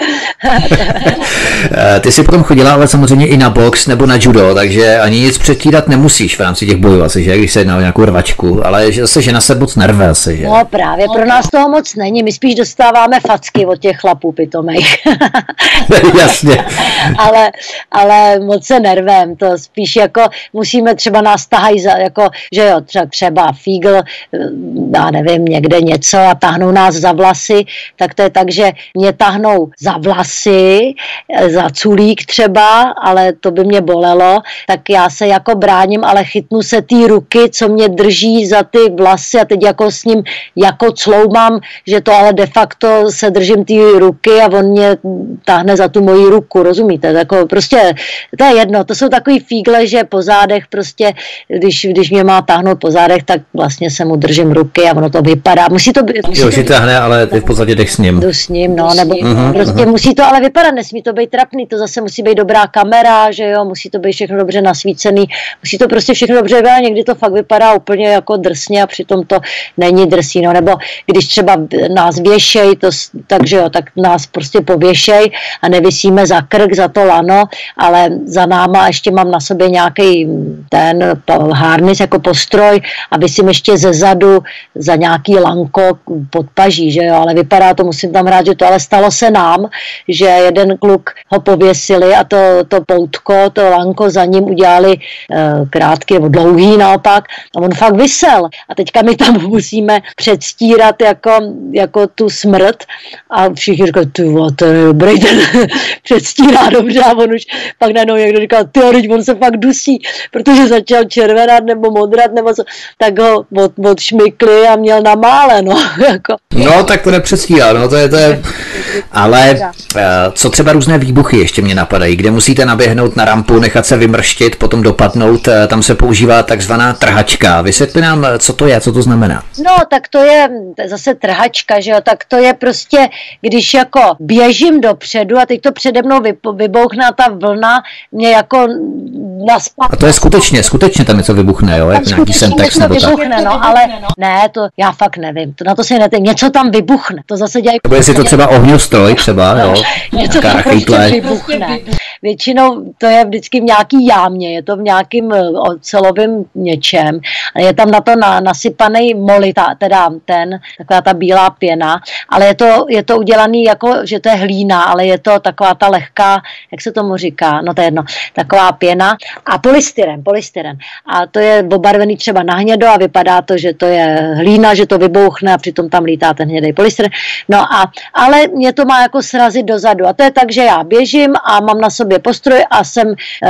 Ty jsi potom chodila ale samozřejmě i na box nebo na judo, takže ani nic předtírat nemusíš v rámci těch bojů asi, že, když se jedná o nějakou rvačku, ale zase žena se moc nerve asi, že? No právě, pro nás toho moc není, my spíš dostáváme facky od těch chlapů pitomejch. Jasně. ale, ale moc se nervem, to spíš jako musíme třeba nás tahají za, jako, že jo, třeba, třeba fígl, já nevím, někde něco a tahnou nás za vlasy, tak to je tak, že mě tahnou za vlasy, za culík třeba, ale to by mě bolelo, tak já se jako bráním, ale chytnu se ty ruky, co mě drží za ty vlasy a teď jako s ním jako cloumám, že to ale de facto se držím ty ruky a on mě táhne za tu moji ruku, rozumíte? Jako prostě, to je jedno, to jsou takový fígle, že po zádech prostě, když, když mě má táhnout po zádech, tak vlastně se mu držím ruky a ono to vypadá. Musí to být... Jo, že táhne, ale ty v podstatě jdeš s ním. Jdu s ním, no, nebo uh-huh, prostě uh-huh. musí to ale vypadat, nesmí to být trapný, to zase musí být dobrá kamera, že jo, musí to být všechno dobře nasvícený, musí to prostě všechno dobře vypadat, někdy to fakt vypadá úplně jako drsně a přitom to není drsí, no, nebo když třeba nás věšej, to, takže jo, tak nás prostě pověšej a nevisíme za krk, za to lano, ale za náma ještě mám na sobě nějaký ten harness jako postroj a vysím ještě ze zadu za nějaký lanko podpaží, že jo, ale vypadá to, musím tam hrát, že to ale stalo se nám, že jeden kluk ho pověsili a to, to poutko, to lanko za ním udělali e, krátký nebo dlouhý naopak a on fakt visel. A teďka my tam musíme předstírat jako, jako tu smrt a všichni říkají, ty vole, to je dobrý, ten předstírá dobře a on už pak najednou někdo říkal, ty on se fakt dusí, protože začal červenat nebo modrat nebo co, tak ho od, odšmykli a měl na mále, no. Jako. No, tak to nepředstírá, no, to je, to je, ale co třeba různé výbuchy ještě mě napadají, kde musíte naběhnout na rampu, nechat se vymrštit, potom dopadnout, tam se používá takzvaná trhačka. Vysvětli nám, co to je, co to znamená. No, tak to je zase trhačka, že jo, tak to je prostě, když jako běžím dopředu a teď to přede mnou vybouchne a ta vlna mě jako naspá. A to je skutečně, skutečně tam něco vybuchne, jo, jako nějaký sentex nebo tak. Vybuchne, no, ale ne, to já fakt nevím, to, na to si nevím, něco tam vybuchne, to zase dělají. Nebo jestli to třeba ohňostroj třeba, jo, něco tam prostě vybuchne. Většinou to je vždycky v nějaký jámě, je to v nějakým ocelovém něčem, je tam na to na, nasypaný molita, teda ten, taková ta bílá pěna, ale je to, je to udělaný jako, že to je hlína, ale je to taková ta lehká, jak se tomu říká, no to je jedno, taková pěna a polystyren, polystyren. A to je obarvený třeba na hnědo a vypadá to, že to je hlína, že to vybouchne a přitom tam lítá ten hnědej polystyren. No a, ale mě to má jako srazit dozadu a to je tak, že já běžím a mám na sobě postroj a jsem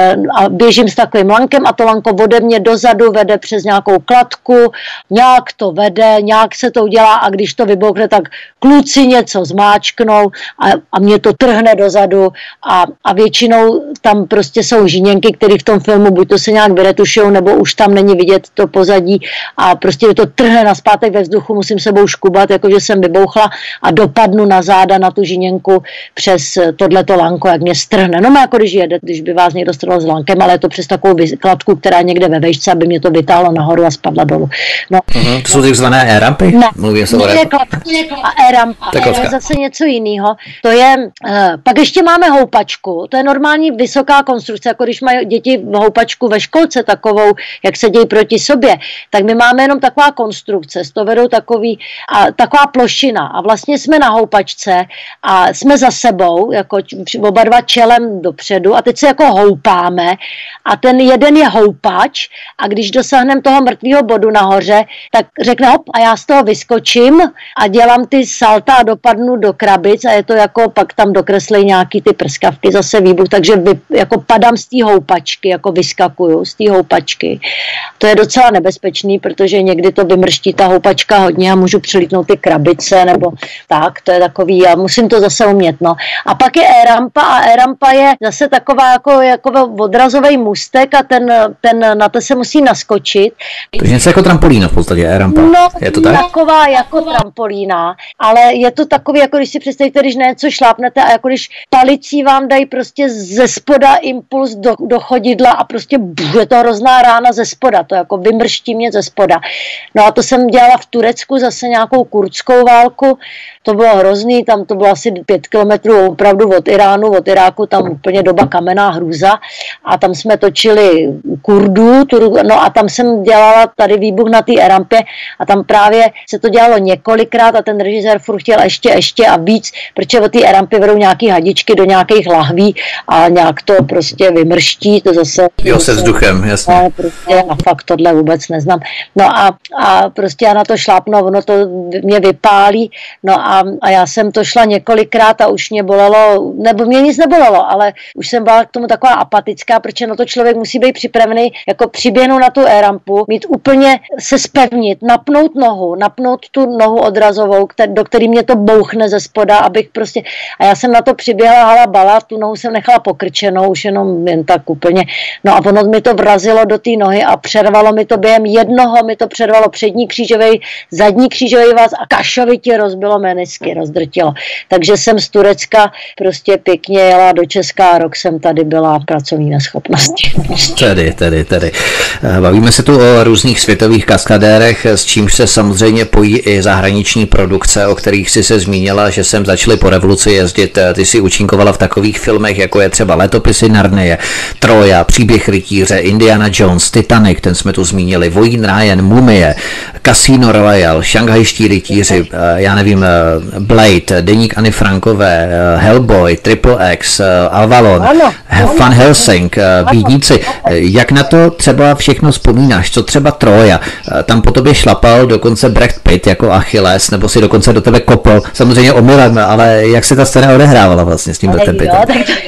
a běžím s takovým lankem a to lanko ode mě dozadu vede přes nějakou kladku, nějak to vede, nějak se to udělá a když to vybouchne, tak kluci něco zmáčknou a, a mě to trhne dozadu a, a většinou tam prostě jsou žíněnky, které v tom filmu buď to se nějak vyretušujou, nebo už tam není vidět to pozadí a prostě to trhne naspátek ve vzduchu, musím sebou škubat, jakože jsem vybouchla a dopadnu na záda na tu žíněnku přes tohleto lanko, jak mě strhne. No jako když jede, když by vás někdo strhl s lankem, ale je to přes takovou kladku, která je někde ve vejšce, aby mě to vytáhlo nahoru a spadla dolů. No. Uh-huh. To jsou takzvané e-rampy? Ne, Mluví se ne, o je kladka a e-rampa. To je zase něco jiného. To je, uh, pak ještě máme houpačku, to je normální vysoká konstrukce, jako když mají děti v houpačku ve školce takovou, jak se dějí proti sobě, tak my máme jenom taková konstrukce, s to vedou takový, a, taková plošina a vlastně jsme na houpačce a jsme za sebou, jako oba dva čelem dopředu a teď se jako houpáme a ten jeden je houpač a když dosáhneme toho mrtvého bodu nahoře, tak řekne hop a já z toho vyskočím a dělám ty salta a dopadnu do krabic a je to jako pak tam dokreslej nějaký ty prskavky, zase výbuch, takže vy, jako padám z té houpačky, jako vyskakuju z té houpačky. To je docela nebezpečný, protože někdy to vymrští ta houpačka hodně a můžu přelítnout ty krabice nebo tak, to je takový, a musím to zase umět, no. A pak je e-rampa a e-rampa je zase taková jako, jako odrazový můstek a ten, ten, na to se musí naskočit. Takže něco jako trampolína v podstatě, e-rampa. No, je to tak? Taková jako trampolína, ale je to takový, jako když si představíte, když na něco šlápnete a jako když palicí vám dají prostě ze spoda impuls do, do chodidla a prostě bůh, je to hrozná rána ze spoda, to jako vymrští mě ze spoda. No a to jsem dělala v Turecku zase nějakou kurdskou válku, to bylo hrozný, tam to bylo asi pět kilometrů opravdu od Iránu, od Iráku, tam úplně doba kamenná hrůza a tam jsme točili Kurdů, no a tam jsem dělala tady výbuch na té e-rampě a tam právě se to dělalo několikrát a ten režisér furt chtěl ještě, ještě a víc, protože od té e-rampy vedou nějaký hadičky do nějakých lahví a nějak to prostě vymrští, to zase... Jo, se vzduchem, jasně. No, prostě, a fakt tohle vůbec neznám. No a, a prostě já na to šlápnu, ono to mě vypálí, no a, a já jsem to šla několikrát a už mě bolelo, nebo mě nic nebolelo, ale už jsem byla k tomu taková apatická, protože na to člověk musí být připravený jako přiběhnout na tu e-rampu, mít úplně se spevnit, napnout nohu, napnout tu nohu odrazovou, kter, do který mě to bouchne ze spoda, abych prostě, a já jsem na to přiběhla hala bala, tu nohu jsem nechala pokrčenou, už jenom jen tak úplně, no a ono mi to vrazilo do té nohy a přervalo mi to během jednoho, mi to přervalo přední křížový, zadní křížový vaz a kašovitě rozbilo menisky, rozdrtilo. Takže jsem z Turecka prostě pěkně jela do Česka a rok jsem tady byla pracovní neschopnosti. Tedy, tedy, tedy. Bavíme se tu o různých světových kaskadérech, s čímž se samozřejmě pojí i zahraniční produkce, o kterých si se zmínila, že sem začaly po revoluci jezdit. Ty si účinkovala v takových filmech, jako je třeba Letopisy Narnie, Troja, Příběh rytíře, Indiana Jones, Titanic, ten jsme tu zmínili, Vojín Ryan, Mumie, Casino Royale, Šanghajští rytíři, já nevím, Blade, Deník Anny Frankové, Hellboy, Triple X, Avalon, ano, Van Helsing, Bídníci. Jak na to třeba všechno vzpomínáš? Co třeba Troja? Tam po tobě šlapal dokonce Brad Pitt jako Achilles, nebo si dokonce do tebe kopl. Samozřejmě omylem, ale jak se ta scéna odehrávala vlastně s tím Bradem Pittem?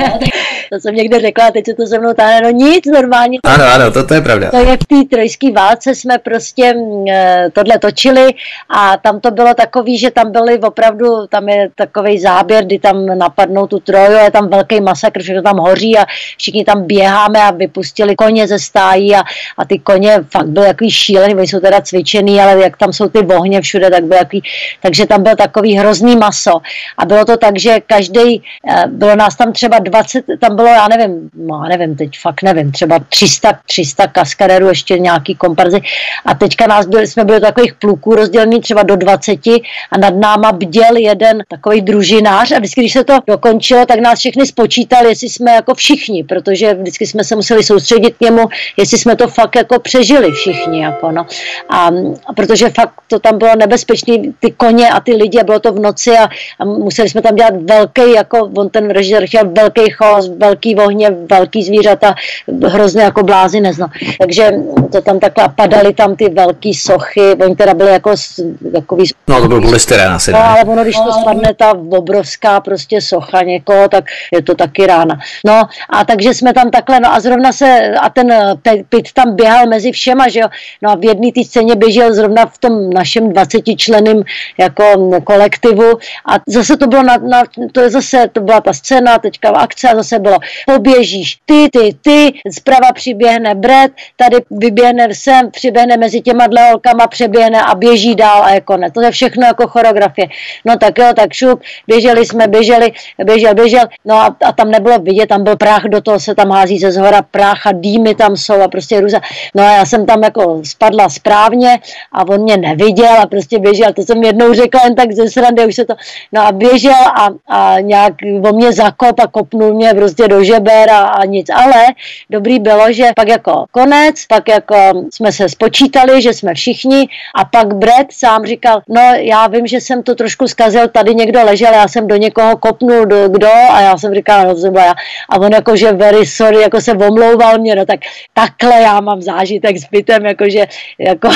To jsem někde řekla, teď se to se mnou táhne, no nic, normálně. Ano, ano, to, to je pravda. To je v té trojské válce jsme prostě e, tohle točili a tam to bylo takový, že tam byly opravdu, tam je takovej záběr, kdy tam napadnou tu Troju, je tam velký masakr, všechno tam hoří a všichni tam běháme a vypustili koně ze stájí a, a ty koně fakt byly takový šílený, oni jsou teda cvičený, ale jak tam jsou ty ohně všude, tak byly takový, takže tam byl takový hrozný maso a bylo to tak, že každý, e, bylo nás tam třeba dvacet, tam bylo, já nevím, no, já nevím, teď fakt nevím, třeba tři sta kaskadérů, ještě nějaký komparzy a teďka nás byli, jsme byli takových pluků rozdělený třeba do dvaceti a nad náma bděl jeden takový družinář a vždycky, když se to dokončilo, tak nás všechny spočítali, jestli jsme jako všichni, protože vždycky jsme se museli soustředit k němu, jestli jsme to fakt jako přežili všichni, jako no. A, a protože fakt to tam bylo nebezpečné, ty koně a ty lidi, a bylo to v noci a, a museli jsme tam dělat velký, jako on ten režisér chtěl velký chaos, velký ohně, velký zvířata, hrozně jako blázy nezno. Takže to tam takhle padaly tam ty velký sochy, oni teda byly jako takový... No to byl polystyrén asi, no, ale ono, když to spadne ta obrovská prostě socha někoho, tak je to taky rána. No a takže jsme tam takhle, no a zrovna se, a ten Pitt tam běhal mezi všema, že jo, no a v jedné té scéně běžel zrovna v tom našem dvacetičlenným jako kolektivu a zase to bylo na, na to je zase, to byla ta scéna, teďka akce a zase bylo poběžíš ty, ty, ty, zprava přiběhne Brad, tady vyběhne sem, přiběhne mezi těma dle holkama, přeběhne a běží dál a je konec. To je všechno jako choreografie. No tak jo, tak šup, běželi jsme, běželi, běžel, běžel, no a, a tam nebylo vidět, tam byl prach, do toho se tam hází ze zhora prach a dýmy tam jsou a prostě růza. No a já jsem tam jako spadla správně a on mě neviděl a prostě běžel, to jsem jednou řekla jen tak ze srandy, už se to, no a běžel a, a nějak o mě zakop a kopnul mě prostě do žeber a, a nic, ale dobrý bylo, že pak jako konec, pak jako jsme se spočítali, že jsme všichni a pak Brad sám říkal, no já vím, že jsem to trošku zkazil, tady někdo ležel, já jsem do někoho kopnul, do, kdo a já jsem říkal, no to jsem byla já a on jako, že very sorry, jako se omlouval mě, no tak takhle já mám zážitek s Pittem, jako že jako,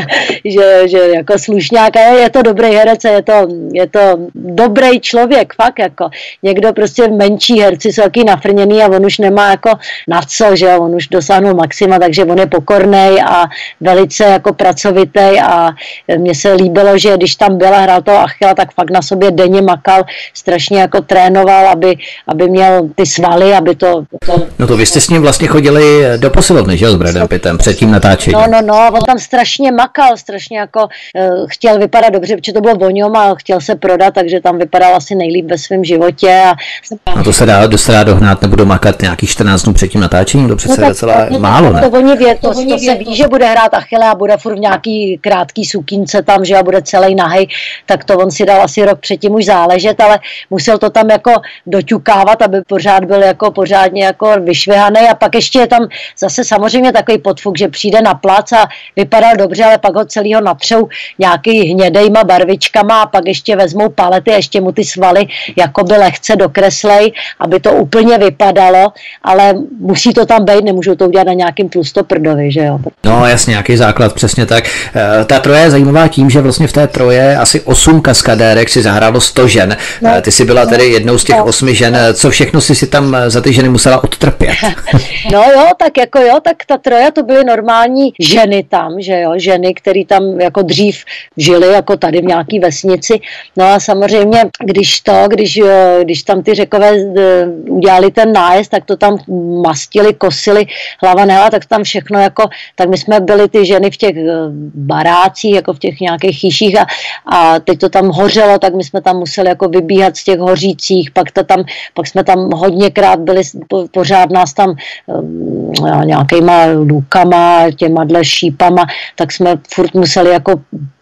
že, že jako slušňák a je, je to dobrý herec, je to, je to dobrý člověk, fakt jako, někdo prostě menší herci jsou taky nafrněný a on už nemá jako na co, že jo, on už dosáhnul maxima, takže on je pokornej a velice jako pracovitý a mně se líbilo, že když tam byla, hrál toho Achilla, tak fakt na sobě denně makal, strašně jako trénoval, aby, aby měl ty svaly, aby to, to... No to vy jste s ním vlastně chodili do posilovny, že jo, s Bradem Pittem, před tím natáčením. No, no, no, on tam strašně makal, strašně jako uh, chtěl vypadat dobře, protože to bylo o něm a chtěl se prodat, takže tam vypadal asi nejlíp ve svém životě. A... No to se dá, to se dá dohnat, nebudu makat nějakých čtrnáct dnů před tím natáčením, to přece no, docela no, málo, ne? To, oni vě, to, to, to se ví, že bude hrát Achille a bude furt v nějaký krátký sukínce tam, že a bude celý nahej, tak to on si dal asi rok předtím už záležet, ale musel to tam jako doťukávat, aby pořád byl jako pořádně jako vyšvihaný a pak ještě je tam zase samozřejmě takový podfuk, že přijde na plac a vypadal dobře, ale pak ho celýho natřou nějaký hnědejma barvičkama a pak ještě vezmou palety a ještě mu ty svaly jakoby lehce dokreslej, aby to úplně vypadalo, ale musí to tam být, nemůžou to udělat na nějakým tlustoprdovi, že jo. No jasně, nějaký základ, přesně tak. Ta Troje je zajímavá tím, že vlastně v té Troje asi osm kaskadérek si zahrálo sto žen. No, ty jsi byla tedy jednou z těch no. osmi žen. Co všechno jsi si tam za ty ženy musela odtrpět? No jo, tak jako jo, tak ta Troja to byly normální ženy tam, že jo, ženy, které tam jako dřív žily, jako tady v nějaký vesnici. No a samozřejmě, když to, když, když tam ty Řekové udělali ten nájezd, tak to tam mastili, kosili, hlava nehla, tak tam všechno jako, tak my jsme byli ty ženy v těch barácích, jako v těch nějakých chýších a, a teď to tam hořelo, tak my jsme tam museli jako vybíhat z těch hořících, pak to tam, pak jsme tam hodněkrát byli, pořád nás tam um, nějakýma lůkama, těma dle šípama, tak jsme furt museli jako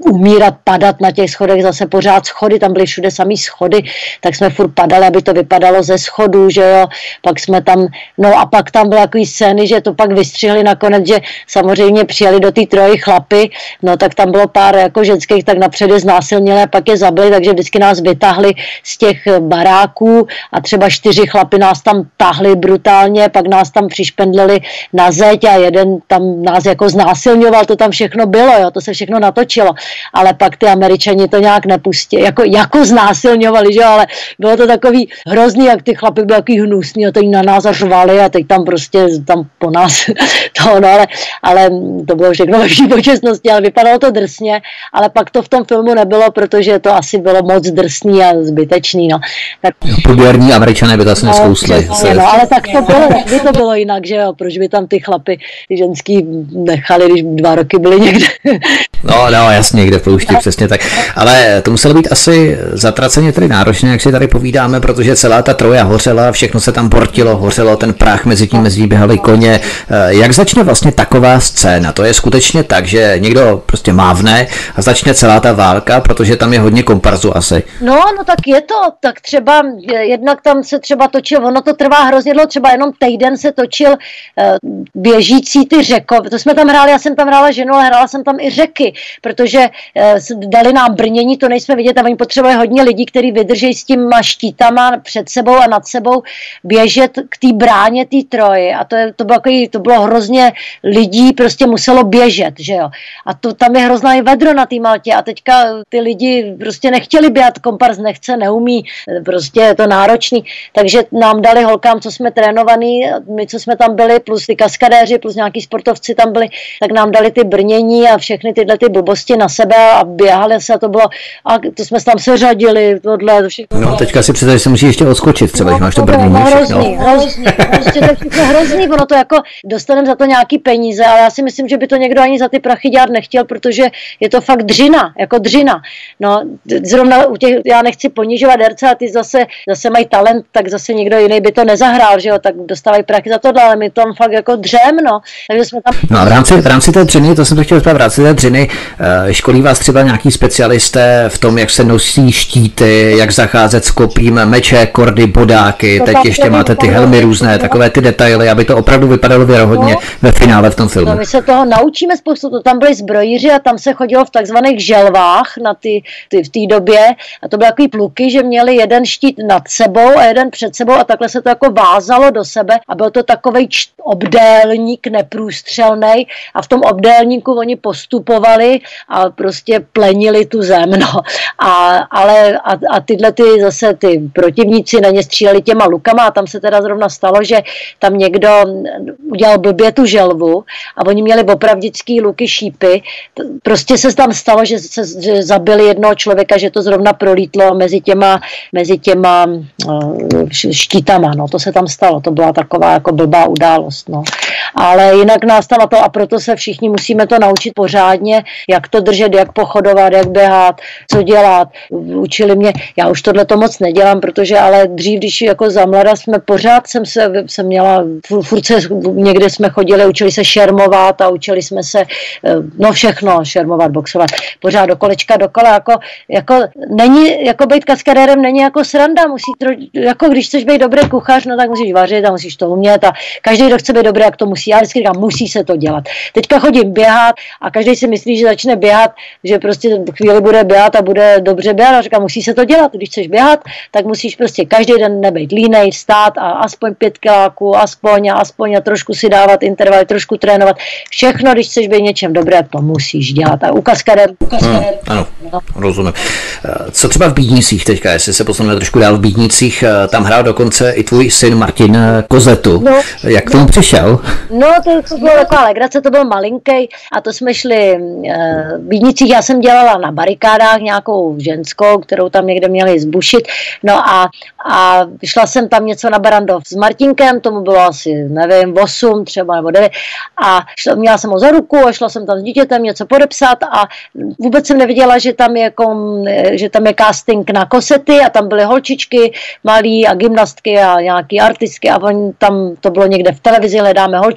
umírat, padat na těch schodech, zase pořád schody, tam byly všude samý schody, tak jsme furt padali, aby to vypadalo ze schodů, že jo, pak jsme tam, no a pak tam byly takový scény, že to pak vystřihli nakonec, že samozřejmě přijeli do té Troji chlapy, no tak tam bylo pár jako ženských, tak napřed je znásilnili a pak je zabili, takže vždycky nás vytáhli z těch baráků a třeba čtyři chlapy nás tam tahli brutálně, pak nás tam přišpendlili na zeď a jeden tam nás jako znásilňoval, to tam všechno bylo, jo, to se všechno natočilo, ale pak ty Američani to nějak nepustili, jako, jako znásilňovali, že, ale bylo to takový hrozný, jak ty chlapy byly takový hnusný a teď na nás řvali a teď tam prostě tam po nás to, no, ale, ale to bylo všechno ve vší počestnosti, ale vypadalo to drsně, ale pak to v tom filmu nebylo, protože to asi bylo moc drsný a zbytečný, no. Tak, Průměrní Američané by to asi no, neskousli. Se... No, ale tak to bylo, tak by to bylo jinak, že jo, proč by tam ty chlapy, ty ženský nechali, když dva roky byli někde. No, no, jasně, kde v poušti, přesně tak. Ale to muselo být asi zatraceně tedy náročné, jak si tady povídáme, protože celá ta Troja hořela, všechno se tam portilo, hořelo, ten prach mezi tím mezi běhali koně. Jak začne vlastně taková scéna? To je skutečně tak, že někdo prostě mávne a začne celá ta válka, protože tam je hodně komparzu asi. No, no tak je to, tak třeba jednak tam se třeba točil, ono to trvá hrozně dlouho, třeba jenom týden se točil uh, běžící ty řekové, to jsme tam hráli, já jsem tam hrála ženu, ale hrála jsem tam i řeky, protože uh, dali nám brnění, to nejsme vidět a oni potřebovali hodně lidí, kteří vydrží s těma štítama před sebou a nad sebou běžet k té bráně té Troji a to, je, to, bylo takový, to bylo hrozně lidí, prostě muselo běžet, že jo. A to, tam je hrozná i vedro na té Maltě a teďka ty lidi prostě nechtěli běhat, komparz nechce, neumí, prostě je to náročný, takže nám dali holkám, co jsme trénovaný, my, co jsme tam byli, plus ty kaskadéři, plus nějaký sportovci tam byli, tak nám dali ty brnění a všechny tyhle ty blbosti na sebe a běhali se a to bylo, a to jsme tam seřadili, tohle, to všechno. No, teďka si představíš, že se musí ještě odskočit, třeba, no, když máš to brnění. No, hrozný, hrozný, prostě to je všechno hrozný, ono to jako, dostaneme za to nějaký peníze, ale já si myslím, že by to někdo ani za ty prachy dělat nechtěl, protože je to fakt dřina, jako dřina. No, zrovna u těch, já nechci ponižovat herce a ty zase, zase mají talent, tak zase někdo jiný by to nezahrál, že jo, tak dostávají prachy za tohle, ale my tam fakt jako dřem, no, takže jsme tam... No a v rámci, v rámci té dřiny, to jsem to chtěl říct, v rámci té dřiny, školí vás třeba nějaký specialisté v tom, jak se nosí štíty, jak zacházet s kopím, meče, kordy, bodáky, to teď ještě máte ty helmy různé, takové ty detaily, aby to opravdu vypadalo věrohodně no, ve finále v tom filmu. No my se toho naučíme spoustu, to tam byli zbrojíři a tam se chodilo v takzvaných želvách na ty, ty v té době a to byly takový pluky, že měli jeden štít nad sebou a jeden před sebou a takhle se to jako vázalo do sebe a byl to takovej č- obdélník neprůstřelnej a v tom obdélníku oni postupovali a prostě plenili tu zem, no. A, ale a, a tyhle ty zase ty protivníci na ně stříleli těma lukama a tam se teda zrovna stalo, že tam někdo udělal blbě tu želvu a oni měli opravdický luky, šípy. Prostě se tam stalo, že se že zabili jednoho člověka, že to zrovna prolítlo mezi těma, mezi těma uh, štítama, no, to se tam stalo, to byla taková jako blbá událost, no. Ale jinak nás tam na to a proto se všichni musíme to naučit pořádně, jak to držet, jak pochodovat, jak běhat, co dělat. Učili mě, já už tohle to moc nedělám, protože ale dřív, když jako za mlada jsme pořád, jsem se, jsem měla, furt se, někde jsme chodili, učili se šermovat a učili jsme se, no všechno, šermovat, boxovat, pořád do kolečka, dokola, jako, jako není, jako být kaskadérem není jako sranda, musí, tro, jako když chceš být dobrý kuchař, no tak musíš vařit a musíš to umět a každý, kdo chce být dobrý, jak to musí, já vždycky říkám, musí se to dělat. Teďka chodím běhat a každý si myslí, že začne běhat, že prostě chvíli bude běhat a bude dobře běhat a říkám, musí se to dělat, když chceš běhat, tak musíš prostě každý den nebejt línej, vstát a aspoň pět kiláků, aspoň a aspoň a trošku si dávat intervaly, trošku trénovat. Všechno, když chceš být něčem dobré, to musíš dělat. A u kaskadérů. Hmm, ano, no. Rozumím. Co třeba v Bídnicích teďka, jestli se posuneme trošku dál v Bídnicích, tam hrál dokonce i tvůj syn Martin Kozetu. No, jak k tomu no. přišel? No, to, to bylo taková legrace, to byl malinký a to jsme šli v Bídnicích, já jsem dělala na barikádách nějakou ženskou, kterou tam někde měli zbušit, no a, a šla jsem tam něco na Barandov s Martinkem, tomu bylo asi, nevím, osm třeba nebo devět a šla, měla jsem ho za ruku a šla jsem tam s dítětem něco podepsat a vůbec jsem neviděla, že tam je, kom, že tam je casting na Kosety a tam byly holčičky malý a gymnastky a nějaký artistky a on tam, to bylo někde v televizi, hledáme holčičky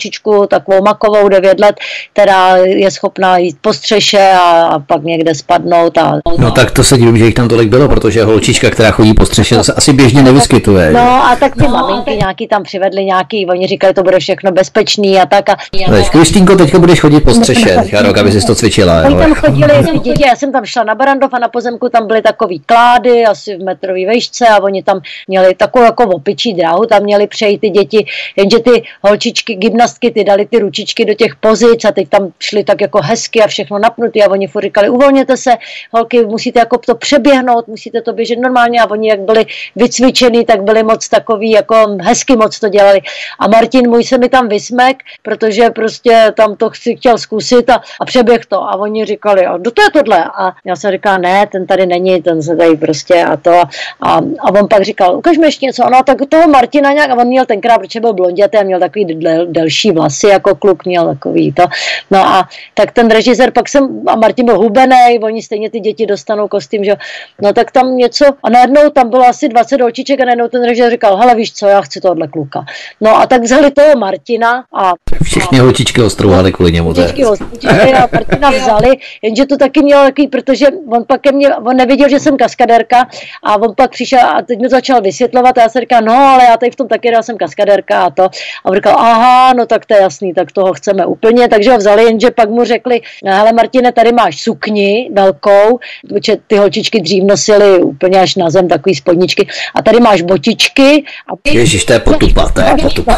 holčičku, takovou makovou, devět let, která je schopná jít po střeše a, a pak někde spadnout. A, no tak to se divím, že jich tam tolik bylo, protože holčička, která chodí po střeše, to se asi běžně nevyskytuje. No a tak ty no, maminky tak... nějaký tam přivedli nějaký, oni říkali, to bude všechno bezpečný a tak. A... Kristýnko, teďka budeš chodit po střeše, teďka rok, aby jsi to cvičila. Oni tam chodili ty děti, já jsem tam šla na Barandov a na pozemku tam byly takový klády, asi v metrový vejšce a oni tam měli takovou jako opičí dráhu, tam měli přejít ty děti, jenže ty holčičky, gymnastky, ty dali ty ručičky do těch pozic a teď tam šli tak jako hezky a všechno napnutý a oni furt říkali, uvolněte se, holky, musíte jako to přeběhnout, musíte to běžet normálně a oni jak byli vycvičený, tak byli moc takový, jako hezky moc to dělali. A Martin můj se mi tam vysmek, protože prostě tam to si chtěl zkusit a, a přeběh to a oni říkali, a kdo to je tohle? A já jsem říkala, ne, ten tady není, ten se tady prostě a to a, a on pak říkal, ukaž mi ještě něco, no tak toho Martina nějak, a on měl tenkrát, protože byl blondětý a měl takový del, delší vlasy, jako kluk měl takový to, no a tak ten režisér, pak jsem, a Martin byl hubenej, oni stejně ty děti dostanou kostým, že no tak tam něco, a najednou tam bylo asi dvacet holčiček a najednou ten režisér říkal, hele víš co, já chci tohle kluka. No a tak vzali toho Martina a všechny holčičky ostrouhali kvůli němu. Holčičky a Martina vzali, jenže to taky mělo takový, protože on pak ke mně, on nevěděl, že jsem kaskadérka a on pak přišel a teď mi začal vysvětlovat a já jsem říkal, no ale já tady v tom taky já jsem kaskadérka a to. A on říkal, aha, no tak to je jasný, tak toho chceme úplně, takže ho vzali, jenže pak mu řekli, hele Martine, tady máš sukni velkou, protože ty holčičky dřív nosily úplně až na zem takový spodničky a tady máš botičky. A... Ježiš, to je potupa, to je potupa.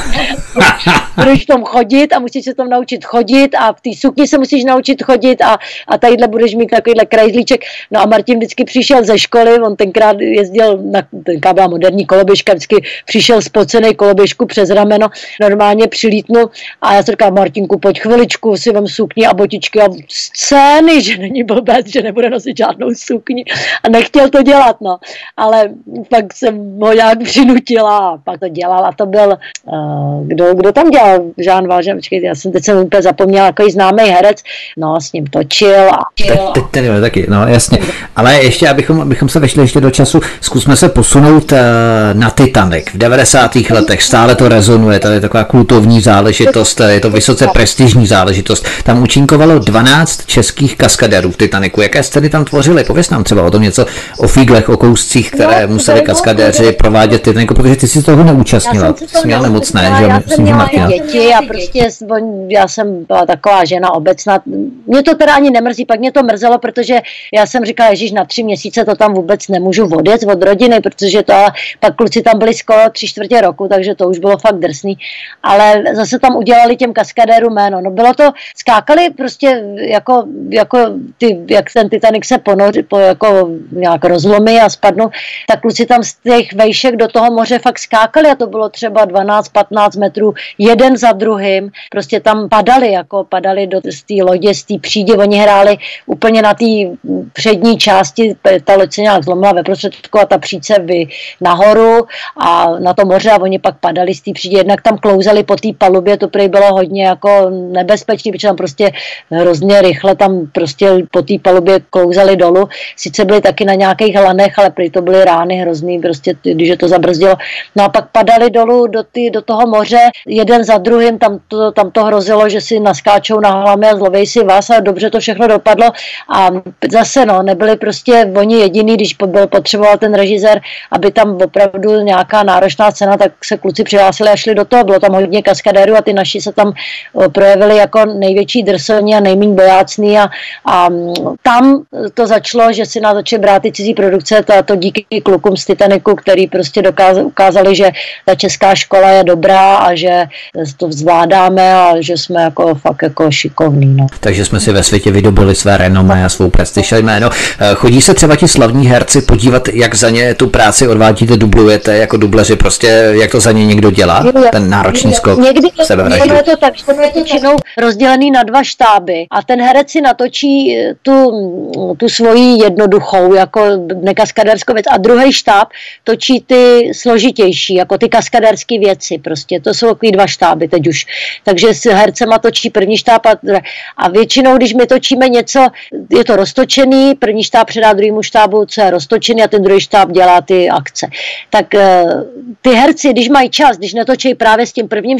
Budeš v tom chodit a musíš se tom naučit chodit a v té sukni se musíš naučit chodit a, a tadyhle budeš mít takovýhle krajzlíček. No a Martin vždycky přišel ze školy, on tenkrát jezdil, na, tenkrát byla moderní koloběžka, vždycky přišel spocenej koloběžku přes rameno, normálně přilítnul a já jsem říkal, Martinku, pojď chviličku, si vem sukni a botičky a scény, že není blbec, že nebude nosit žádnou sukni a nechtěl to dělat, no. Ale pak jsem ho nějak přinutila a pak to dělal a to byl, uh, kdo, kdo tam dělal? Jean Valjean, počkejte, já jsem teď jsem úplně zapomněla, takový známý herec, no s ním točil a... Teď, teď ten taky, no jasně, ale ještě, abychom, abychom se vešli ještě do času, zkusme se posunout uh, na Titanic. V devadesátých letech stále to rezonuje, tady je taková kultovní záležitost, je to vysoce prestižní záležitost. Tam účinkovalo dvanáct českých kaskadérů v Titanicu. Jaké scény tam tvořily? Pověz nám třeba o tom něco, o fíglech, o kouscích, které no, museli kaskadéři provádět Titanicu, protože ty si toho neúčastnila. Ty jsi měla nemocné, že? Já jsem měla děti a prostě já jsem byla taková žena obecná. Mě to teda ani nemrzí, pak mě to mrzelo, protože já jsem říkala, ježíš, na tři měsíce to tam vůbec nemůžu odjet od rodiny, protože to pak kluci tam byli skoro tři čtvrtě roku, takže to už bylo fakt drsný. Ale zase tam udělali těm kaskadérům jméno. No bylo to, skákali prostě jako, jako ty, jak ten Titanic se ponoři, po, jako nějak rozlomí a spadnou, tak kluci tam z těch vejšek do toho moře fakt skákali a to bylo třeba dvanáct patnáct metrů, jeden za druhým, prostě tam padali, jako padali do té lodě, z té přídi, oni hráli úplně na té přední části, ta loď se nějak zlomila ve prostředku a ta příď se vy nahoru a na to moře a oni pak padali z té přídi, jednak tam klouzali po té palubě, to prý bylo hodně jako nebezpečný, protože tam prostě hrozně rychle tam prostě po té palubě klouzali dolů, sice byli taky na nějakých lanech, ale prý to byly rány hrozný, prostě když je to zabrzdilo, no a pak padali dolů do, ty, do toho moře, jeden za druhým, tam to, tam to hrozilo, že si naskáčou na hlamy a zlovějí si vás a dobře to všechno dopadlo a zase no, nebyli prostě oni jediný, když byl potřeboval ten režisér, aby tam opravdu nějaká náročná scéna, tak se kluci přihlásili a šli do toho, bylo tam hodně kaskadérů a ty naši se tam projevili jako největší drsoni a nejméně bojácný a, a tam to začalo, že si nás začali brát ty cizí produkce, to, to díky klukům z Titanicu, který prostě dokázali, ukázali, že ta česká škola je dobrá a že to zvládáme a že jsme jako fakt jako šikovní. No. Takže jsme si ve světě vydobili své renomé a svou prestiž a jméno. Chodí se třeba ti slavní herci podívat, jak za ně tu práci odvádíte, dublujete jako dubleři, prostě jak to za ně někdo dělá, ten náročný skok někdy sebevraždy. Je to tak, že je to většinou rozdělený na dva štáby a ten herec si natočí tu, tu svoji jednoduchou, jako nekaskaderskou věc a druhý štáb točí ty složitější, jako ty kaskaderské věci, prostě to jsou takový dva štáby teď už. Takže s hercema točí první štáb a, a většinou, když my točíme něco, je to roztočený, první štáb předá druhému štábu, co je roztočený a ten druhý štáb dělá ty akce. Tak ty herci, když mají čas, když netočí právě s tím prvním štábem,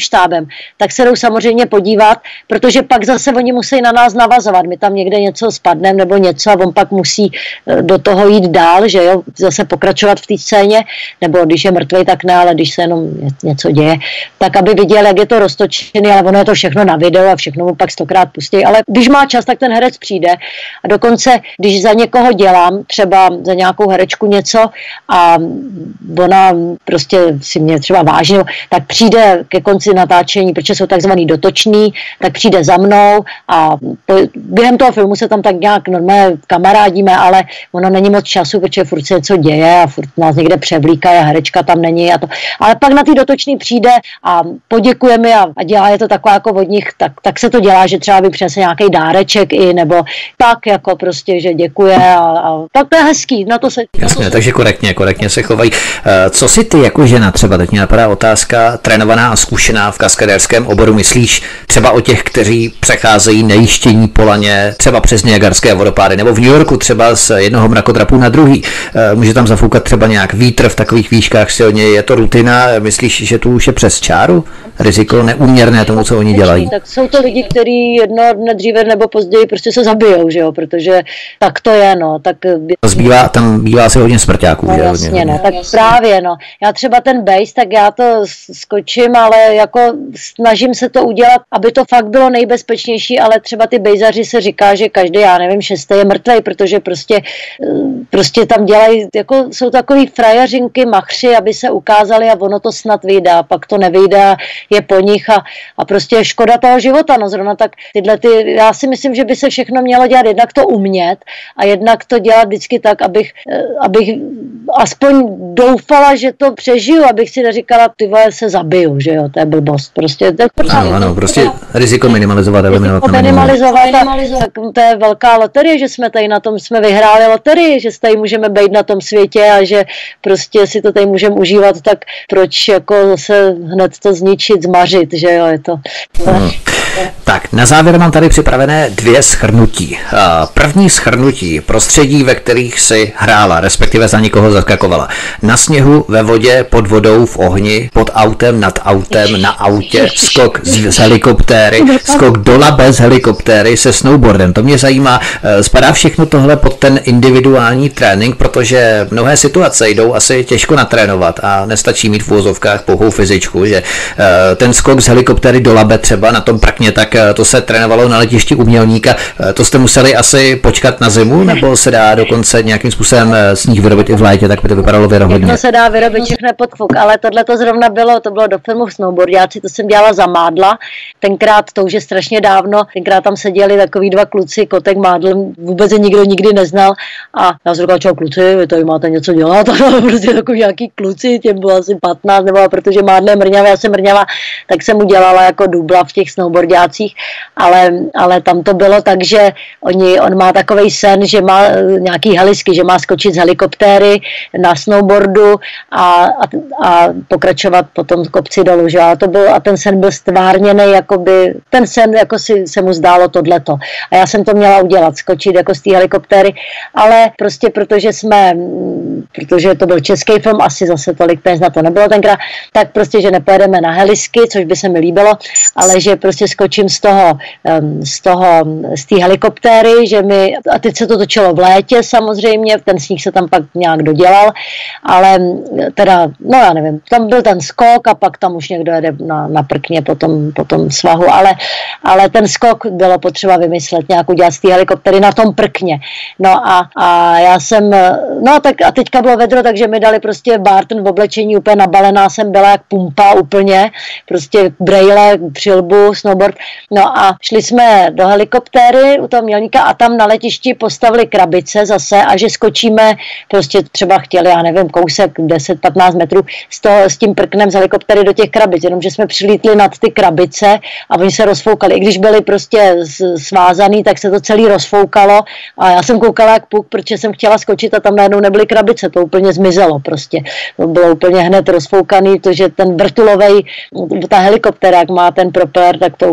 tak se jdou samozřejmě podívat, protože pak zase oni musí na nás navazovat. My tam někde něco spadneme nebo něco a on pak musí do toho jít dál, že jo, zase pokračovat v té scéně, nebo když je mrtvej, tak ne, ale když se jenom něco děje, tak aby viděl, jak je to roztočený, ale ono je to všechno na video a všechno mu pak stokrát pustí. Ale když má čas, tak ten herec přijde a dokonce, když za někoho dělám, třeba za nějakou herečku něco a ona prostě si mě třeba váží, tak přijde ke konci natáčení, protože jsou takzvaný dotoční, tak přijde za mnou a po, během toho filmu se tam tak nějak normálně kamarádíme, ale ono není moc času, protože furt se něco děje a furt nás někde převlíká a herečka tam není a to. Ale pak na ty dotoční přijde a poděkuje mi a, a dělá, je to taková jako od nich, tak, tak se to dělá, že třeba by přinese nějaký dáreček i, nebo tak jako prostě, že děkuje a, a tak to je hezký, na to se... Jasně, to se... takže korektně, korektně se chovají. Co si ty jako žena, třeba teď mě napadá otázka, trénovaná a zkušená v kaskadérském oboru, myslíš třeba o těch, kteří přecházejí nejištění po laně, třeba přes Niagarské vodopády, nebo v New Yorku třeba z jednoho mrakodrapu na druhý. Může tam zafoukat třeba nějak vítr v takových výškách silně, je to rutina, myslíš, že tu už je přes čáru? Riziko neúměrné tomu, co oni dělají. Tak jsou to lidi, kteří jedno dne dříve nebo později prostě se zabijou, že jo, protože tak to je, no. Tak... Zbývá, tam bývá asi hodně smrťáků, no, že? Jasně, hodně, no, hodně. tak jasně. Právě, no. Já třeba ten bass, tak já to skočím, ale jako snažím se to udělat, aby to fakt bylo nejbezpečnější, ale třeba ty bejzaři se říká, že každý, já nevím, šestý je mrtvej, protože prostě, prostě tam dělají, jako jsou takový frajařinky, machři, aby se ukázali a ono to snad vyjde, a pak to nevyjde, je po nich a, a prostě je škoda toho života, no zrovna tak tyhle ty, já si myslím, že by se všechno mělo dělat, jednak to umět a jednak to dělat vždycky tak, abych, abych aspoň doufala, že to přežiju, abych si neříkala, ty vole, se zabiju, že jo, to je blbost, prostě. To je prostě ano, ano, prostě riziko minimalizovat, eliminovat. Riziko minimalizovat, minimalizovat. Tak to je velká loterie, že jsme tady na tom, jsme vyhráli loterii, že tady můžeme být na tom světě a že prostě si to tady můžeme užívat, tak proč jako zase hned to zničit, zmařit, že jo, je to... Hmm. Tak, na závěr mám tady připravené dvě shrnutí. První shrnutí, prostředí, ve kterých si hrála, respektive za nikoho zaskakovala. Na sněhu, ve vodě, pod vodou, v ohni, pod autem, nad autem, na autě, skok z, z helikoptéry, skok do labe z helikoptéry se snowboardem. To mě zajímá, spadá všechno tohle pod ten individuální trénink, protože mnohé situace jdou asi těžko natrénovat a nestačí mít v uvozovkách pouhou fyzičku, že ten skok z helikoptéry do labe třeba na tom prakně, tak to se trénovalo na letišti umělníka. To jste museli asi počkat na zimu, nebo se dá dokonce nějakým způsobem sníh vyrobit i v létě, tak by to vypadalo věrohodně? To se dá vyrobit všechno pod fuk, ale tohle to zrovna bylo, to bylo do filmu Snowboardiáci, to jsem dělala za Mádla, tenkrát, to už je strašně dávno, tenkrát tam seděli takový dva kluci, Kotek, Mádl, vůbec je nikdo nikdy neznal a já jsem říkala, čau kluci, vy tady máte něco dělat, a prostě takový nějaký kluci, těm bylo asi patnáct, nebo protože Mádl je mrňavý, já jsem mrňavá, tak jsem udělala jako dubla v těch snowboardiácích, ale, ale tam to bylo tak, že oni, on má takovej sen, že má nějaký helisky, že má skočit z helikoptéry na snowboardu a, a, a pokračovat potom z kopci dolů, že? A, to byl, a ten sen byl stvárněný, jakoby, ten sen jako si se mu zdálo tohleto. A já jsem to měla udělat, skočit jako z té helikoptéry, ale prostě protože jsme, protože to byl český film, asi zase tolik peněz na to nebylo tenkrát, tak prostě, že nepojedeme na helisky, což by se mi líbilo, ale že prostě skočím z toho, z toho, z té helikoptéry, že mi, a teď se to točilo v létě samozřejmě, ten sníh se tam pak nějak dodělal, ale teda, no já nevím, tam byl ten skok a pak tam už někdo jede na, na prkně po tom, po tom svahu, ale, ale ten skok bylo potřeba vymyslet, nějak udělat z té helikoptéry na tom prkně. No a, a já jsem, no tak a teďka bylo vedro, takže mi dali prostě Barton v oblečení, úplně nabalená jsem byla jak pumpa úplně, prostě brejle, přilbu, snowboard. No a šli jsme do helikoptéry u toho mělníka a tam na letišti postavili krabice zase a že skočíme, prostě třeba chtěli, já nevím, kousek deset patnáct metrů z toho, s tím prknem z helikoptéry do těch krabic, jenomže jsme přilítli nad ty krabice a oni se rozfoukali. I když byli prostě svázaný, tak se to celý rozfoukalo a já jsem koukala jak puk, protože jsem chtěla skočit a tam najednou nebyly krabice, to úplně zmizelo prostě. To bylo úplně hned rozfoukaný, protože ten vrtulovej, ta helikoptéra, jak má ten propeller, tak to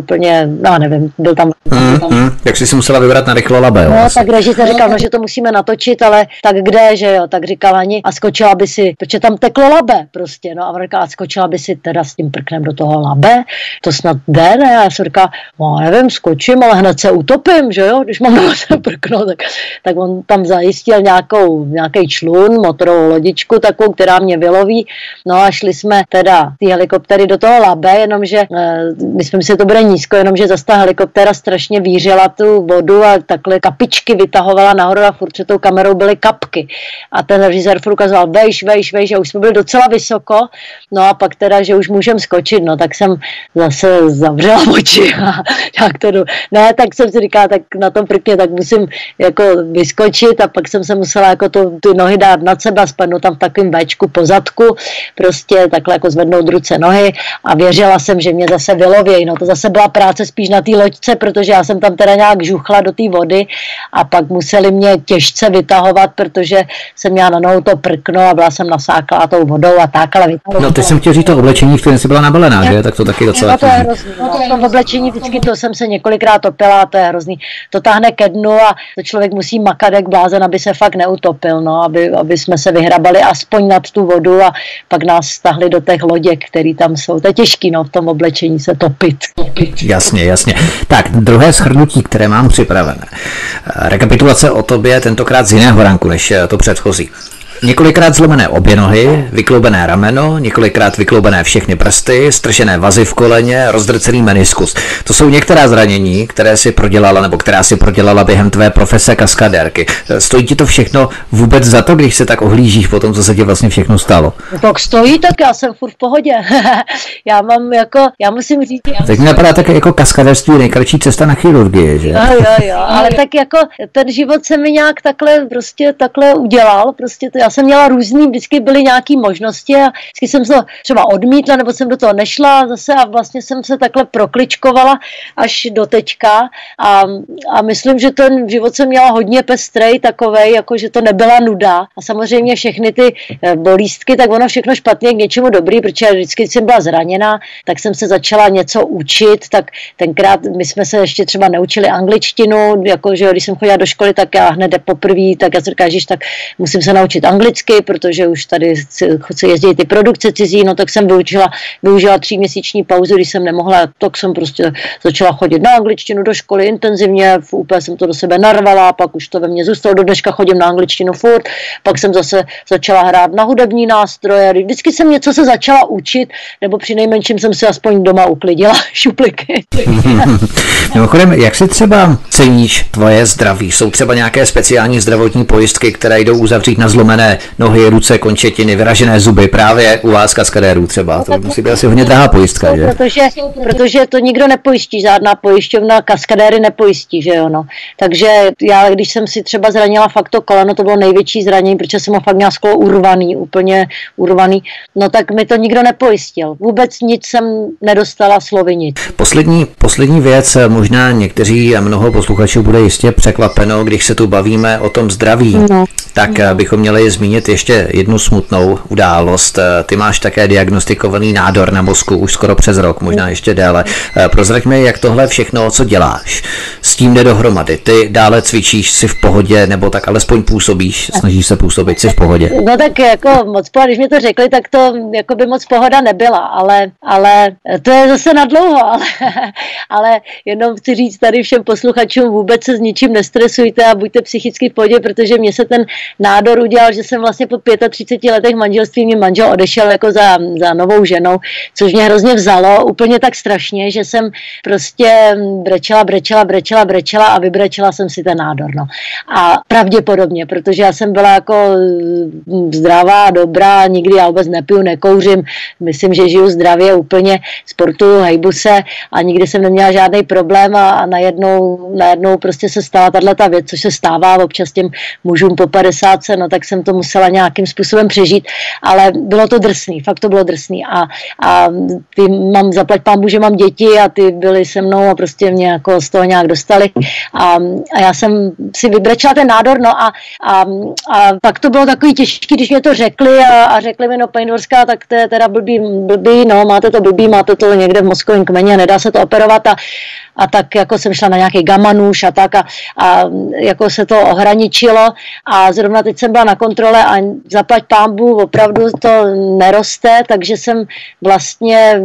úplně, no nevím, byl tam. Hmm, tam. Hmm, jak jsi si musela vybrat na rychlo labe. No, tak režisér říkal, no, že to musíme natočit, ale tak kde, že jo, tak říkal ani a skočila by si, protože tam teklo labe prostě, no a říkal, a skočila by si teda s tím prknem do toho labe, to snad jde, ne? A já jsem říkal, no nevím, skočím, ale hned se utopím, že jo, když mám se prkno, tak, tak on tam zajistil nějakou, nějaký člun, motorovou lodičku takovou, která mě vyloví, no a šli jsme teda ty helikoptery do toho labe, jenomže e, my jsme mysleli, že to bude nízko, jenomže zase ta helikoptéra strašně vířila tu vodu a takhle kapičky vytahovala nahoru a furt před tou kamerou byly kapky. A ten režisér furt ukazoval vejš, vejš, vejš a už jsme byli docela vysoko, no a pak teda, že už můžem skočit, no tak jsem zase zavřela oči a jak to jdu. Ne, tak jsem si říkala, tak na tom prkně, tak musím jako vyskočit a pak jsem se musela jako to, ty nohy dát nad sebe a spadnout tam v takovém véčku po zadku, prostě takhle jako zvednout ruce nohy a věřila jsem, že mě zase vylovějí. No to zase byla práce spíš na té loďce, protože já jsem tam teda nějak žuchla do té vody a pak museli mě těžce vytahovat, protože jsem měla na nohu to prkno a byla jsem nasáklá tou vodou a tak, ale vytahovala. No ty jsem chtěl říct to oblečení, v kterém jsi byla nabalená, že? Tak to taky docela. No to je hrozný. No, v tom oblečení vždycky to jsem se několikrát topila a to je hrozný. To táhne ke dnu a to člověk musí makat jak blázen, aby se fakt neutopil, no, aby, aby jsme se vyhrabali aspoň nad tu vodu a pak nás stahli do těch loděk, který tam jsou. To je těžký, no, v tom oblečení se topit. topit. Jasně, jasně. Tak, druhé shrnutí, které mám připravené. Rekapitulace o tobě tentokrát z jiného ranku, než to předchozí. Několikrát zlomené obě nohy, vykloubené rameno, několikrát vykloubené všechny prsty, stržené vazy v koleně, rozdrcený meniskus. To jsou některá zranění, které si prodělala nebo která si prodělala během tvé profese kaskadérky. Stojí ti to všechno vůbec za to, když se tak ohlížíš po tom, co se ti vlastně všechno stalo? Tak stojí, tak já jsem furt v pohodě. já mám jako, já musím říct... Já tak mi napadá tak jako kaskadérství nejkratší cesta na chirurgii, že? Jo, jo, jo, ale tak jako ten život se mi nějak takhle prostě takhle udělal, prostě to, já jsem měla různý, vždycky byly nějaké možnosti a vždycky jsem to třeba odmítla, nebo jsem do toho nešla zase a vlastně jsem se takhle prokličkovala až do teďka a, a myslím, že ten život jsem měla hodně pestrej takovej, jako že to nebyla nuda a samozřejmě všechny ty bolístky, tak ono všechno špatně k něčemu dobrý, protože vždycky jsem byla zraněná, tak jsem se začala něco učit, tak tenkrát my jsme se ještě třeba neučili angličtinu, jako že když jsem chodila do školy, tak já hned poprvé, tak já si říkám, tak musím se naučit angličtinu, protože už tady chci jezdit ty produkce cizí, no tak jsem vyučila, využila tříměsíční pauzu, když jsem nemohla, tak jsem prostě začala chodit na angličtinu do školy intenzivně, úplně jsem to do sebe narvala, pak už to ve mně zůstalo, do dneška chodím na angličtinu furt, pak jsem zase začala hrát na hudební nástroje, vždycky jsem něco se začala učit, nebo přinejmenším jsem si aspoň doma uklidila šupliky. Mimochodem, jak si třeba ceníš tvoje zdraví? Jsou třeba nějaké speciální zdravotní pojistky, které jdou uzavřít na zlomené nohy, ruce, končetiny, vyražené zuby, právě u vás kaskadérů třeba. To musí být asi hodně drahá pojistka, že? Protože, protože to nikdo nepojistí, žádná pojišťovna kaskadéry nepojistí, že jo, no. Takže já, když jsem si třeba zranila fakt to koleno, to bylo největší zranění, protože jsem ho fakt měla skoro urvaný, úplně urvaný, no tak mi to nikdo nepojistil. Vůbec nic jsem nedostala, slovy nic. Poslední, poslední věc, možná někteří a mnoho posluchačů bude jistě překvapeno, když se tu bavíme o tom zdraví, no. tak no. bychom měli zmínit ještě jednu smutnou událost. Ty máš také diagnostikovaný nádor na mozku už skoro přes rok, možná ještě déle. Prozrať mi, jak tohle všechno, co děláš, s tím jde dohromady. Ty dále cvičíš, si v pohodě, nebo tak alespoň působíš, snažíš se působit, si v pohodě. No tak jako moc pohoda, když mi to řekli, tak to jako by moc pohoda nebyla, ale, ale to je zase nadlouho, ale, ale jenom chci říct tady všem posluchačům, vůbec se s ničím nestresujte a buďte psychicky v pohodě, protože mě se ten nádor udělal, že jsem vlastně po třiceti pěti letech manželství mě manžel odešel jako za, za novou ženou, což mě hrozně vzalo, úplně tak strašně, že jsem prostě brečela, brečela, brečela, brečela a vybrečela jsem si ten nádor, no. A pravděpodobně, protože já jsem byla jako zdravá, dobrá, nikdy já vůbec nepiju, nekouřím, myslím, že žiju zdravě, úplně sportuju, hejbu se a nikdy jsem neměla žádný problém a, a najednou, najednou prostě se stala tato věc, což se stává občas těm mužům po padesátce, no tak jsem to to musela nějakým způsobem přežít, ale bylo to drsný, fakt to bylo drsný a, a ty mám, zaplať pánbůh, že mám děti a ty byly se mnou a prostě mě jako z toho nějak dostali a, a já jsem si vybrečela ten nádor, no a, a, a tak to bylo takový těžký, když mě to řekli a, a řekli mi, no paní Dvorská, tak to je teda blbý, blbý, no máte to blbý, máte to někde v mozkovém kmeni a nedá se to operovat a a tak jako jsem šla na nějaký gamanůž a tak a, a jako se to ohraničilo a zrovna teď jsem byla na kontrole a zaplať pánbůh, opravdu to neroste, takže jsem vlastně,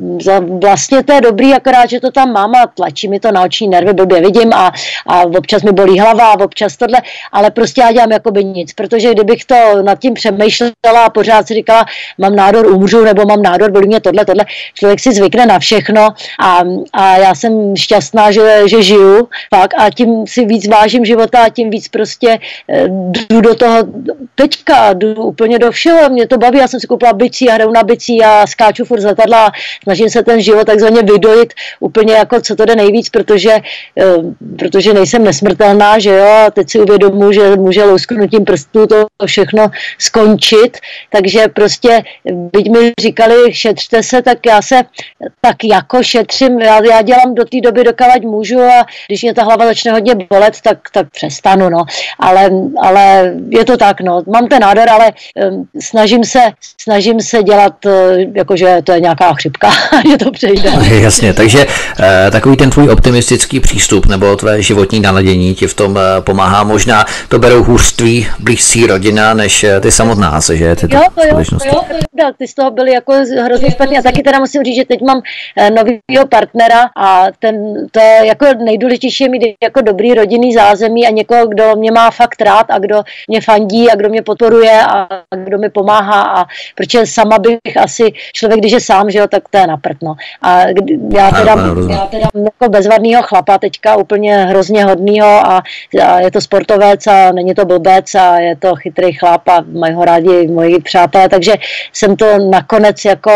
vlastně to je dobrý, akorát, že to tam mám a tlačí mi to na oční nervy, blbě vidím a, a občas mi bolí hlava a občas tohle, ale prostě já dělám jakoby nic, protože kdybych to nad tím přemýšlela a pořád si říkala, mám nádor, umřu, nebo mám nádor, bolí mě tohle, tohle, člověk si zvykne na všechno a, a já jsem šťastná, že, že žiju fakt a tím si víc vážím života a tím víc prostě jdu do toho teďka, jdu úplně do všeho, mě to baví, já jsem si koupila bicí a hraju na bicí a skáču furt z letadla a snažím se ten život takzvaně vydojit úplně jako co to jde nejvíc, protože, protože nejsem nesmrtelná, že jo, a teď si uvědomuji, že může lousknutím prstů to všechno skončit, takže prostě byť mi říkali šetřte se, tak já se tak jako šetřím, já, já dělám do té doby, dokávat můžu a když mě ta hlava začne hodně bolet, tak, tak přestanu, no. Ale, ale je to tak, no. Mám ten nádor, ale um, snažím se, snažím se dělat, uh, jakože to je nějaká chřipka, že to přejde. Jasně, takže uh, takový ten tvůj optimistický přístup nebo tvé životní naladění ti v tom uh, pomáhá. Možná to berou hůř tvý blízcí rodina, než uh, ty samotná se, že? Ty jo, to jo, to jo, to ty z toho byly jako hrozně špatný a taky teda musím říct, že teď mám uh, novýho partnera a ten to je jako nejdůležitější je mít jako dobrý rodinný zázemí a někoho, kdo mě má fakt rád a kdo mě fandí a kdo mě podporuje a kdo mi pomáhá a protože sama bych asi, člověk, když je sám, že jo, tak to je na prd, no. A já teda, já teda jako bezvadnýho chlapa teďka úplně hrozně hodnýho a, a je to sportovec a není to blbec a je to chytrý chlap a mají ho rádi moji přátelé, takže jsem to nakonec jako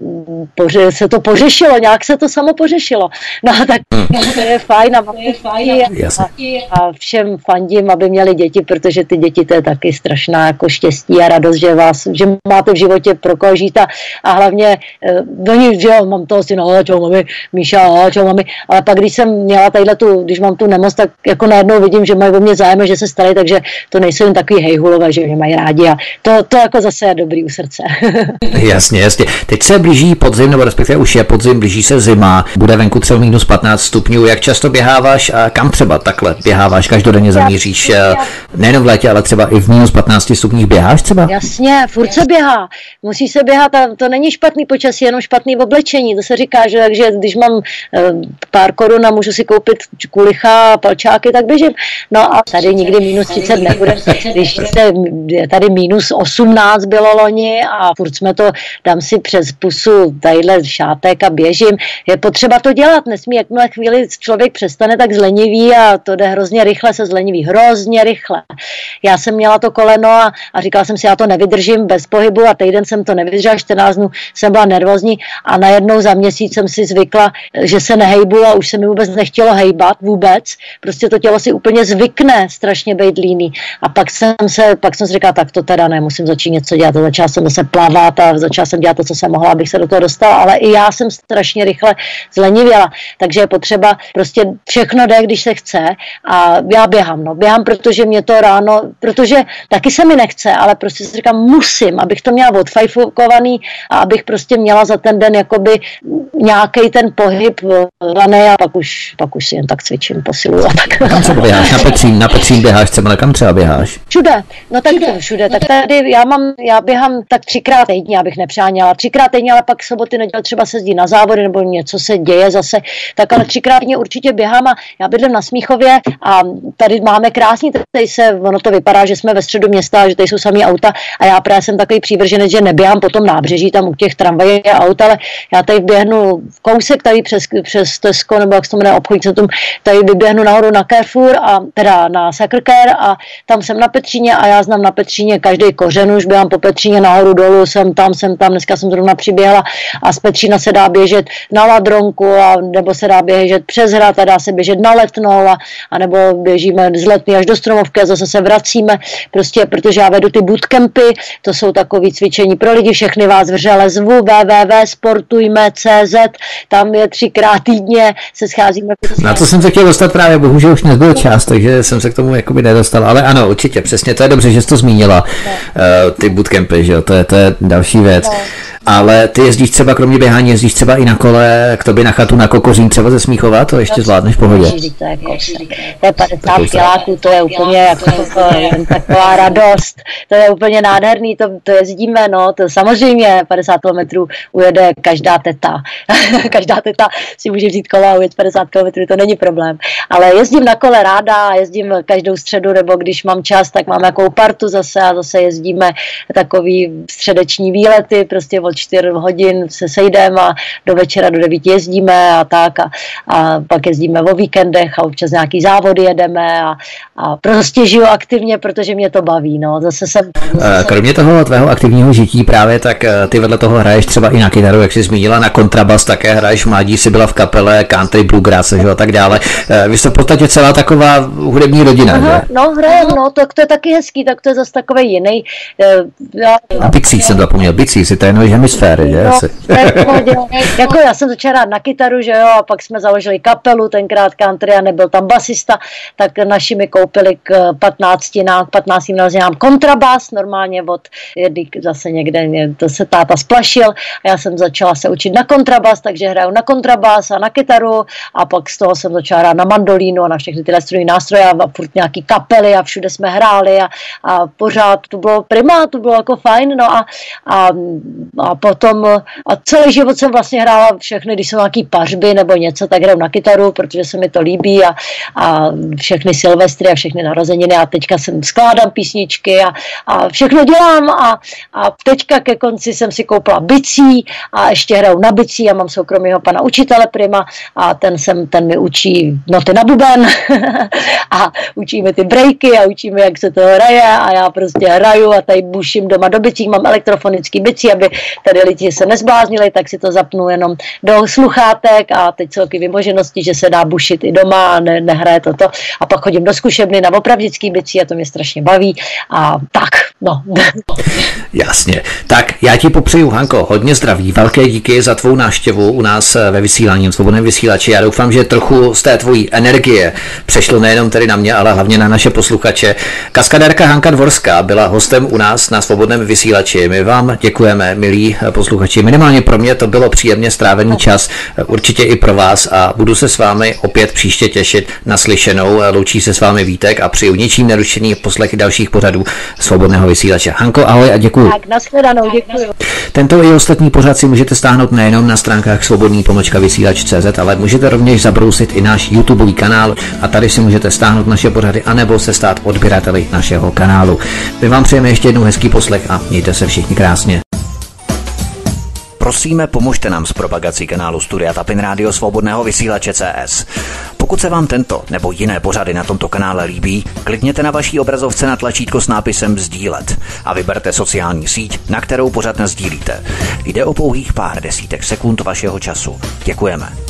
poře, se to pořešilo, nějak se to samo pořešilo. No tak hmm. to je fajn a, to je fajn a, a všem fandím, aby měli děti, protože ty děti to je taky strašná jako štěstí a radost, že vás, že máte v životě pro koho žít a, a hlavně do ní, že jo, mám toho syna, čau mami, Míša, čau mami, ale pak když jsem měla tadyhle tu, když mám tu nemoc, tak jako najednou vidím, že mají o mě zájem, že se starají, takže to nejsou jen takový hejhulové, že mě mají rádi a to, to jako zase je dobrý u srdce. Jasně, jasně. Teď se blíží podzim, nebo respektive už je podzim, blíží se zima, bude venku třeba minus patnáct stupňů. Jak často běháváš a kam třeba takhle běháváš, každodenně zamíříš? Nejenom v létě, ale třeba i v minus patnácti stupních běháš třeba? Jasně, furt se běhá. Musí se běhat a to není špatný počasí, jenom špatný oblečení. To se říká, že takže když mám pár korun a můžu si koupit kulicha a palčáky, tak běžím. No a tady nikdy minus třicet nebude. Když je tady minus osmnáct bylo loni a furt jsme to, dám si přes pusu tadyhle šátek a běžím. Je potřeba to dělat, nesmí, jakmile chvíli člověk přestane, tak zleniví a to jde hrozně rychle, se zleniví, hrozně rychle. Já jsem měla to koleno a, a říkala jsem si, já to nevydržím bez pohybu a týden jsem to nevydržela, čtrnáct dnů jsem byla nervózní a najednou za měsíc jsem si zvykla, že se nehejbu a už se mi vůbec nechtělo hejbat vůbec, prostě to tělo si úplně zvykne strašně být líný a pak jsem se, pak jsem si říkala, tak to teda ne, musím začít něco dělat a začala jsem zase plavat a začala jsem dělat to, co jsem mohla, abych se do toho dostala, ale i já jsem strašně rychle zlenivěla, takže je potřeba prostě všechno jde, když se chce a já běhám, no, běhám, protože mě to ráno, protože taky se mi nechce, ale prostě si říkám, musím, abych to měla odfajfukovaný a abych prostě měla za ten den jakoby nějaký ten pohyb laný a pak už, pak už si jen tak cvičím, posiluju a tak. Kam třeba běháš? Na Petřín, na Petřín běháš třeba, kam třeba běháš? Všude, no tak všude, všude. tak tady já mám, já běhám tak třikrát týdně, abych nepřáněla, třikrát týdně, ale pak soboty, neděle třeba se jezdí na závody nebo něco se děje zase, tak ale třikrát týdně určitě běhám a já bydlím na Smíchově a tady máme krásný, tady se, ono to vypadá, že jsme ve středu města, že tady jsou samý auta a já právě jsem takový přívrženec, že neběhám po tom nábřeží, tam u těch tramvají a aut, ale já tady běhnu kousek tady přes, přes Tesco, nebo jak se to jmenuje obchodní centrum, tady vyběhnu nahoru na Carrefour a teda na Sacré Cœur a tam jsem na Petříně a já znám na Petříně každý kořen, už běhám po Petříně nahoru dolů, jsem tam, jsem tam, dneska jsem zrovna přiběhla a z Petřína se dá běžet na Ladronku a nebo se dá běžet přes hrad a dá se běžet na Letnou a, a nebo běžíme z Letný až do Stromovky a zase se vracíme, prostě protože já vedu ty bootcampy, to jsou takové cvičení pro lidi, všechny vás vřele zvu, w w w tečka sportujme tečka c z, tam je třikrát týdně, se scházíme. Na to jsem se chtěl dostat právě, bohužel už nebyl čas, takže jsem se k tomu jakoby nedostal, ale ano, určitě, přesně, to je dobře, že jsi to zmínila, no. uh, ty bootcampy, že jo, to je, to je další věc. No. Ale ty jezdíš třeba, kromě běhání, jezdíš třeba i na kole k tobě na chatu na Kokořín, třeba ze Smíchova, to ještě zvládneš v pohodě. To je, to je padesát kiláků, to je úplně jako to, jen taková radost, to je úplně nádherný, to, to jezdíme, no, to samozřejmě padesát kilometrů ujede každá teta, každá teta si může vzít kolo a ujet padesát kilometrů, to není problém, ale jezdím na kole ráda, jezdím každou středu, nebo když mám čas, tak mám jakou partu zase a zase jezdíme takový středeční výlety, prostě od čtyři hodin se sejdeme a do večera do devíti jezdíme a tak a, a pak jezdíme o víkendech a občas nějaký závody jedeme a, a prostě žiju aktivně, protože mě to baví, no, zase jsem... Zase Kromě toho tvého aktivního žití právě, tak ty vedle toho hraješ třeba i na kytaru, jak jsi zmínila, na kontrabas také hraješ, mládí si byla v kapele country, bluegrass a tak dále. Vy jste v podstatě celá taková hudební rodina, Aha, že? No, hrajem, no, to, to je taky hezký, tak to je zase takový jiný. Já... A bicích jsem zapomněl, bicích, si to je nož hemisféry, že? No, jako já jsem začala hrát na kytaru, že jo, a pak jsme založili kapelu, tenkrát country a nebyl tam basista, tak naši mi koupili k patnáctinám, k patnáctým narozeninám kontrabas, normálně od jedný zase někde, to se táta splašil a já jsem začala se učit na kontrabas, takže hraju na kontrabas a na kytaru a pak z toho jsem začala hrát na mandolínu a na všechny tyhle strojní nástroje a furt nějaký kapely a všude jsme hráli a, a pořád to bylo prima, to bylo jako fajn, no a, a, a potom a celý život jsem vlastně hrála všechny, když jsou nějaký pařby nebo něco, tak hraju na kytaru, protože se mi to líbí a, a všechny silvestry a všechny narozeniny a teďka jsem skládám písničky a, a všechno dělám a, a teďka ke konci jsem si koupila bicí a ještě hraju na bicí a mám soukromého pana učitele prima a ten, jsem, ten mi učí noty na buben a učí mi ty breaky a učí mi, jak se to hraje a já prostě hraju a tady buším doma do bicí, mám elektrofonický bicí, aby tady lidi se nezbláznili, tak si to zapnu jenom do sluchátek a teď jsou taky vymoženosti, že se dá bušit i doma a ne, nehraje toto a pak chodím do zkušebny na opravdický bicí a to mě strašně baví a tak, no. Jasně. Tak já ti popřeju, Hanko, hodně zdraví, velké díky za tvou návštěvu u nás ve vysílání, v Svobodném vysílači. Já doufám, že trochu z té tvojí energie přešlo nejenom tedy na mě, ale hlavně na naše posluchače. Kaskadérka Hanka Dvorská byla hostem u nás na Svobodném vysílači. My vám děkujeme, milí posluchači. Minimálně pro mě to bylo příjemně strávený čas, určitě i pro vás a budu se s vámi opět příště těšit na slyšenou. Loučí se s vámi Vítek a přeju ničím nerušený poslech dalších pořadů Svobodného vysílače. Hanko, ahoj a děkuju. Tak, nashledanou, děkuju. Tento i ostatní pořad si můžete stáhnout nejenom na stránkách svobodný pomlčka vysílač tečka cé zet, ale můžete rovněž zabrousit i náš YouTubeový kanál a tady si můžete stáhnout naše pořady anebo se stát odběrateli našeho kanálu. My vám přejeme ještě jednou hezký poslech a mějte se všichni krásně. Prosíme, pomožte nám s propagací kanálu Studia Tapin Rádio Svobodného vysílače C S. Pokud se vám tento nebo jiné pořady na tomto kanále líbí, klikněte na vaší obrazovce na tlačítko s nápisem sdílet a vyberte sociální síť, na kterou pořad nasdílíte. Jde o pouhých pár desítek sekund vašeho času. Děkujeme.